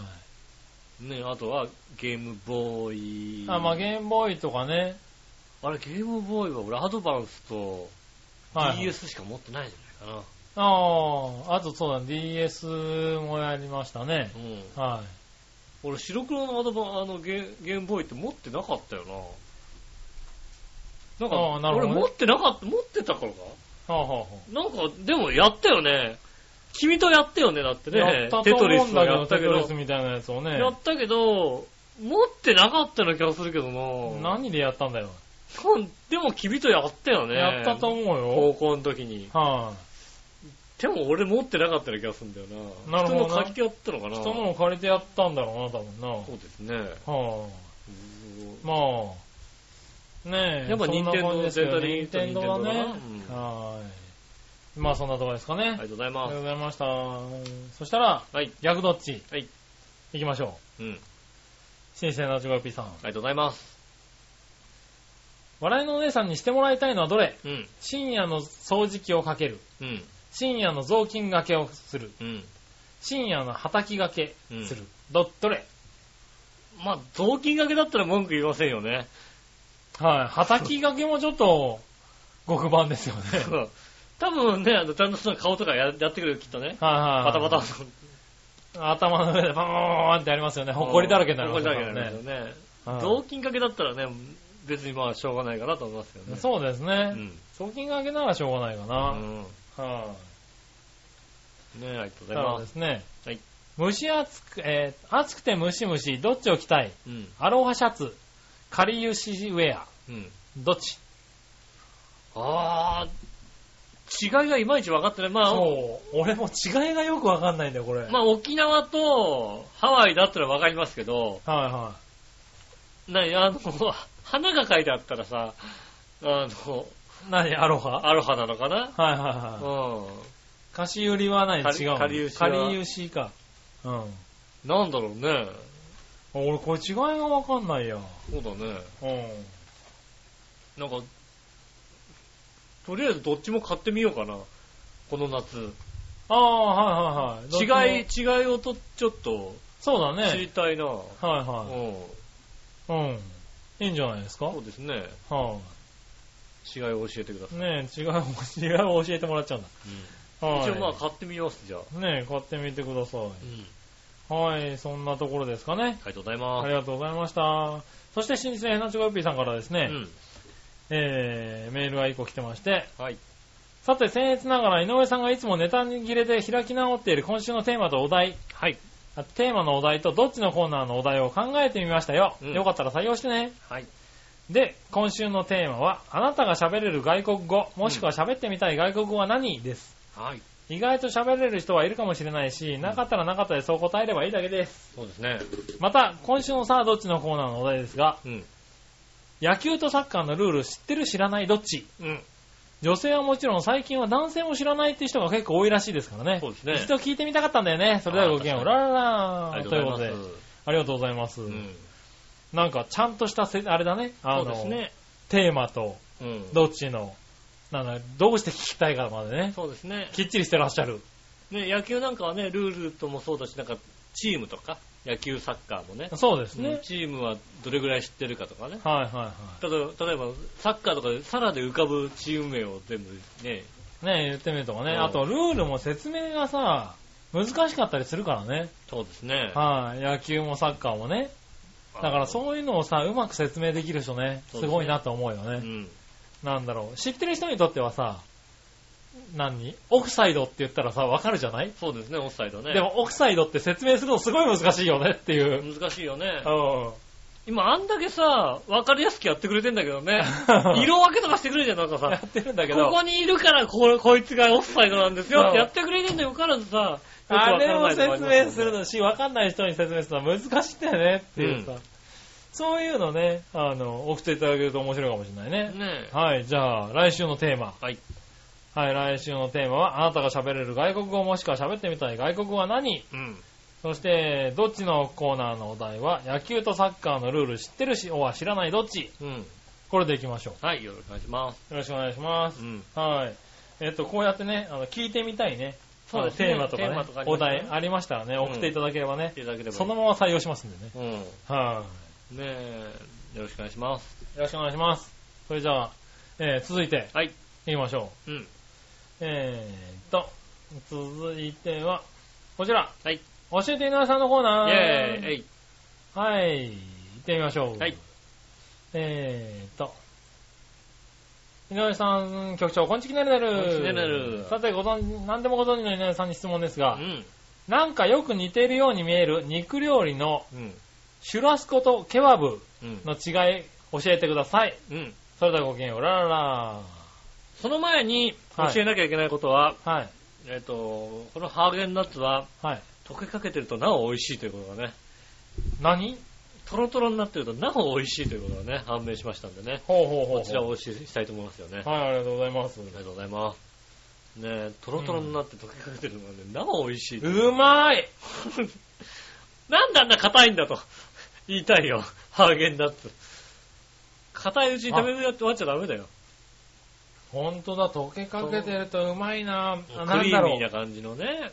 あ。ね、あとはゲームボーイ。 あ、まあゲームボーイとかね。 あれ、ゲームボーイは俺アドバンスと ディーエス しか持ってないんじゃないかな。 ああ、あとそうだ、ディーエス もやりましたね。うん。はい。 俺、白黒のアドバあのゲ、ゲームボーイって持ってなかったよな。なんか、あ、なるほどね、俺持ってなかった、持ってたからか。はあはあ、なんか、でもやったよね。君とやったよね、だってね。 やったと思うんだけど、テトリスみたいなやつをね。 やったけど、持ってなかったような気がするけどな。 何でやったんだよ。 でも君とやったよね。 やったと思うよ。 高校の時に。はい、あ。でも俺持ってなかったような気がするんだよな。なるほど。人の借りてやったのかな。 人の借りてやったんだろうな、多分な。 そうですね。 はあ。まあ。ねえ。 やっぱ任天堂全体で任天堂だね。うん、はい。まあそんなところですかね。ありがとうございます。 ありがとうございました。そしたら、はい。逆どっち。はい。行きましょう。うん。新鮮なチョコヨッピーさん。ありがとうございます。 笑いのお姉さんにしてもらいたいのはどれ？うん。深夜の掃除機をかける。うん。深夜の雑巾掛けをする。うん。深夜の叩き掛けする。うん、ど、どれ？ まあ、雑巾掛けだったら文句言いませんよね。 はい。叩き掛けもちょっと、極番ですよね。 多分ね、あの、ちゃんとその顔とか や, やってくれるきっとね。 はいはい、はい。 バタバタ。頭の上でバーンってやりますよね。ほこりだらけになりますよね。ほこりだらけになりますよね。 はい、雑巾掛けだったらね、別にまあしょうがないかなと思いますよね。 そうですね。うん、雑巾掛けならしょうがないかな。うん。はい、ねえ、ありがとうございます。そうですね。はい。蒸し暑く、えー、暑くて蒸し蒸し、どっちを着たい？うん。アロハシャツ、カリユシウェア。うん。どっち？ あー、違いがいまいち分かってない。まあ、 そう。俺も違いがよく分かんないんだよ、これ。 まあ、沖縄とハワイだったら分かりますけど。 はいはい。 なに、あの、花が書いてあったらさ、あの、 何アロハアロハなのかな？ はいはいはい。うん。菓子売りは何違うの？ カリユシ。 カリユシか。うん。 なんだろうね。 俺これ違いがわかんないや。 そうだね。うん。なんか、とりあえずどっちも買ってみようかな。この夏。 ああ、はいはいはい。違い、違いをと、ちょっと。 そうだね。 知りたいな。はいはい。うん。うん。いいんじゃないですか？ そうですね。 はい、 あ。違いを教えてください。 ねえ、違いを、違いを教えてもらっちゃうんだ。 うん。はい、一応まあ買ってみます、じゃあ。ねえ、買ってみてください。うん。はい、そんなところですかね。 ありがとうございます。 ありがとうございました。そして新生なちごよっぴーさんからですね、うん、えー、メールがいっこ来てまして、はい。さて、僭越ながら井上さんがいつもネタに切れで開き直っている今週のテーマとお題。はい。テーマのお題とどっちのコーナーのお題を考えてみましたよ。うん、よかったら採用してね。はい。で、今週のテーマは、あなたが喋れる外国語、もしくは喋ってみたい外国語は何です。はい。意外と喋れる人はいるかもしれないし、なかったらなかったでそう答えればいいだけです。 そうですね。 また、今週のさあどっちのコーナーのお題ですが、うん、野球とサッカーのルール知ってる知らないどっち、うん、女性はもちろん最近は男性も知らないって人が結構多いらしいですからね。 そうですね。 一度聞いてみたかったんだよね。それではごきげんよう。ラララーということで。ありがとうございます。うん、なんかちゃんとしたせ、あれだね。あの、そうですね。テーマと、どっちの、うん、なんだ、どうして聞きたいかまでね。 そうですね。 きっちりしてらっしゃる。 ね、野球なんかはね、ルールともそうだし、なんか、チームとか、野球サッカーもね。 そうですね。 チームはどれぐらい知ってるかとかね。 はいはいはい。 例えば、例えばサッカーとかでサラで浮かぶチーム名を全部ね。 ね言ってみるとかね。あと、ルールも説明がさ、難しかったりするからね。 そうですね。 はい、野球もサッカーもね。だからそういうのをさ、うまく説明できる人ね、すごいなと思うよね。うん、なんだろう。知ってる人にとってはさ、何オフサイドって言ったらさ、わかるじゃない？ そうですね、オフサイドね。 でもオフサイドって説明するのすごい難しいよねっていう。 難しいよね。 うん。 今あんだけさ、わかりやすくやってくれてんだけどね。色分けとかしてくれるじゃん、なんかさ。 やってるんだけど。 ここにいるからこ、こいつがオフサイドなんですよってやってくれてんだよからずさ。 あれを説明するのし、わかんない人に説明するのは難しいんだよねっていうさ。うん、そういうのね、あの、送っていただけると面白いかもしれないね。 ねはい、じゃあ、来週のテーマ。 はい。 はい、来週のテーマは、あなたが喋れる外国語もしくは喋ってみたい外国語は何？うん。 そして、どっちのコーナーのお題は、野球とサッカーのルール知ってるし、おは知らないどっち？うん。これでいきましょう。 はい、よろしくお願いします。 よろしくお願いします。うん。はい。えっと、こうやってね、あの、聞いてみたいね。そうですね。テーマとかね、かねお題ありましたらね、送っていただければね、うん、そのまま採用しますんでね。うん。はい、 ねえ、よろしくお願いします。 よろしくお願いします。それじゃあ、えー、続いて、はい。行きましょう。うん。えーっと、続いては、こちら。はい。教えて井上さんのコーナー。イェーイ。はい。行ってみましょう。はい。えーっと、井上さん、局長、こんちきねるねる。こんちきねるねる。さて、ご存知、何でもご存知の井上さんに質問ですが、うん、なんかよく似ているように見える肉料理の、うん、シュラスコとケバブの違い、教えてください。うん。それではごきげんよう。ラララ。 その前に教えなきゃいけないことは、はい。えっと、このハーゲンダッツは、はい。溶けかけてるとなお美味しいということがね。 何？ トロトロになってるとなお美味しいということがね、判明しましたんでね。ほうほうほうほう。こちらをお教えしたいと思いますよね。 はい、ありがとうございます。 ありがとうございます。ねえ、トロトロになって溶けかけてるのがね、なお美味しい。 うまいなんであんな硬いんだと言いたいよ。ハーゲンダッツ。硬いうちに食べるやって終わっちゃダメだよ。 ほんとだ、溶けかけてるとうまいな。 クリーミーな感じのね。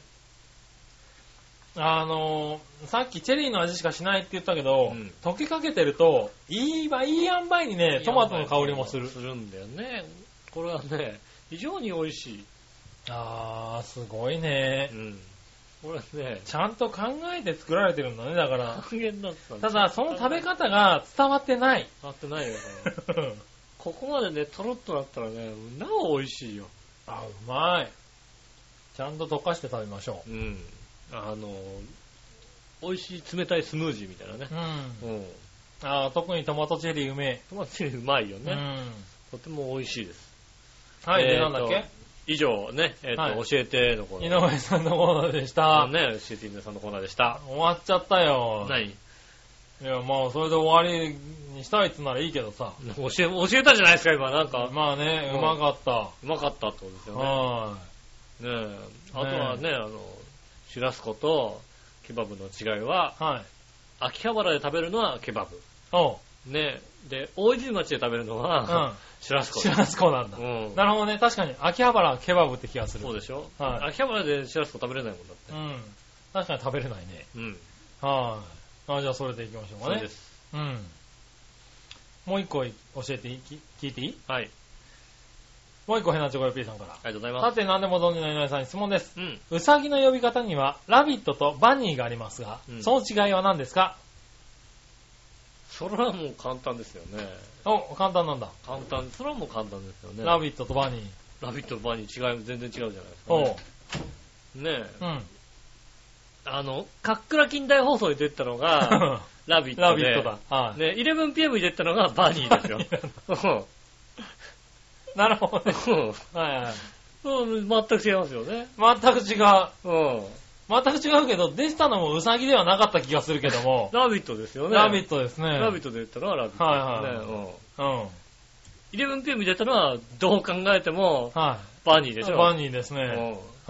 あのー、さっきチェリーの味しかしないって言ったけど、うん、溶けかけてると、いいわ、いい塩梅にね、トマトの香りもする。 するんだよね。これはね、非常に美味しい。 あー、すごいね。うん。 これね、 ちゃんと考えて作られてるんだね、だから。ただ、その食べ方が伝わってない。 伝わってないよ、ここまでね、とろっとなったらね、なお美味しいよ。 あ、うまい。ちゃんと溶かして食べましょう。うん。 あの、美味しい冷たいスムージーみたいなね。うん。うん、 あ、特にトマトチェリーうめえ。 トマトチェリーうまいよね。うん。とても美味しいです。 はい、で、なんだっけ？ 以上ね、えっ、ー、と、はい、教えてのコーナー。井上さんのコーナーでした。 ね、教えて井上さんのコーナーでした。 終わっちゃったよ。 何？ いや、まあ、それで終わりにしたいってならいいけどさ。 教え、教えたじゃないですか、今、なんか。 まあね、うまかった。 うまかったってことですよね。はい。ねえ、あとはね、ねあの、シュラスコとケバブの違いは、はい。秋葉原で食べるのはケバブ。おう。ねで、大泉町で食べるのは、うん、シュラスコ。 シュラスコなんだ。うん。なるほどね。確かに、秋葉原はケバブって気がする。 そうでしょ？はい。秋葉原でシュラスコ食べれないもんだって。 うん。確かに食べれないね。うん。はい。あ、じゃあそれでいきましょうかね。そうです。うん。もう一個教えていい？聞いていい？はい。もう一個ヘナチョコヨピーさんから。ありがとうございます。 さて何でも存じの井上さんに質問です。うん。うさぎの呼び方には、ラビットとバニーがありますが、うん、その違いは何ですか？ それはもう簡単ですよね。 お、簡単なんだ。 簡単。それはもう簡単ですよね。 ラビットとバニー。 ラビットとバニー違い、全然違うじゃないですか、ね。おう。ねえ。うん。あの、カックラ近代放送に出てたのが、ラビットで。 ラビットだ。 はい。ね、イレブンピーエム に出てたのがバニーですよ。 なるほどね。はいはい。 うん、全く違いますよね。 全く違う。うん。全く違うけど、出したのもウサギではなかった気がするけども。 ラビットですよね。 ラビットですね。 ラビットで言ったのはラビットですね。はいはい。うん。うん。イレブンピーエム に出たのは、どう考えても、はい。バニーでしょ。 バニーですね。うん。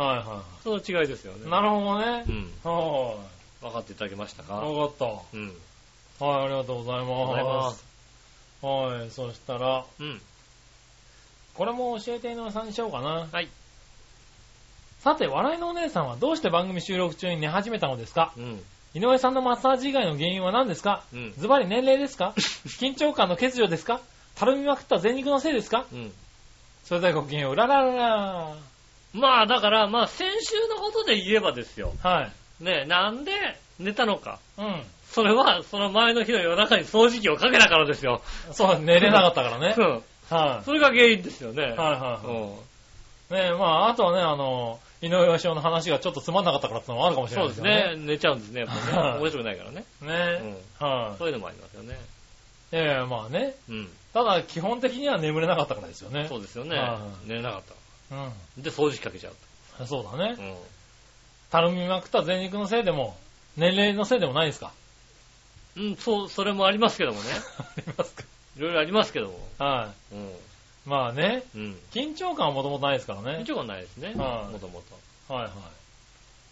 はいはい。 その違いですよね。 なるほどね。うん。 はい。分かっていただけましたか？ 分かった。うん。はい、ありがとうございます。ありがとうございます。はい、そしたら、うん。これも教えて井上さんにしようかな。はい。さて、笑いのお姉さんはどうして番組収録中に寝始めたのですか？うん。井上さんのマッサージ以外の原因は何ですか？うん。ズバリ年齢ですか？緊張感の欠如ですか？たるみまくった全肉のせいですか？うん。それではごきげんよう。ララララ。 まあ、だから、まあ、先週のことで言えばですよ。はい。ねえ、なんで寝たのか。うん。それは、その前の日の夜中に掃除機をかけたからですよ。 そう、寝れなかったからね。うん。 はい。それが原因ですよね。はいはいはい。 うん。ねえ、まあ、あとはね、あの、井上義雄の話がちょっとつまんなかったからってのもあるかもしれないですよね。 そうですね。寝ちゃうんですね、やっぱね。面白くないからね。ねえ。はい。そういうのもありますよね。 ええ、まあね。うん。ただ、基本的には眠れなかったからですよね。 そうですよね。寝れなかった。うん。で、掃除機かけちゃうと。そうだね。うん。たるみまくった全肉のせいでも、年齢のせいでもないですか？ うん、そう、それもありますけどもね。 ありますか？ いろいろありますけども。はい。 うん。まあね。うん。緊張感はもともとないですからね。 緊張感ないですね。はい。もともと。はいはい。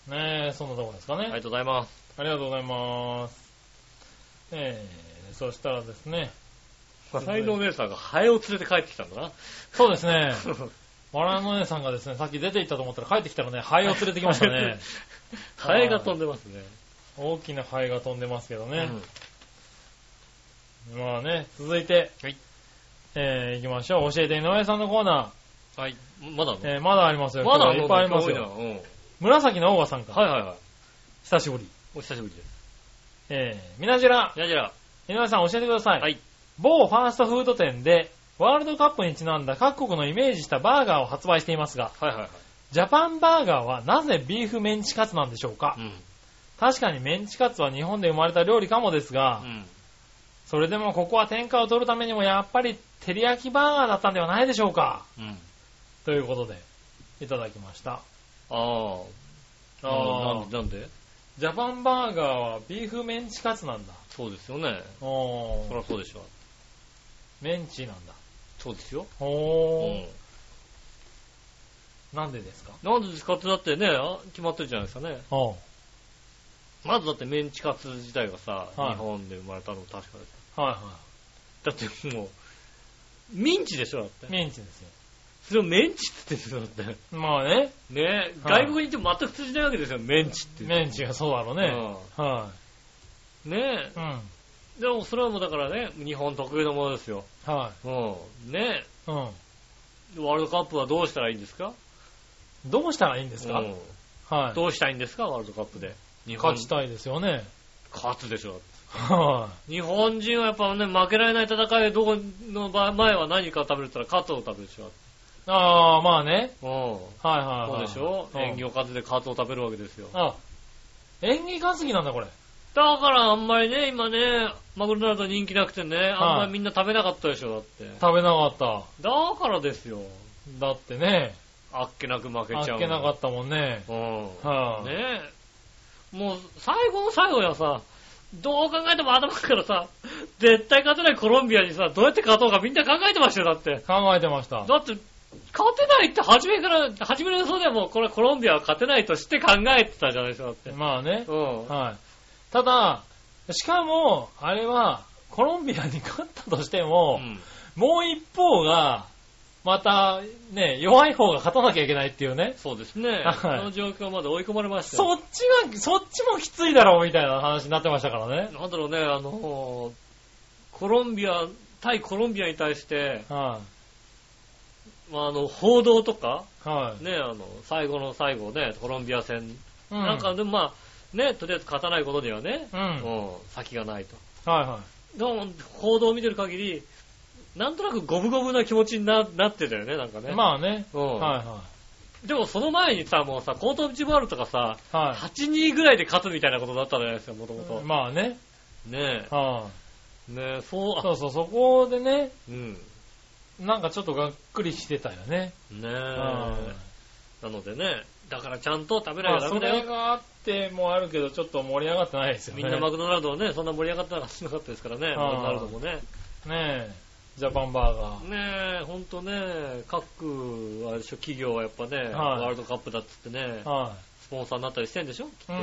ねえ、そんなとこですかね。 ありがとうございます。 ありがとうございます。えー、そしたらですね。 笑いのお姉さんがハエを連れて帰ってきたんだな。 そうですね。笑いのお姉さんがですね、さっき出て行ったと思ったら帰ってきたらね、ハエを連れてきましたね。 ハエが飛んでますね。 大きなハエが飛んでますけどね。うん、まあね、続いて、はい、えー、行きましょう。教えて井上さんのコーナー。はい。まだ、 えー、まだありますよ。 まだいっぱいありますよ。うん、紫のオーガさんから。 はいはいはい。 久しぶり。 お久しぶりです。 えー、みなじら。 みなじら。 井上さん教えてください。 はい。 某ファーストフード店で、ワールドカップにちなんだ各国のイメージしたバーガーを発売していますが、 はいはいはい。 ジャパンバーガーはなぜビーフメンチカツなんでしょうか？うん、確かにメンチカツは日本で生まれた料理かもですが、うん、それでもここは天下を取るためにもやっぱり照り焼きバーガーだったんではないでしょうか？うん、ということで、いただきました。ああ。ああ。なんでなんでジャパンバーガーはビーフメンチカツなんだ。 そうですよね。 おー。 そりゃそうでしょ。 メンチなんだ。 そうですよ。 おー。うん、なんでですか？ なんでですかってだってね、決まってるじゃないですかね。 おー。 まずだってメンチカツ自体がさ、はい、日本で生まれたの確かです。 はいはい。 だってもう、ミンチでしょだって。 ミンチですよ。 それをメンチって言ってるんだって。 まあね。 ね、はい、外国に行っても全く通じないわけですよ、メンチって。 メンチがそうだろうね。うん、はい。 ねえ。うん。でもそれはもうだからね、日本特有のものですよ。 はい。 うん。ねえ。うん。 ワールドカップはどうしたらいいんですか？ どうしたらいいんですか？うん。はい。 どうしたいんですか？ワールドカップで。 日本勝ちたいですよね。 勝つでしょ。 はい。 日本人はやっぱね、負けられない戦いでどこの前は何か食べるって言ったらカツを食べるでしょ。 ああ、まあね。 うん。はいはい、はい。 そうでしょ。縁起を担いでカツを食べるわけですよ。 あ、縁起担ぎなんだこれ。 だからあんまりね、今ね、マクドナルド人気なくてね、あんまりみんな食べなかったでしょ、だって。 食べなかった。 だからですよ。 だってね。 あっけなく負けちゃう。 あっけなかったもんね。 うん。はあ、ねえ。もう最後の最後やさ、どう考えても頭からさ、絶対勝てないコロンビアにさ、どうやって勝とうかみんな考えてましたよ、だって。 考えてました。 だって、勝てないって初めから、初めの予想でもこれコロンビアは勝てないとして考えてたじゃないですか、だって。 まあね。 うん。 はい。ただ、しかも、あれは、コロンビアに勝ったとしても、うん、もう一方が、また、ね、弱い方が勝たなきゃいけないっていうね。 そうですね。はい、その状況まで追い込まれましたよ。そっちが、そっちもきついだろうみたいな話になってましたからね。 なんだろうね、あの、コロンビア、対コロンビアに対して、はい、まあ、あの、報道とか、はい、ね、あの、最後の最後ね、コロンビア戦、うん、なんかでもまあ、ね、とりあえず勝たないことにはね、うん、うん、先がないと。 はいはい。 でも、報道を見てる限り、なんとなくゴブゴブな気持ちに な, なってたよね、なんかね。 まあね。 うん。 はいはい。 でもその前にさ、もうさ、コートビチバールとかさ、はい、はちたいにぐらいで勝つみたいなことだったじゃないですか、もともと。 まあね。 ねえ。 はい、ねえ、そう。 そうそう、そこでね、 うん。 なんかちょっとがっくりしてたよね。 ねえ。なのでね、だからちゃんと食べないとダメだよ。 まあ、それがあってもあるけど、ちょっと盛り上がってないですよね。 みんなマクドナルドはね、そんな盛り上がってなかったですからね、マクドナルドもね。 ねえ。ジャパンバーガー。 ねえ、ほんとね、各、あれでしょ、企業はやっぱね、はい、ワールドカップだっつってね、はい、スポンサーになったりしてんでしょ、きっと。 うん、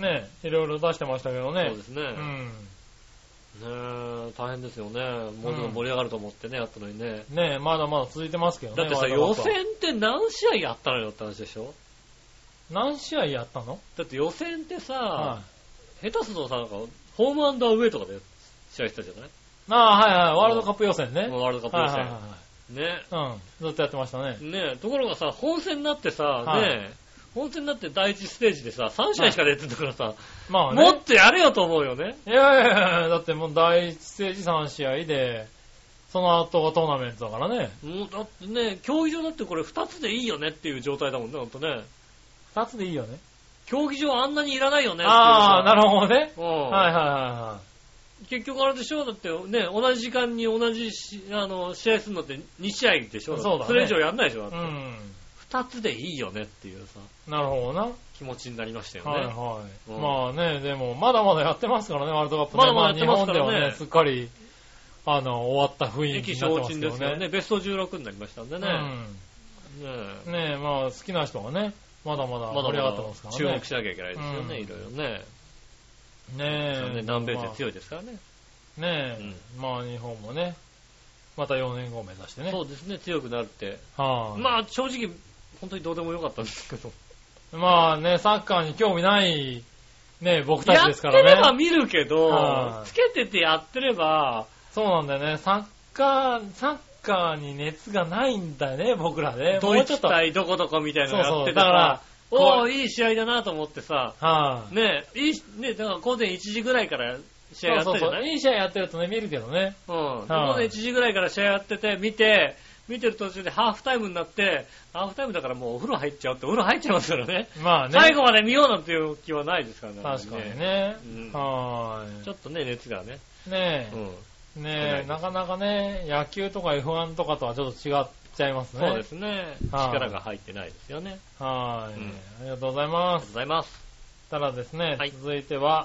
ねえ、いろいろ出してましたけどね。 そうですね。 うん。 ねえ、大変ですよね。もうちょっと盛り上がると思ってね、やったのにね。 ねえ、まだまだ続いてますけどね。 だってさ、予選って何試合やったのよって話でしょ。 何試合やったの？ だって予選ってさ、はい、下手するとさ、なんか、ホームアンダーウェイとかで試合してたじゃないああ、はいはい。ワールドカップ予選ね。 ワールドカップ予選。はいはいはい、ね。 うん。ずっとやってましたね。 ねところがさ、本戦になってさ、はい、ね本戦になって第一ステージでさ、さん試合しか出てんだからさ、はい、まあね。もっとやれよと思うよね。 いやいやいや、だってもう第一ステージさん試合で、その後がトーナメントだからね。 もうだってね、競技場だってこれふたつでいいよねっていう状態だもんね、ほんとね。 ふたつでいいよね。 競技場あんなにいらないよねっていう。 ああ、なるほどね。うん。はいはいはいはい。 結局あれでしょだってね、同じ時間に同じしあの試合するのってに試合でしょそうだね。 それ以上やんないでしょだって。 うん。 二つでいいよねっていうさ。 なるほどな。 気持ちになりましたよね。 はいはい。うん、まあね、でも、まだまだやってますからね、ワールドカップね。まだまだやってますからね。まあ、日本ではね、すっかり、あの、終わった雰囲気になってますけどね。 ですよね。ベストじゅうろくになりましたんでね。 うん。ねえ。ねえ、まあ、好きな人がね、 まだまだ盛り上がってますからね。 注目しなきゃいけないですよね、いろいろね。 ねえ。 ね、南米って強いですからね。 ねえ。うん、まあ日本もね、またよねんごを目指してね。 そうですね、強くなるって。 はあ、 まあ正直、本当にどうでもよかったんですけど。 まあね、サッカーに興味ないね、僕たちですからね。 やってれば見るけど、はあ、つけててやってれば。 そうなんだよね、サッカー、サッカーに熱がないんだよね、僕らね。 ドイツ対どこどこみたいなのやってたら、そうそうだからおー、いい試合だなと思ってさ、はあ、ねえ、いい、ねだから午前いちじぐらいから試合やってるじゃない？そうそうそう、 いい試合やってるとね、見るけどね。 うん。はあ、午前いちじぐらいから試合やってて、見て、見てる途中でハーフタイムになって、ハーフタイムだからもうお風呂入っちゃうって、お風呂入っちゃいますからね。まあね。最後まで見ようなんていう気はないですからね。 確かにね。 うん、はーい。ちょっとね、熱がね。 ねえ。うん、ねえ、なかなかね、野球とか エフワン とかとはちょっと違っちゃいますね。 そうですね。力が入ってないですよね。 はい、うん。ありがとうございます。ありがとうございます。 ただですね、はい、続いては、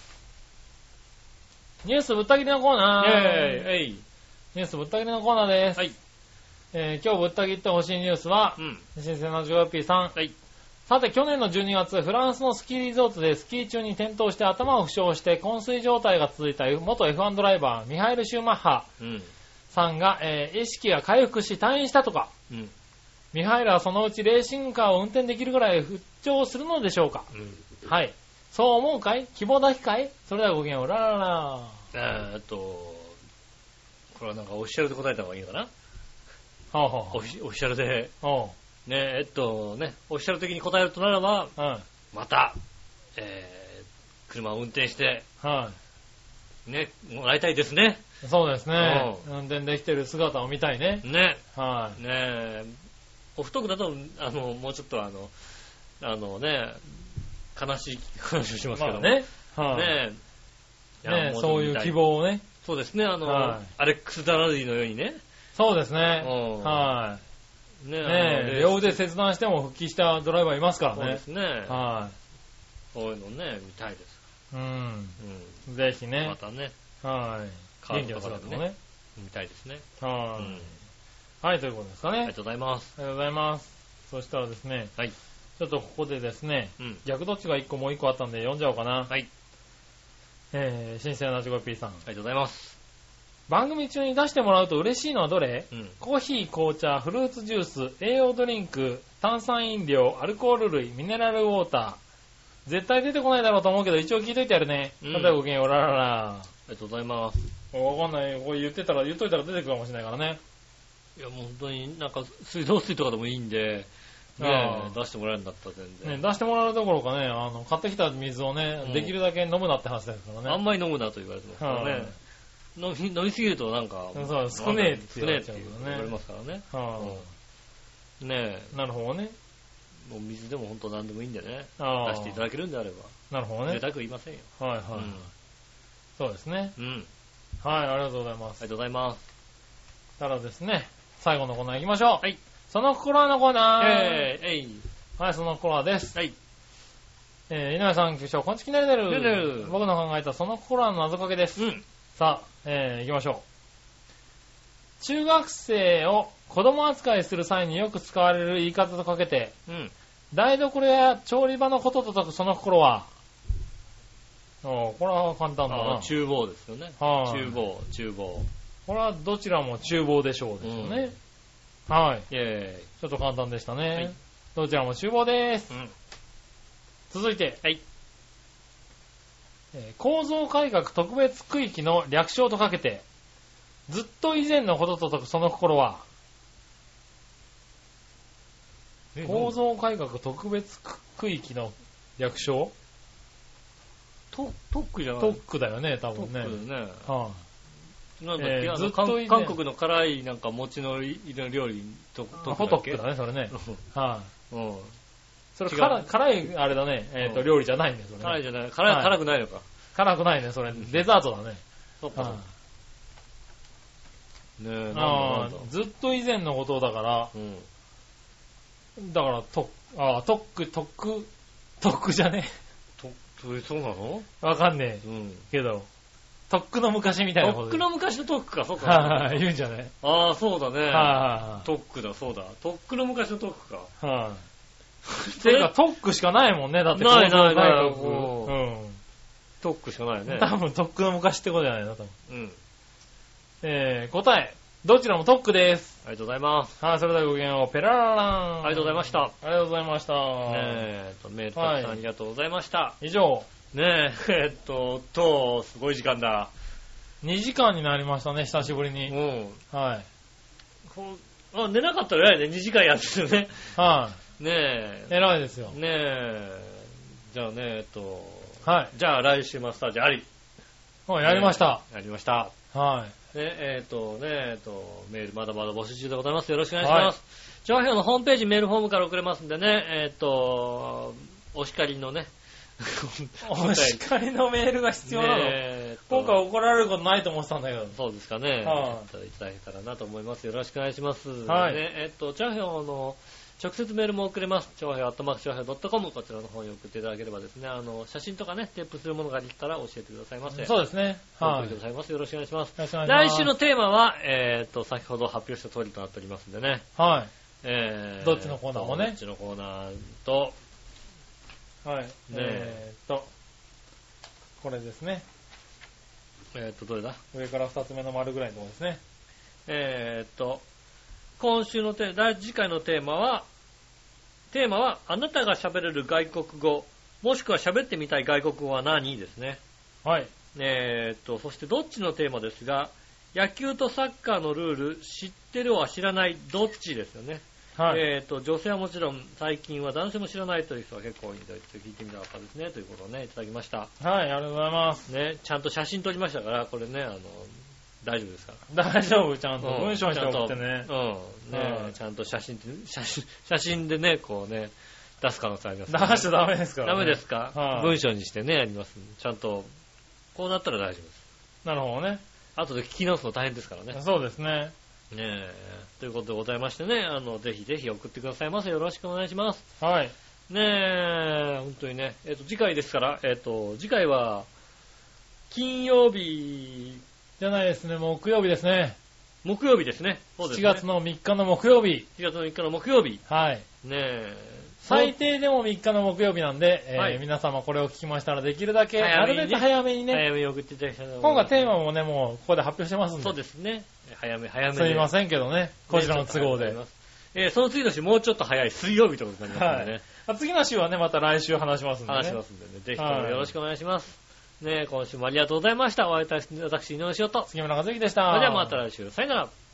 ニュースぶった切りのコーナー。イェーイ、えい。ニュースぶった切りのコーナーです。はい。えー、今日ぶった切ってほしいニュースは、うん、新鮮な ジョーピー さん。はい。さて、去年のじゅうにがつ、フランスのスキーリゾートでスキー中に転倒して頭を負傷して昏睡状態が続いた元 エフワン ドライバー、ミハエル・シューマッハさんが、えー、意識が回復し退院したとか、うん、ミハエルはそのうちレーシングカーを運転できるぐらい復調するのでしょうか、うん、はい。そう思うかい？希望だけかい？それではごきげんよう、ラララー。えーっと、これはなんかオフィシャルで答えた方がいいのかな？はあはあ、 オフィシャルで、ねえ、えっとね、オフィシャル的に答えるとならば、はい、また、えー、車を運転して、はい、ね、もらいたいですね。 そうですね。運転できてる姿を見たいね。 ね。はい。ねえ、オフトークだと、あの、もうちょっとあの、あのね、悲しい話をしますけども。まあね。はい、ねえ、ねえ、そういう希望をね。 そうですね、あの、はい、アレックス・ダラディのようにね。 そうですね。はい。ねえ、両腕切断しても復帰したドライバーいますからね。そうですね。はい。そういうのね、見たいです。 うん。うん。ぜひね。 またね。 はい。元気な姿をね。 見たいですね。 はい、うん。はい、ということですかね。ありがとうございます。 ありがとうございます。そしたらですね。はい。ちょっとここでですね。うん。逆どっちがいっこもういっこあったんで読んじゃおうかな。はい。えー、新鮮な ジョーピー さん。ありがとうございます。 番組中に出してもらうと嬉しいのはどれ？うん、コーヒー、紅茶、フルーツジュース、栄養ドリンク、炭酸飲料、アルコール類、ミネラルウォーター。絶対出てこないだろうと思うけど、一応聞いといてやるね。うん、例えばごきげんよう、ラララ。 ありがとうございます。 わかんない。これ言ってたら、言っといたら出てくるかもしれないからね。 いや、もう本当になんか、水道水とかでもいいんで、ね、出してもらえるんだったら全然。 ね、出してもらうどころかね、あの、買ってきた水をね、うん、できるだけ飲むなって話ですからね。 あんまり飲むなと言われてますからね。飲み、飲みすぎるとなんか、 そう、少ねえって言われちゃう言われますからね。はあ、うん、ねえ。なるほどね。 もう水でも本当何でもいいんでね。出していただけるんであれば。 なるほどね。 贅沢言いませんよ。 はいはい、うん。そうですね。うん。はい、ありがとうございます。 ありがとうございます。 ただですね、最後のコーナー行きましょう。はい。その心はのコーナー。えー、えい。はい、その心はです。はい。えー、井上さん、局長、こんちきねるねる。ねる。僕の考えたその心はの謎かけです。うん。さあ、えー、行きましょう。中学生を子供扱いする際によく使われる言い方とかけて、うん、台所や調理場のことと解くその心は、おこれは簡単だな。 厨房ですよね。はあ、厨房、厨房。 これはどちらも厨房でしょうですよね。うん、はい。イェーイ。ちょっと簡単でしたね。はい、どちらも厨房です。うん、続いて、はい。構造改革特別区域の略称とかけて、ずっと以前のことと解くその心は、構造改革特別区域の略称トックじゃない？ トックだよね、多分ね。 トックだよね。はあ、なんだっけ、えー、ずっと韓国の辛いなんか餅の料理とトックだね、それね。はい、うん。それ辛いあれだね、えっ、ー、と、うん、料理じゃないんだよ、それ、ね。 辛いじゃない。辛い、はい、辛くないのか。 辛くないね、それ。デザートだね。そっか。ねえ、あずっと以前のことだから、うん、だから、と、あトック、トック、トックじゃねと、そうなの？ わかんねえ。うん。けど、とっくの昔みたいなこと。 とっくの昔のトックか、そうか。 はい、言うんじゃない？ ああ、そうだね。 はい、 トックだ、そうだ。とっくの昔のトックか。はい、 ていうか特区しかないもんね。だってないないない。 うん。 特区しかないよね。 多分特区の昔ってことじゃないの多分。うん。えー、答え。どちらも特区です。 ありがとうございます。 はい、それではごきげんよう。ペラララーン。 ありがとうございました。ありがとうございました。ねえーと、メールたくさんありがとうございました。 以上。 ねえ、えー、っと、と、すごい時間だ。 にじかんになりましたね、久しぶりに。 うん。 はい。 こうあ、寝なかったら偉いね、にじかんやってるね。 はい。 ねえ。 偉いですよ。 ねえ。じゃあね、えっと、 はい。 じゃあ来週マッサージあり。 はい、やりました。 やりました。 はい。 ねえっとね、えっと、メールまだまだ募集中でございます。よろしくお願いします。調和表のホームページメールフォームから送れますんでね、えっと、お叱りのね、 お叱りのメールが必要なの、ね、今回怒られることないと思ってたんだけど。 そうですかね。 はあ、いただけたらなと思います。よろしくお願いします。 はい。 ね、えっと、チャーハンの直接メールも送れます。チャーハンアットマークチャーハン .com こちらの方に送っていただければですね、あの、写真とかね、テープするものがあったら教えてくださいませ。 そうですね。 はい。よろしくお願いします。よろしくお願いします。 よろしくお願いします。 来週のテーマは、えっと、先ほど発表した通りとなっておりますんでね。 はい。 えー、 どっちのコーナーもね。 どっちのコーナーと、 はい。ねえー、っと、これですね。 えー、っと、どれだ？ 上から二つ目の丸ぐらいのところですね。 えー、っと、今週のテーマ、次回のテーマは、テーマは、あなたが喋れる外国語、もしくは喋ってみたい外国語は何ですね。 はい。 えー、っと、そしてどっちのテーマですが、野球とサッカーのルール、知ってるは知らない、どっちですよね。はい。えー、っと、女性はもちろん、最近は男性も知らないという人は結構多いんで、聞いてみたかったですね、ということをね、いただきました。 はい、ありがとうございます。 ね、ちゃんと写真撮りましたから、これね、あの、大丈夫ですか？ 大丈夫、ちゃんと。文章にして送ってね。 うん。ね、うん、ちゃんと写真、写真、写真でね、こうね、出す可能性あります、ね。 出しちゃダメですから、ね。 ダメですか？ はい、 文章にしてね、やります。ちゃんと、こうなったら大丈夫です。 なるほどね。 後で聞き直すの大変ですからね。 そうですね。 ねえ。ということでございましてね、あの、ぜひぜひ送ってくださいませ。よろしくお願いします。 はい。 ねえ、本当にね。えっと、次回ですから、えっと、次回は、金曜日、 じゃないですね、木曜日ですね。 木曜日ですね。そうですね。 しちがつのみっかの木曜日。 しちがつのみっかの木曜日。 はい。 ねえ。 最低でもみっかの木曜日なんで、えーはい、皆様これを聞きましたらできるだけ、ね、なるべく早めにね。 早めに送っていただきたいと思います。 今回テーマもね、もうここで発表してますんで。 そうですね。早め、早めすみませんけどね、こちらの都合で。 えー、その次の週もうちょっと早い水曜日ということになりますんでね。 はい、次の週はね、また来週話しますんでね。 話しますんでね。ぜひともよろしくお願いします。はい、ね、今週もありがとうございました。お会いいたし、私、井上翔と。 杉村和之でした。 それではまた来週。さよなら。